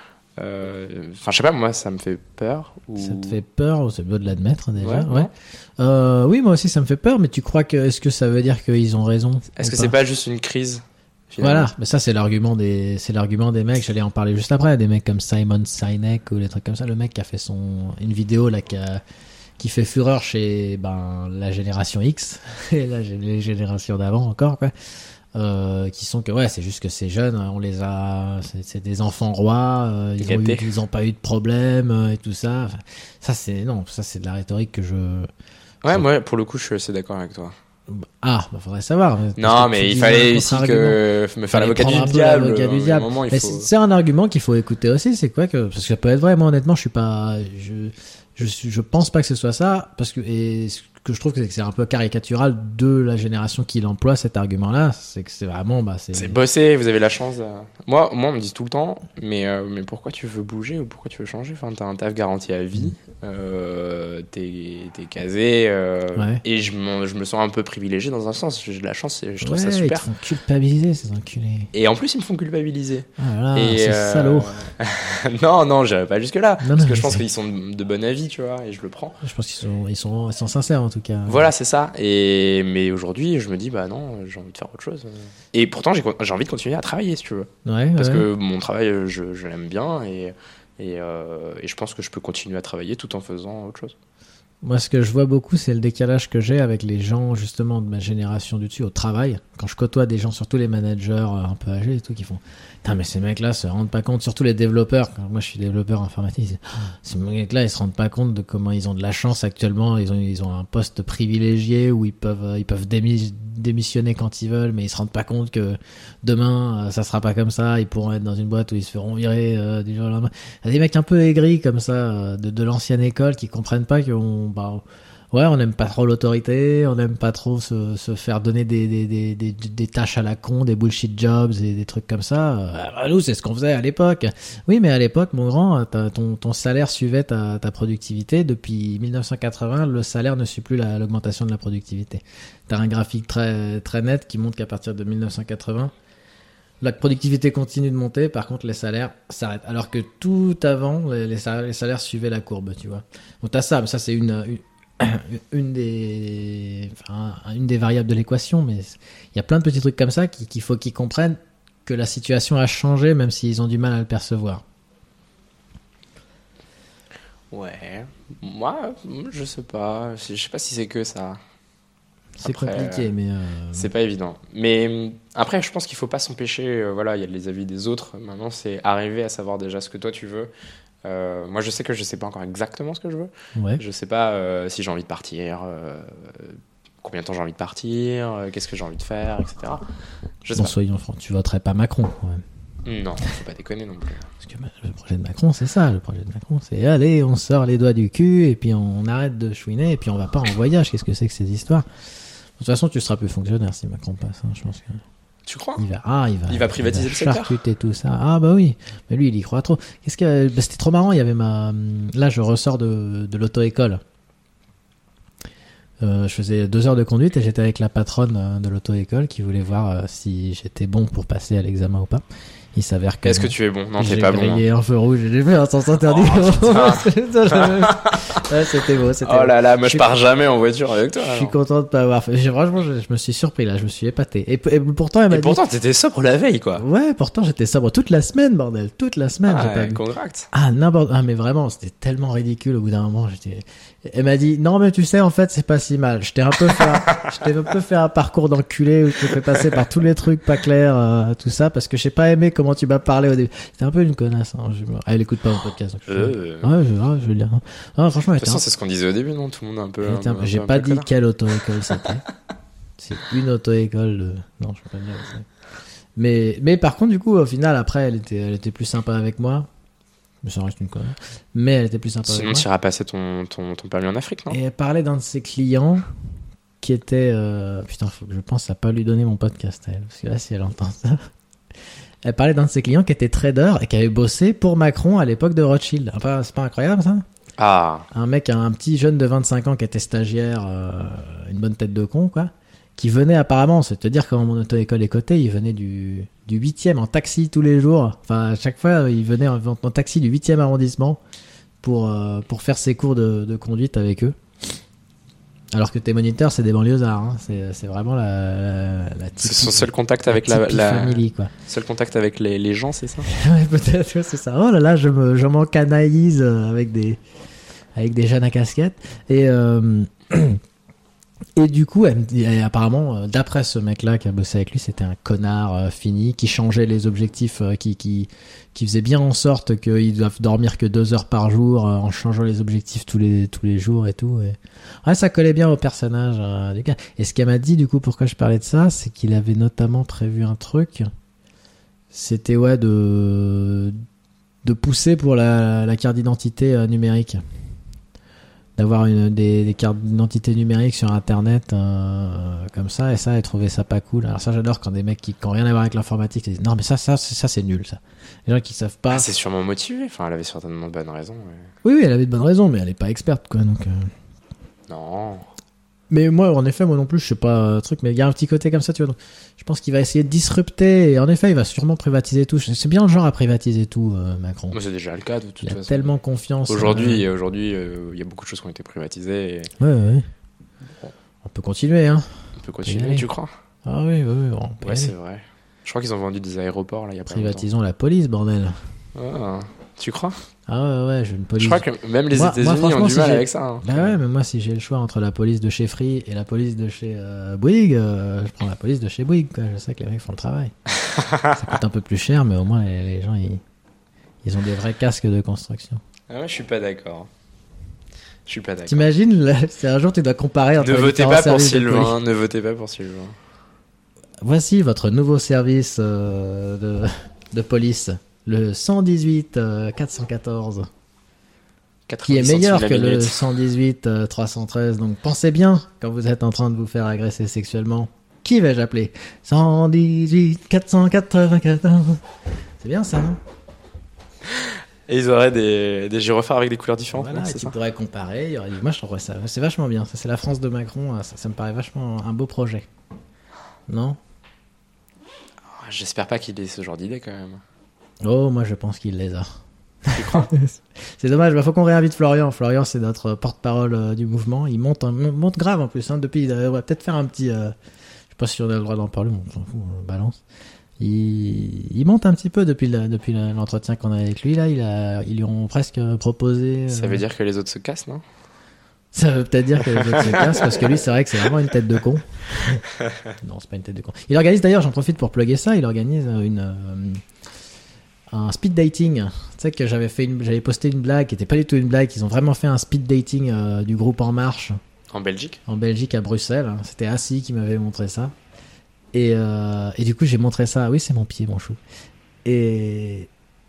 euh, enfin, je sais pas, moi, ça me fait peur. Ou... Ça te fait peur, c'est beau de l'admettre déjà. Ouais, Ouais. non. Euh, oui, moi aussi ça me fait peur, mais tu crois que est-ce que ça veut dire qu'ils ont raison Est-ce ou que c'est pas juste une crise finalement Voilà, mais ça c'est l'argument des c'est l'argument des mecs. J'allais en parler juste après, des mecs comme Simon Sinek ou des trucs comme ça. Le mec qui a fait son une vidéo là qui a qui fait fureur chez ben la génération X et là j'ai les générations d'avant encore quoi. Euh, qui sont que ouais c'est juste que ces jeunes on les a c'est, c'est des enfants rois euh, ils, ont eu, Gâtés. ils ont pas eu de problème euh, et tout ça. Enfin, ça c'est non ça c'est de la rhétorique que je Ouais, moi, pour le coup, je suis assez d'accord avec toi. ah bah faudrait savoir parce Non, que tu mais il dis fallait un aussi contre-argument. que me faire Fallait l'avocat prendre un du peu diable. l'avocat du à un diable. moment, il Mais faut... c'est c'est un argument qu'il faut écouter aussi, c'est quoi que parce que ça peut être vrai. Moi honnêtement, je suis pas, je, je suis, je pense pas que ce soit ça parce que et ce que je trouve que c'est que c'est un peu caricatural de la génération qui l'emploie cet argument-là, c'est que c'est vraiment bah c'est. C'est bossé, vous avez la chance. de- Moi, moi, on me dit tout le temps, mais, euh, mais pourquoi tu veux bouger ou pourquoi tu veux changer? Enfin, t'as un taf garanti à vie, euh, t'es, t'es casé, euh, Ouais. et je, m'en- je me sens un peu privilégié dans un sens. J'ai de la chance et je trouve ouais, ça ils te super. font culpabiliser ces enculés. Et en plus, ils me font culpabiliser. Ah là, et, c'est euh, salaud. non, non, j'irai pas jusque-là. Non, parce non, que je mais pense c'est- qu'ils sont de, de bon avis, tu vois, et je le prends. Je pense qu'ils sont, ils sont, ils sont sincères en tout cas. Voilà, c'est ça. Et, mais aujourd'hui, je me dis, bah non, j'ai envie de faire autre chose. Et pourtant, j'ai, j'ai envie de continuer à travailler, si tu veux. Ouais. Parce ouais. que mon travail, je, je l'aime bien et, et, euh, et je pense que je peux continuer à travailler tout en faisant autre chose. Moi, ce que je vois beaucoup, c'est le décalage que j'ai avec les gens, justement, de ma génération du dessus, au travail. Quand je côtoie des gens, surtout les managers euh, un peu âgés et tout, qui font « Putain, mais ces mecs-là se rendent pas compte, surtout les développeurs. » Quand moi, je suis développeur informatique, ils disent, Ah, ces mecs-là, ils se rendent pas compte de comment ils ont de la chance actuellement. Ils ont, ils ont un poste privilégié où ils peuvent, euh, ils peuvent démis- démissionner quand ils veulent, mais ils se rendent pas compte que demain, euh, ça sera pas comme ça. Ils pourront être dans une boîte où ils se feront virer euh, du jour au lendemain. Il y a des mecs un peu aigris comme ça, euh, de, de l'ancienne école, qui comprennent pas qu'on, bah, Ouais, on n'aime pas trop l'autorité, on n'aime pas trop se, se faire donner des, des, des, des, des tâches à la con, des bullshit jobs et des trucs comme ça. Euh, bah, nous, c'est ce qu'on faisait à l'époque. Oui, mais à l'époque, mon grand, ton, ton salaire suivait ta, ta productivité. Depuis dix-neuf cent quatre-vingts, le salaire ne suit plus la, l'augmentation de la productivité. T'as un graphique très, très net qui montre qu'à partir de dix-neuf cent quatre-vingts, la productivité continue de monter, par contre les salaires s'arrêtent. Alors que tout avant, les, les, salaires, les salaires suivaient la courbe, tu vois. Donc t'as ça, mais ça c'est une... une une des enfin, une des variables de l'équation, mais il y a plein de petits trucs comme ça qu'il, qu'il faut qu'ils comprennent que la situation a changé, même s'ils ont du mal à le percevoir. Ouais, moi je sais pas, je sais pas si c'est que ça. C'est Après, compliqué, euh, mais euh... c'est pas évident. Mais après, je pense qu'il faut pas s'empêcher. Euh, voilà, il y a les avis des autres. Maintenant, c'est arriver à savoir déjà ce que toi tu veux. Euh, moi, je sais que je sais pas encore exactement ce que je veux. ouais. Je sais pas euh, si j'ai envie de partir, euh, combien de temps j'ai envie de partir, euh, qu'est-ce que j'ai envie de faire, et cetera. Je sais Bon, pas. soyons francs, tu voterais pas Macron. Ouais. Non, faut pas déconner non plus. Parce que le projet de Macron, c'est ça. Le projet de Macron, c'est allez, on sort les doigts du cul et puis on arrête de chouiner et puis on va pas en voyage. Qu'est-ce que c'est que ces histoires? De toute façon, tu seras plus fonctionnaire si Macron passe. Hein, je pense que. Tu crois? Il va, ah, il va, Il va privatiser il va le secteur. charcuter tout ça. Ah bah oui, mais lui il y croit trop. Qu'est-ce que bah, c'était trop marrant. Il y avait ma, là je ressors de, de l'auto-école. Euh, je faisais deux heures de conduite et j'étais avec la patronne de l'auto-école qui voulait voir euh, si j'étais bon pour passer à l'examen ou pas. Il s'avère que. Est-ce que tu es bon? Non, t'es j'ai pas bon. grillé Hein. un feu rouge et j'ai fait un sens interdit. Oh, ouais, c'était beau, c'était Oh beau. là là, moi je suis- pars jamais en voiture avec toi. Je suis alors. content de pas avoir fait. J'ai- Franchement, je, je me suis surpris là, je me suis épaté. Et, et pourtant, elle m'a Et dit. pourtant, t'étais sobre la veille, quoi. Ouais, pourtant j'étais sobre toute la semaine, bordel, toute la semaine. j'ai Ah, pas ouais, bu. congrats. Ah, n'importe. Ah, mais vraiment, c'était tellement ridicule au bout d'un moment. J'étais. Elle m'a dit, non, mais tu sais, en fait, c'est pas si mal. Je t'ai un peu fait, un... je t'ai un peu fait un parcours d'enculé où je te fais passer par tous les trucs pas clairs, euh, tout ça, parce que j'ai pas aimé comment tu m'as parlé au début. C'était un peu une connasse, hein. Je... Ah, elle écoute pas mon podcast, donc je... Euh, Ouais, je, ouais, je veux dire. Ah, franchement, De elle toute était façon, un- c'est ce qu'on disait au début, non? Tout le monde est un peu. elle était un- un peu- J'ai un pas peu dit connard. quelle auto-école c'était. C'est une auto-école de... Non, je peux pas dire. c'est- Mais, mais par contre, du coup, au final, après, elle était, elle était plus sympa avec moi. Mais ça reste une conne. Mais elle était plus sympa Sinon, avec moi. tu iras passer ton, ton, ton permis en Afrique, non? Et elle parlait d'un de ses clients qui était... Euh... Putain, faut que je pense à pas lui donner mon podcast à elle. Parce que là, si elle entend ça... Elle parlait d'un de ses clients qui était trader et qui avait bossé pour Macron à l'époque de Rothschild. Ah, pas- C'est pas incroyable, ça? Ah, Un mec, un petit jeune de vingt-cinq ans qui était stagiaire, euh, une bonne tête de con, quoi, qui venait apparemment, c'est te dire comment mon auto-école est cotée, il venait du, du huitième en taxi tous les jours. Enfin, à chaque fois, il venait en, en taxi du huitième arrondissement pour, euh, pour faire ses cours de, de conduite avec eux. Alors que tes moniteurs, c'est des banlieusards, hein. c'est, c'est vraiment la, la, la c'est typique- son seul contact avec la, typique la- family, quoi. seul contact avec les, les gens, c'est ça? Ouais, peut-être, ouais, c'est ça. Oh là là, je me, je m'en canalise euh, avec des, avec des jeunes à casquette. Et, euh, et du coup, elle me dit, et apparemment, euh, d'après ce mec-là qui a bossé avec lui, c'était un connard euh, fini, qui changeait les objectifs, euh, qui, qui, qui faisait bien en sorte qu'ils doivent dormir que deux heures par jour, euh, en changeant les objectifs tous les, tous les jours et tout. Et... Ouais, ça collait bien au personnage euh, du gars. Et ce qu'elle m'a dit, du coup, pourquoi je parlais de ça, c'est qu'il avait notamment prévu un truc. C'était, ouais, de, de pousser pour la, la carte d'identité euh, numérique. D'avoir une, des, des cartes d'identité numériques sur Internet, euh, comme ça, et ça, elle trouvait ça pas cool. Alors ça, j'adore quand des mecs qui n'ont rien à voir avec l'informatique disent non, mais ça, ça, c'est, ça, c'est nul, ça. Les gens qui savent pas. Ah, c'est sûrement motivé. Enfin, elle avait certainement de bonnes raisons. ouais. Oui, oui, elle avait de bonnes raisons, mais elle est pas experte, quoi, donc. euh. Non. Mais moi, en effet, moi non plus, je sais pas euh, truc, mais il y a un petit côté comme ça, tu vois. Donc, je pense qu'il va essayer de disrupter, et en effet, il va sûrement privatiser tout. C'est bien le genre à privatiser tout, euh, Macron. Moi, c'est déjà le cas, de toute Il a façon. tellement confiance. Aujourd'hui, euh, aujourd'hui, euh, il y a beaucoup de choses qui ont été privatisées. Et Ouais, ouais, ouais. On peut continuer, hein. on peut Y continuer, aller. tu crois? Ah oui, oui, oui. On peut Ouais, y c'est aller. vrai. Je crois qu'ils ont vendu des aéroports, là, il y a pas Privatisons la police, bordel. longtemps. Ah, tu crois? Ah ouais, ouais, je veux une police. Je crois que même les Moi- moi, États-Unis ont franchement, du si mal j'ai- avec ça. hein. Bah ouais, mais moi, si j'ai le choix entre la police de chez Free et la police de chez euh, Bouygues, euh, je prends la police de chez Bouygues, quoi. Je sais que les mecs font le travail. Ça coûte un peu plus cher, mais au moins, les, les gens, ils, ils ont des vrais casques de construction. Ah ouais, je suis pas d'accord. Je suis pas d'accord. T'imagines, là, c'est un jour, tu dois comparer entre Ne les votez différents pas pour services de police. Sylvain, ne votez pas pour Sylvain. Voici votre nouveau service euh, de, de police, le cent dix-huit euh, quatre cent quatorze. qui est quatre-vingt-dix meilleur que centimes la le minute. cent dix-huit euh, trois cent treize. Donc pensez bien quand vous êtes en train de vous faire agresser sexuellement. Qui vais-je appeler? cent dix-huit quatre cent quatre-vingt-quatorze. C'est bien ça, non? Et ils auraient des, des gyrophares avec des couleurs différentes, Voilà, non, et c'est tu ça? pourrais comparer. Il y aurait... Moi, je trouverais ça. C'est vachement bien. Ça, c'est la France de Macron. Ça, ça me paraît vachement un beau projet. Non? J'espère pas qu'il ait ce genre d'idée quand même. Oh, moi, je pense qu'il les a. C'est dommage. Il faut qu'on réinvite Florian. Florian, c'est notre porte-parole euh, du mouvement. Il monte, un... monte grave en plus. Hein. Depuis, il va peut-être faire un petit. Euh... Je sais pas si on a le droit d'en parler. On s'en fout. On balance. Il... il monte un petit peu depuis, la... depuis la... l'entretien qu'on a avec lui. Là, il a... ils lui ont presque proposé. Euh... Ça veut dire que les autres se cassent, non? Ça veut peut-être dire que les autres se cassent, parce que lui, c'est vrai que c'est vraiment une tête de con. Non, c'est pas une tête de con. Il organise d'ailleurs, j'en profite pour plugger ça, il organise une, euh, un speed dating. Tu sais que j'avais fait une, j'avais posté une blague qui était pas du tout une blague. Ils ont vraiment fait un speed dating euh, du groupe En Marche En Belgique? en Belgique à Bruxelles. C'était Assis qui m'avait montré ça. Et, euh, et du coup, j'ai montré ça. Oui, c'est mon pied, mon chou. Et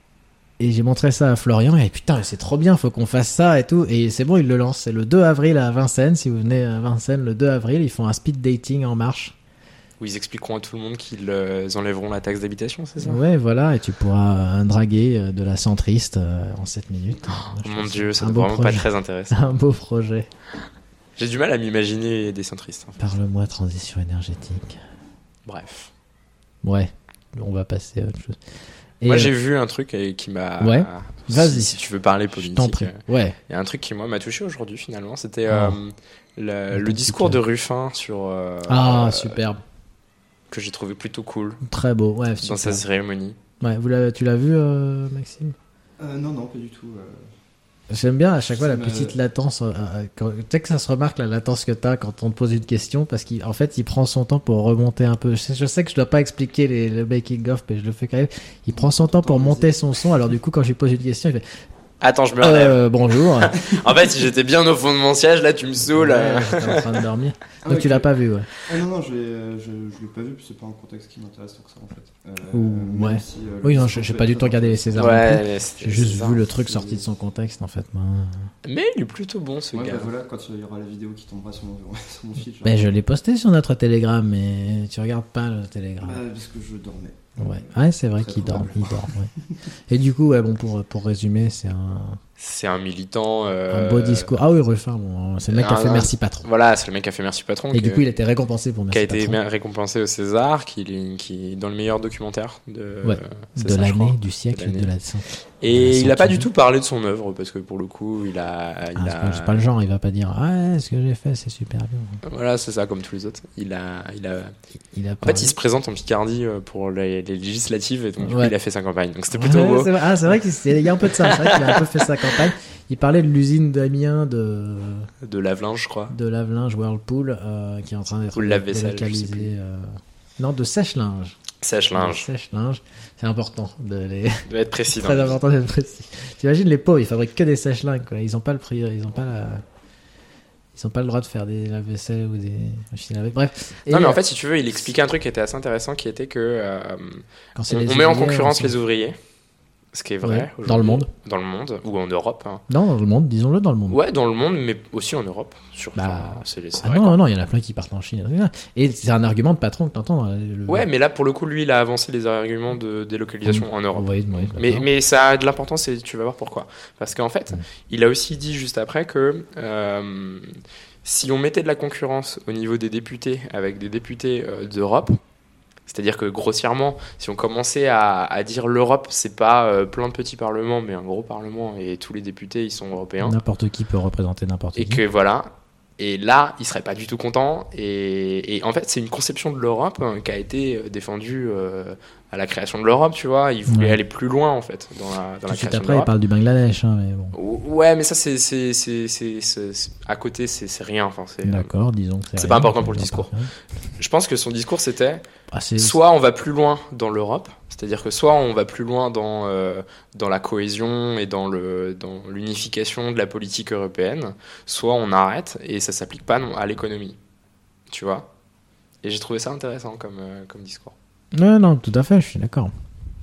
Et j'ai montré ça à Florian, et putain, c'est trop bien, faut qu'on fasse ça et tout. Et c'est bon, il le lance. C'est le deux avril à Vincennes. Si vous venez à Vincennes le deux avril, ils font un speed dating En Marche. Où ils expliqueront à tout le monde qu'ils euh, enlèveront la taxe d'habitation, c'est ça? Ouais, voilà, et tu pourras euh, draguer euh, de la centriste euh, en sept minutes. Moi, Oh je mon trouve que dieu, c'est ça un doit beau vraiment projet. pas très intéressant. Un beau projet. J'ai du mal à m'imaginer des centristes. En fait. Parle-moi transition énergétique. Bref. Ouais, on va passer à autre chose. Et Moi, euh, j'ai vu un truc euh, qui m'a. Ouais. Si- Vas-y. Si, tu veux parler je politique. t'en prie. euh, Ouais. Il y a un truc qui, moi, m'a touché aujourd'hui, finalement. C'était Oh. euh, le, Un le petit discours peu. de Ruffin sur. euh, Ah, euh, superbe. Que j'ai trouvé plutôt cool Très beau. Ouais, dans super. sa cérémonie. Ouais, vous l'avez, tu l'as vu, euh, Maxime? Euh, non, non, pas du tout. euh. J'aime bien à chaque fois Ça la me- petite latence. euh, euh, quand- tu sais que ça se remarque la latence que t'as quand on te pose une question parce qu'en fait il prend son temps pour remonter un peu. Je sais, je sais que je dois pas expliquer les, le making of, mais je le fais quand même. Il prend son temps pour monter son son. Alors du coup quand je lui pose une question, il fait Attends, je me relève. euh, bonjour. En fait, si j'étais bien au fond de mon siège, là, tu me saoules. euh. Ouais, j'étais en train de dormir. Ah, Donc ok. tu l'as pas vu, ouais. Ah non, non, je l'ai, euh, je, je l'ai pas vu, puis c'est pas un contexte qui m'intéresse tant que ça en fait. Euh, Ouh, même ouais. si, euh, le Oui, non, discours j'ai j'ai fait pas du très tout regardé les intéressant. Césars. non plus. Ouais, mais c'était- J'ai juste c'est ça. vu le truc sorti de son contexte en fait. moi. Mais il est plutôt bon, ce Ouais, gars. bah voilà, quand il y aura la vidéo qui tombera sur mon, sur mon feed. Ben je l'ai posté sur notre Telegram, mais tu regardes pas le Telegram. Bah, parce que je dormais. Ouais, ouais, c'est vrai Très qu'il dort, il probablement. dort. Ouais. Et du coup, ouais, bon pour pour résumer, c'est un C'est un militant. euh, Un beau discours. Ah oui, Ruffin, bon, c'est le mec qui a un- fait Merci Patron. Voilà, c'est le mec qui a fait Merci Patron. Et qui, du coup, il a été récompensé pour qui a Merci été Patron. récompensé au César, qui, est- qui est dans le meilleur documentaire de, Ouais, c'est De ça, je l'année, crois. du siècle, l'année. de la Et la il a pas centaine. du tout parlé de son œuvre, parce que pour le coup, il a. Il Ah, c'est a... pas- c'est pas le genre, il va pas dire ah, ce que j'ai fait, c'est super bien. Voilà, c'est ça, comme tous les autres. Il a. Il a... Il a En fait, il se présente en Picardie euh, pour les, les législatives, et donc du coup, Ouais. il a fait sa campagne. Donc c'était plutôt beau. c'est vrai, ah, c'est vrai qu'il c'est- il y a un peu de ça. C'est vrai qu'il a un peu fait sa campagne. Il parlait de l'usine d'Amiens de, De lave-linge, je crois. de lave-linge Whirlpool euh, qui est en train d'être Ou le lave-vaisselle, délocalisé, je sais plus. euh, Non, de sèche-linge. Sèche-linge. De Sèche-linge. C'est important de les. Doit être précis. Très dans- important d'être précis. T'imagines les pauvres, ils fabriquent que des sèche-linges, quoi. Ils ont pas le prix, ils ont pas la... Ils ont pas le droit de faire des lave-vaisselle ou des machines à laver. Bref. Et Non, mais en euh, fait, si tu veux, il expliquait un truc qui était assez intéressant, qui était que euh, quand c'est on, les on met en ouvriers, concurrence on les s'en- ouvriers, ce qui est vrai. Ouais, aujourd'hui. dans le monde. Dans le monde, ou en Europe. hein. Non, dans le monde, disons-le dans le monde. Ouais, dans le monde, mais aussi en Europe. Surtout. Bah, c'est c'est Ah vrai, non, quoi. non, non, il y en a plein qui partent en Chine. Et c'est un argument de patron que t'entends. dans le- Ouais, mais là, pour le coup, lui, il a avancé les arguments de délocalisation en Europe. Oui, oui, Mais, d'accord. mais ça a de l'importance et tu vas voir pourquoi. Parce qu'en fait, Mm. il a aussi dit juste après que euh, si on mettait de la concurrence au niveau des députés avec des députés euh, d'Europe, c'est-à-dire que grossièrement, si on commençait à, à dire l'Europe, c'est pas euh, plein de petits parlements, mais un gros parlement et tous les députés ils sont européens. N'importe qui peut représenter n'importe Et qui. que voilà. Et là, il serait pas du tout content. Et, et en fait, c'est une conception de l'Europe hein, qui a été euh, défendue euh, à la création de l'Europe, tu vois. Il voulait Ouais. aller plus loin, en fait, dans la, dans Tout la de suite création de après, il l'Europe. parle du Bangladesh. Hein, mais bon. Ouais, mais ça, c'est, c'est, c'est, c'est, c'est- c'est- à côté, c'est, c'est rien. Enfin, c'est, D'accord, disons que c'est. c'est rien, pas important pour le c'est discours. pas- je pense que son discours, c'était Ah, c'est- soit on va plus loin dans l'Europe, c'est-à-dire que soit on va plus loin dans, euh, dans la cohésion et dans, le, dans l'unification de la politique européenne, soit on arrête et ça s'applique pas non, à l'économie. Tu vois? Et j'ai trouvé ça intéressant comme, euh, comme discours. Non, non, tout à fait, je suis d'accord.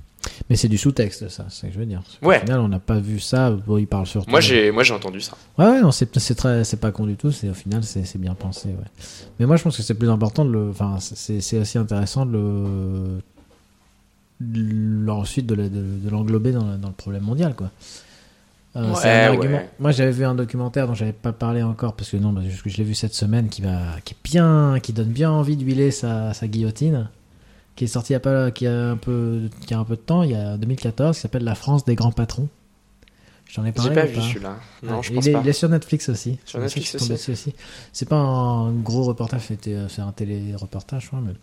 Mais c'est du sous-texte, ça, c'est ce que je veux dire. Ouais. Au final, on n'a pas vu ça. Bon, il parle surtout. Moi, j'ai, moi, j'ai entendu ça. Ouais, ouais, non, c'est, c'est très, c'est pas con du tout. C'est au final, c'est, c'est bien pensé. Ouais. Mais moi, je pense que c'est plus important de le. Enfin, c'est, c'est aussi intéressant de le. de- ensuite de, le- de, de l'englober dans, le- dans le problème mondial, quoi. Euh, c'est Ouais, un argument. ouais. Moi, j'avais vu un documentaire dont j'avais pas parlé encore parce que non, parce que je l'ai vu cette semaine, qui va, qui est bien, qui donne bien envie d'huiler sa, sa guillotine, qui est sorti il y a pas, qui a un peu, qui a un peu de temps, il y a deux mille quatorze, qui s'appelle La France des grands patrons. J'en ai parlé. J'ai pas ou vu celui-là. Non, Ah, je il pense est, pas. il est sur Netflix aussi. Sur Je Netflix suis tombé aussi. dessus aussi. C'est pas un gros reportage, c'était, euh, c'est un télé-reportage, je crois, mais...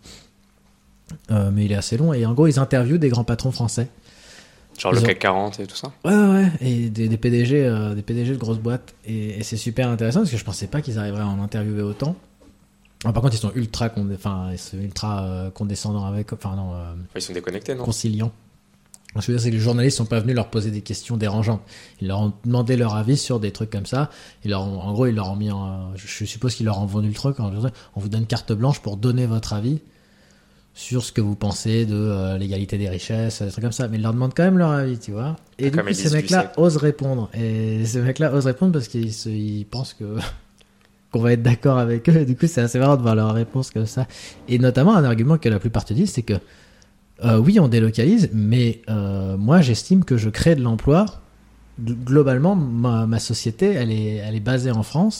Euh, mais il est assez long. Et en gros, ils interviewent des grands patrons français. Genre Ils le ont- C A C quarante et tout ça. Ouais, ouais, ouais. Et des, des P D G, euh, des P D G de grosses boîtes. Et, et c'est super intéressant parce que je pensais pas qu'ils arriveraient à en interviewer autant. Alors, par contre, ils sont ultra, condé- enfin, ils sont ultra euh, condescendants avec, enfin non, euh, Enfin, ils sont déconnectés, non? conciliants. Ce que je veux dire, c'est que les journalistes sont pas venus leur poser des questions dérangeantes. Ils leur ont demandé leur avis sur des trucs comme ça. Ils leur ont- en gros, ils leur ont mis, en, je suppose qu'ils leur ont vendu le truc en disant, on vous donne carte blanche pour donner votre avis sur ce que vous pensez de euh, l'égalité des richesses, des trucs comme ça. Mais ils leur demandent quand même leur avis, tu vois. Et Ah, du comme coup, ces Élise mecs-là Lucet. osent répondre. Et ces mecs-là osent répondre parce qu'ils se- ils pensent que qu'on va être d'accord avec eux. Et du coup, c'est assez marrant de voir leur réponse comme ça. Et notamment, un argument que la plupart te disent, c'est que euh, oui, on délocalise, mais euh, moi, j'estime que je crée de l'emploi. D- Globalement, ma, ma société, elle est, elle est basée en France.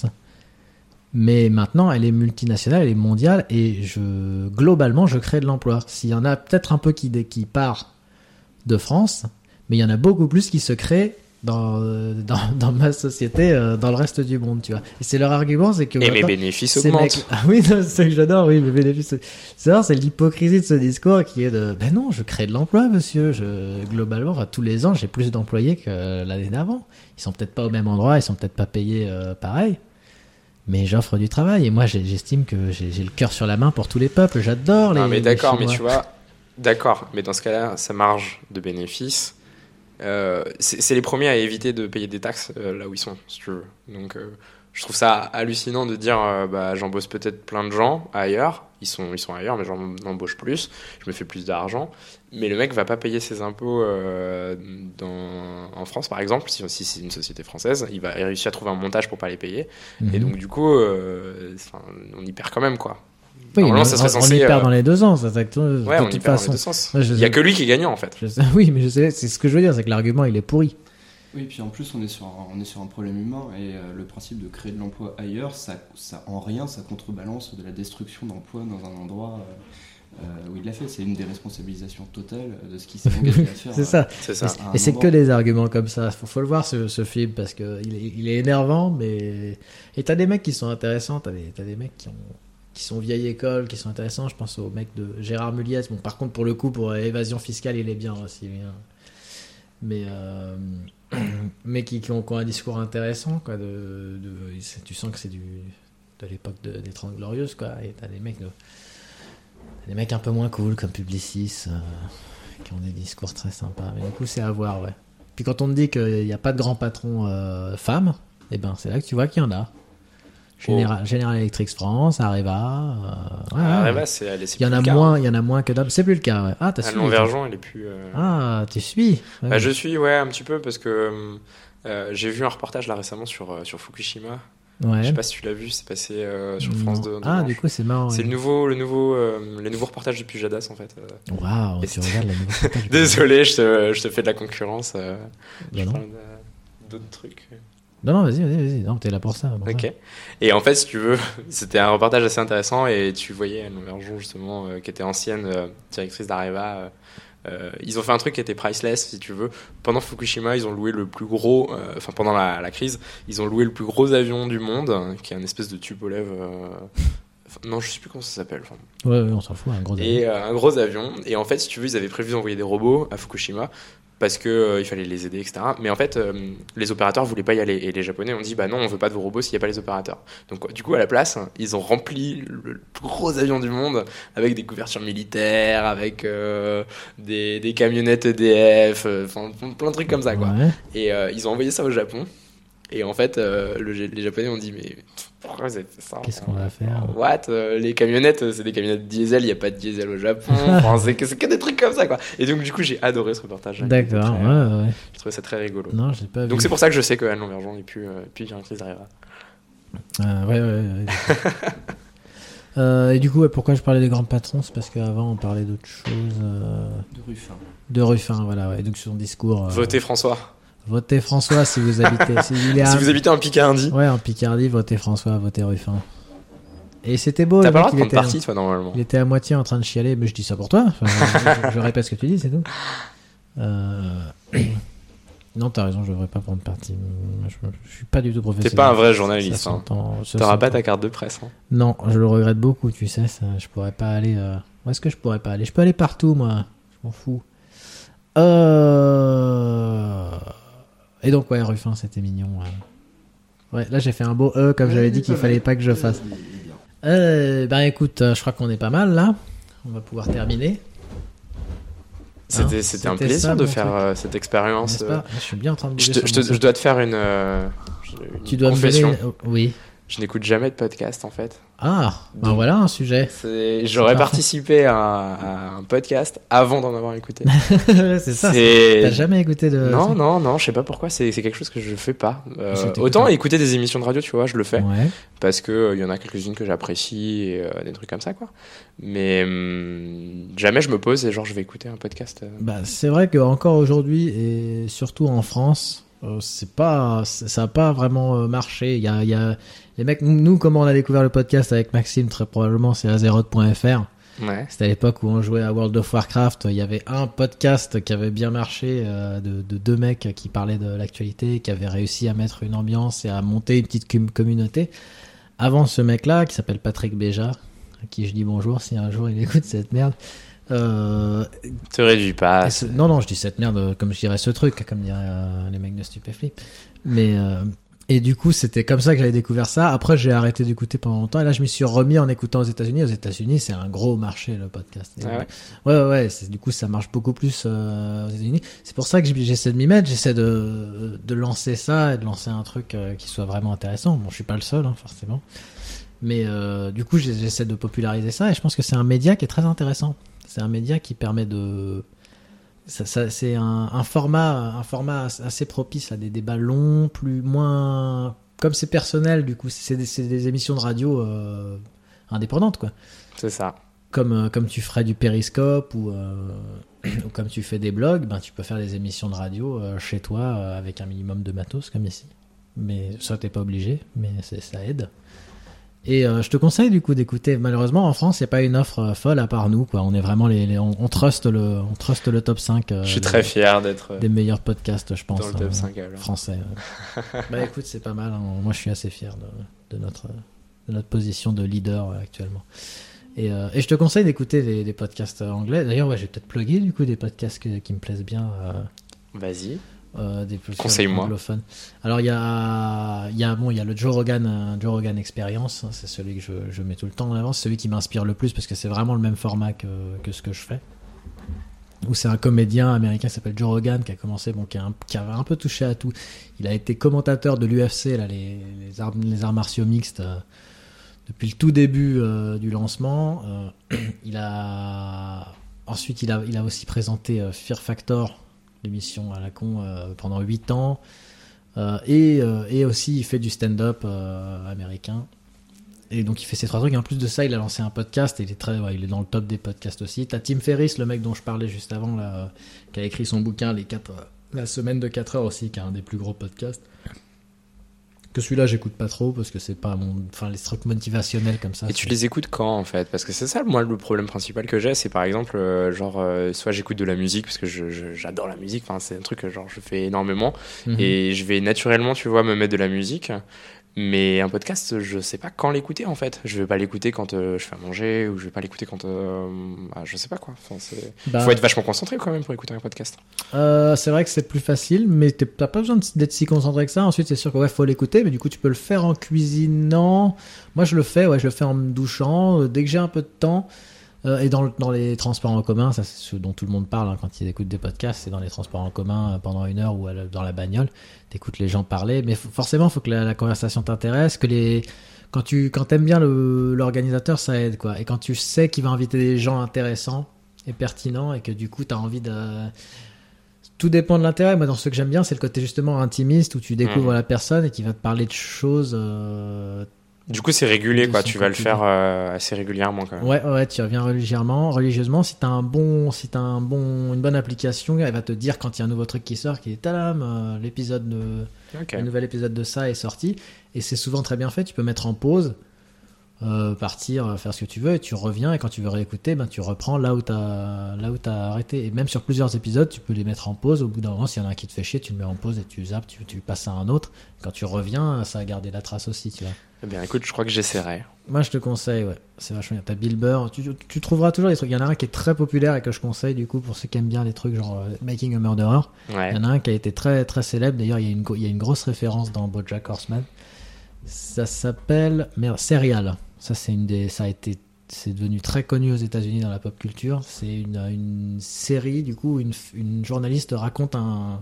Mais maintenant, elle est multinationale, elle est mondiale, et je, globalement, je crée de l'emploi. S'il y en a peut-être un peu qui, qui part de France, mais il y en a beaucoup plus qui se créent dans, dans, dans ma société, euh, dans le reste du monde, tu vois. Et c'est leur argument, c'est que Et mes maintenant, bénéfices ces augmentent. mecs- Ah oui, non, c'est ça que j'adore, oui, mes bénéfices. C'est ça, c'est l'hypocrisie de ce discours qui est de, ben non, je crée de l'emploi, monsieur. Je, globalement, enfin, tous les ans, j'ai plus d'employés que l'année d'avant. Ils sont peut-être pas au même endroit, ils sont peut-être pas payés euh, pareil. Mais j'offre du travail et moi j'ai- j'estime que j'ai j'ai le cœur sur la main pour tous les peuples. J'adore les. Non, mais les d'accord, mais Chinois. tu vois, d'accord, mais dans ce cas-là, sa marge de bénéfice, euh, c'est c'est les premiers à éviter de payer des taxes euh, là où ils sont, si tu veux. Donc, euh, je trouve ça hallucinant de dire, euh, bah, j'embauche peut-être plein de gens ailleurs, ils sont, ils sont ailleurs, mais j'en embauche plus, je me fais plus d'argent, mais le mec va pas payer ses impôts euh, dans, en France, par exemple, si, si c'est une société française, il va réussir à trouver un montage pour pas les payer, Mhm. et donc du coup, euh, enfin, on y perd quand même, quoi. Oui, normalement, mais ça on, serait on censé, y perd euh, dans les deux sens. Ça, ça, de Ouais, on y toute perd dans façon. les deux sens. Ouais, je Il y a sais- que lui qui est gagnant, en fait. Je sais- oui, mais je sais, c'est ce que je veux dire, c'est que l'argument il est pourri. Oui, puis en plus, on est sur un, on est sur un problème humain et euh, le principe de créer de l'emploi ailleurs, ça, ça, en rien, ça contrebalance de la destruction d'emplois dans un endroit euh, euh, où il l'a fait. C'est une déresponsabilisation totale de ce qu'il s'est engagé à faire. C'est euh, ça. C'est Et, ça. c'est- à un et c'est que endroit. des arguments comme ça. Faut, faut le voir ce, ce film parce que il est, il est énervant, mais et t'as des mecs qui sont intéressants. T'as des, t'as des mecs qui ont qui sont vieille école, qui sont intéressants. Je pense au mec de Gérard Muliez. Bon, par contre, pour le coup, pour évasion fiscale, il est bien aussi. Bien. Mais euh, mais qui, qui, ont, qui ont un discours intéressant, quoi. De, de, c'est- tu sens que c'est du de l'époque de, des Trente Glorieuses, quoi. Et t'as des mecs de, t'as des mecs un peu moins cool comme Publicis. Euh, qui ont des discours très sympas. Mais du coup, c'est à voir, ouais. Puis quand on te dit qu'il n'y a pas de grand patron euh, femme, eh ben, c'est là que tu vois qu'il y en a. General, General Electric France, Areva. Euh, ouais, ouais. Areva, c'est allez, c'est Il y en plus a le cas, moins, hein. il y en a moins que d'hommes. C'est plus le cas, ouais. Ah, t'as suivi. Alain Vergeon, il est plus. euh, Ah, tu suis. Ouais. Bah, je suis, ouais, un petit peu, parce que euh, j'ai vu un reportage là récemment sur, euh, sur Fukushima. Ouais. Je sais pas si tu l'as vu, c'est passé euh, sur Non. France deux. Ah, du coup, c'est marrant. C'est ouais. le nouveau, le nouveau, euh, le nouveau reportage de Pujadas en fait. euh. Waouh, Et tu c'était- regardes la nouvelle reportage. Désolé, je te, je te fais de la concurrence. euh, Bah je non. parle de- d'autres trucs. non, non, vas-y, vas-y, vas-y. Non, t'es là pour ça. pour Ok. ça. Et en fait, si tu veux, c'était un reportage assez intéressant et tu voyais Anne Vergeon justement, euh, qui était ancienne euh, directrice d'Areva. Euh, euh, ils ont fait un truc qui était priceless, si tu veux. Pendant Fukushima, ils ont loué le plus gros, euh, enfin pendant la, la crise, ils ont loué le plus gros avion du monde, euh, qui est un espèce de tube aux lèvres. euh, enfin, non, je sais plus comment ça s'appelle. Enfin, Ouais, ouais, on s'en fout, un gros avis. et euh, un gros avion. Et en fait, si tu veux, ils avaient prévu d'envoyer des robots à Fukushima parce que euh, il fallait les aider, et cetera. Mais en fait, euh, les opérateurs voulaient pas y aller. Et les Japonais ont dit, bah non, on veut pas de vos robots s'il y a pas les opérateurs. Donc, du coup, à la place, ils ont rempli le plus gros avion du monde avec des couvertures militaires, avec euh, des, des camionnettes E D F, enfin plein de trucs comme ça, quoi. Ouais. Et euh, ils ont envoyé ça au Japon. Et en fait, euh, le, les Japonais ont dit, mais pourquoi vous avez fait ça? Qu'est-ce qu'on va faire? What? Euh, Les camionnettes, c'est des camionnettes diesel, il n'y a pas de diesel au Japon. Enfin, c'est, que, c'est que des trucs comme ça, quoi. Et donc, du coup, j'ai adoré ce reportage. D'accord, très, ouais, ouais. J'ai trouvé ça très rigolo. Non, j'ai pas donc, vu. c'est pour ça que je sais que Anne Lonvergeon n'est plus, euh, plus directrice d'Areva. Euh, ouais, ouais, ouais. euh, et du coup, ouais, pourquoi je parlais des grands patrons? C'est parce qu'avant, on parlait d'autre chose. Euh... De Ruffin. De Ruffin, voilà, ouais. Donc, son discours. Euh... Votez François. Votez François si vous habitez. si, il est si à... vous habitez en Picardie. Ouais, en Picardie, votez François, votez Ruffin. Et c'était beau. T'as le pas le mec, droit de il prendre était- parti, toi, normalement. Il était à moitié en train de chialer, mais je dis ça pour toi. Enfin, je, je répète ce que tu dis, c'est tout. Euh... Non, t'as raison, je devrais pas prendre parti. Je, je suis pas du tout professionnel. T'es pas un vrai Ça journaliste. Hein. s'entend- ça T'auras pas s'entend. ta carte de presse. Hein. Non, je le regrette beaucoup, tu sais. Ça, je pourrais pas aller. Euh... Où est-ce que je pourrais pas aller? Je peux aller partout, moi. Je m'en fous. Euh... Et donc, ouais, Ruffin, c'était mignon. Ouais, ouais là, j'ai fait un beau E, comme j'avais dit qu'il fallait pas que je fasse. Euh, ben écoute, euh, je crois qu'on est pas mal là. On va pouvoir terminer. C'était, Hein, c'était un c'était plaisir ça, de mon faire truc. euh, cette expérience. N'est-ce euh, pas? Je suis bien en train de Je, bouger te- sur je, mon te- truc. je dois te faire une, euh, une Tu dois confession. me donner. Oui. Je n'écoute jamais de podcast en fait. Ah, ben Donc, voilà un sujet. C'est... J'aurais parfait. participé à, à un podcast avant d'en avoir écouté. c'est ça. C'est- T'as jamais écouté de. Non, non, non, je sais pas pourquoi, c'est, c'est quelque chose que je fais pas. Euh, Je t'écoute autant pas. écouter des émissions de radio, tu vois, je le fais. Ouais. Parce que euh, y en a quelques-unes que j'apprécie et euh, des trucs comme ça, quoi. Mais hum, jamais je me pose et genre je vais écouter un podcast. euh. Bah, c'est vrai que encore aujourd'hui et surtout en France, euh, c'est pas, c'est- ça a pas vraiment euh, marché. Il y a, il y a les mecs. Nous, comment on a découvert le podcast avec Maxime, très probablement, c'est azeroth point f r. Ouais. C'était à l'époque où on jouait à World of Warcraft. Il y avait un podcast qui avait bien marché euh, de, de deux mecs qui parlaient de l'actualité, qui avaient réussi à mettre une ambiance et à monter une petite com- communauté. Avant ce mec-là, qui s'appelle Patrick Béja, à qui je dis bonjour si un jour il écoute cette merde. Euh, Te réduis pas. et ce- non, non, je dis cette merde euh, comme je dirais ce truc, comme diraient euh, les mecs de Stupéflip. Mais euh, et du coup, c'était comme ça que j'avais découvert ça. Après, j'ai arrêté d'écouter pendant longtemps. Et là, je m'y suis remis en écoutant aux États-Unis. Aux États-Unis, c'est un gros marché le podcast. Et, Ah ouais. ouais, ouais, ouais. C'est, du coup, ça marche beaucoup plus euh, aux États-Unis. C'est pour ça que j'essaie de m'y mettre. J'essaie de de lancer ça et de lancer un truc euh, qui soit vraiment intéressant. Bon, je suis pas le seul, hein, forcément. Mais euh, du coup, j'essaie de populariser ça. Et je pense que c'est un média qui est très intéressant. C'est un média qui permet de ça, ça, c'est un, un format un format assez propice à des débats longs, plus moins comme c'est personnel, du coup c'est des, c'est des émissions de radio euh, indépendantes, quoi, C'est ça. comme euh, comme tu ferais du Périscope ou, euh, ou comme tu fais des blogs, ben tu peux faire des émissions de radio euh, chez toi euh, avec un minimum de matos comme ici, mais ça t'es pas obligé, mais c'est, ça aide. Et euh, je te conseille du coup d'écouter. Malheureusement en France, il n'y a pas une offre euh, folle à part nous, quoi. On est vraiment les, les on, on truste le on truste le top cinq euh, Je suis des- très fier d'être euh, des meilleurs podcasts, je pense, dans le top euh, cinq alors. français. euh. Bah écoute, c'est pas mal, hein. Moi je suis assez fier de, de notre de notre position de leader euh, actuellement. Et, euh, et je te conseille d'écouter des, des podcasts euh, anglais. D'ailleurs, ouais, j'ai peut-être plugué du coup des podcasts que- qui me plaisent bien. Euh, Vas-y. euh, des podcasts Conseille-moi. anglophones. Alors il y a, il y a bon, il y a le Joe Rogan, euh, Joe Rogan Experience. Hein, c'est celui que je, je mets tout le temps en avant, c'est celui qui m'inspire le plus parce que c'est vraiment le même format que, que ce que je fais. Où c'est un comédien américain qui s'appelle Joe Rogan qui a commencé, bon, qui a, un, qui a un peu touché à tout. Il a été commentateur de l'U F C, là, les, les, arts, les arts martiaux mixtes, euh, depuis le tout début euh, du lancement. Euh, il a ensuite il a, il a aussi présenté euh, Fear Factor, l'émission à la con, euh, pendant huit ans. Euh, et, euh, et aussi il fait du stand-up euh, américain. Et donc il fait ces trois trucs. Et en plus de ça, il a lancé un podcast. Et il est très, ouais, il est dans le top des podcasts aussi. T'as Tim Ferriss, le mec dont je parlais juste avant, là, euh, qui a écrit son bouquin les quatre, euh, La semaine de quatre heures aussi, qui est un des plus gros podcasts. Que celui-là, j'écoute pas trop parce que c'est pas mon, enfin les trucs motivationnels comme ça. Et tu c'est- les écoutes quand en fait? Parce que c'est ça, moi, le problème principal que j'ai, c'est par exemple, euh, genre, euh, soit j'écoute de la musique parce que je, je- j'adore la musique, enfin, c'est un truc que genre je fais énormément Mhm. et je vais naturellement, tu vois, me mettre de la musique. Mais un podcast, je sais pas quand l'écouter en fait. Je vais pas l'écouter quand euh, je fais à manger ou je vais pas l'écouter quand. Euh, bah, je sais pas quoi. Enfin, c'est... Bah, Faut être vachement concentré quand même pour écouter un podcast. Euh, c'est vrai que c'est plus facile, mais t'es- t'as pas besoin de- d'être si concentré que ça. Ensuite, c'est sûr que ouais, faut l'écouter, mais du coup, tu peux le faire en cuisinant. Moi, je le fais, ouais, je le fais en me douchant. Euh, Dès que j'ai un peu de temps, Euh, et dans, dans les transports en commun, ça c'est ce dont tout le monde parle hein, quand ils écoutent des podcasts, c'est dans les transports en commun euh, pendant une heure ou à la- dans la bagnole, t'écoutes les gens parler, mais f- forcément, il faut que la, la conversation t'intéresse, que les quand tu quand t'aimes bien le, l'organisateur, ça aide quoi. Et quand tu sais qu'il va inviter des gens intéressants et pertinents et que du coup t'as envie de tout dépend de l'intérêt. Moi, dans ce que j'aime bien, c'est le côté justement intimiste où tu découvres Mhm. la personne et qui va te parler de choses. euh, Du coup, c'est régulier, De quoi. son Tu vas le quotidien. faire euh, assez régulièrement, quand même. Ouais, ouais, tu reviens religieusement, religieusement. Si t'as un bon, si t'as un bon, une bonne application, elle va te dire quand il y a un nouveau truc qui sort, qui est tadam, euh, l'épisode de, Ok. le nouvel épisode de ça est sorti. Et c'est souvent très bien fait. Tu peux mettre en pause, euh, partir, euh, faire ce que tu veux, et tu reviens. Et quand tu veux réécouter, ben tu reprends là où t'as, là où t'as arrêté. Et même sur plusieurs épisodes, tu peux les mettre en pause. Au bout d'un moment, s'il y en a un qui te fait chier, tu le mets en pause et tu zappes, tu, tu passes à un autre. Quand tu reviens, ça a gardé la trace aussi, tu vois. Eh bien, écoute, je crois que j'essaierai. Moi, je te conseille, ouais. C'est vachement bien. T'as Bill Burr. Tu, tu trouveras toujours des trucs. Il y en a un qui est très populaire et que je conseille, du coup, pour ceux qui aiment bien les trucs genre euh, Making a Murderer. Ouais. Il y en a un qui a été très, très célèbre. D'ailleurs, il y a une, go- il y a une grosse référence dans BoJack Horseman. Ça s'appelle, merde, Serial. Ça, c'est une des, ça a été, c'est devenu très connu aux États-Unis dans la pop culture. C'est une, une série, du coup, où une, une journaliste raconte un,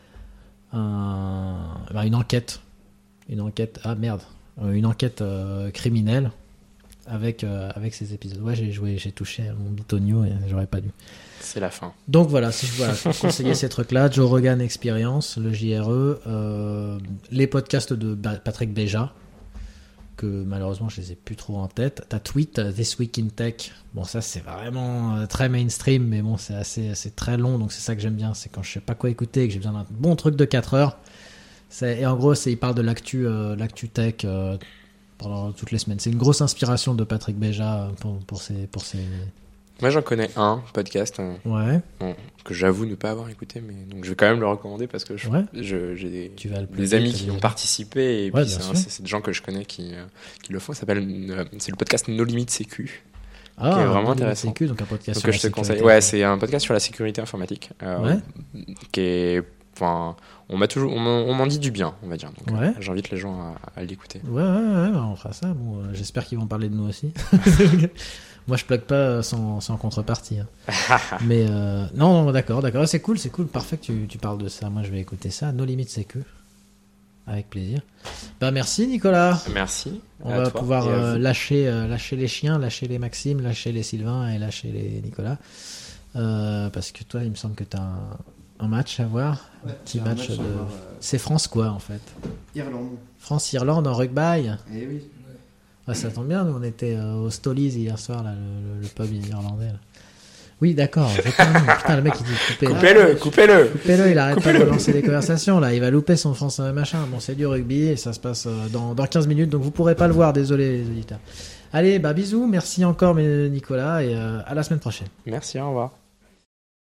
un, bah, une enquête. Une enquête, ah merde. Euh, une enquête euh, criminelle avec, euh, avec ces épisodes. Ouais, j'ai joué, j'ai touché à mon bitonio et j'aurais pas dû. C'est la fin. Donc voilà, si je voilà, pour conseiller ces trucs-là, Joe Rogan Experience, le J R E, euh, les podcasts de Ba- Patrick Béja, que malheureusement je les ai plus trop en tête. T'as Tweet, euh, This Week in Tech. Bon, ça c'est vraiment euh, très mainstream, mais bon, c'est assez, c'est très long, donc c'est ça que j'aime bien. C'est quand je sais pas quoi écouter et que j'ai besoin d'un bon truc de quatre heures. C'est, et en gros, c'est, il parle de l'actu, euh, l'actu tech euh, pendant toutes les semaines. C'est une grosse inspiration de Patrick Béja euh, pour, pour ses, pour ses... Moi, j'en connais un podcast euh, Ouais, bon, que j'avoue ne pas avoir écouté, mais donc je vais quand même le recommander parce que je, Ouais. je- j'ai des, tu vas le des plugger, amis t'as qui des- ont participé et Ouais, puis bien c'est, un- sûr. c'est, c'est des gens que je connais qui, euh, qui le font. Ça s'appelle, euh, c'est le podcast No Limit Sécu. Ah, qui est vraiment Limit intéressant. Sécu, donc un podcast Donc sur que je la te conseille. sécurité. Ouais, c'est un podcast sur la sécurité informatique. euh, Ouais. Qui est, enfin, on m'a toujours, on m'en, on m'en dit du bien, on va dire. Donc, Ouais. euh, j'invite les gens à, à l'écouter. Ouais, ouais, ouais, bah, on fera ça. Bon, euh, j'espère qu'ils vont parler de nous aussi. Moi, je plug pas sans, sans contrepartie. hein. Mais euh, non, non, d'accord, d'accord. C'est cool, c'est cool. Parfait que tu, tu parles de ça. Moi, je vais écouter ça. No Limit Sécu. Avec plaisir. Bah, merci, Nicolas. Merci. On à va toi pouvoir et à euh, vous. lâcher, euh, lâcher les chiens, lâcher les Maxime, lâcher les Sylvain et lâcher les Nicolas. Euh, parce que toi, il me semble que tu as un, un match à voir. Ouais, Petit j'ai un match à de- voir, euh, C'est France quoi, en fait Irlande. France-Irlande en rugby. Eh oui. Ouais, ça tombe bien, nous on était euh, au Stollies hier soir, là, le, le- le pub irlandais. Là. Oui, d'accord. j'ai pas vu. Putain, le mec il dit coupez. Coupez-le, coupez-le. Coupez-le, il arrête pas de Coupez-le. lancer les conversations là. Il va louper son France euh, machin. Bon, c'est du rugby et ça se passe euh, dans, dans quinze minutes, donc vous pourrez pas le voir, désolé les auditeurs. Allez, bah bisous, merci encore mes- Nicolas et euh, à la semaine prochaine. Merci, au revoir.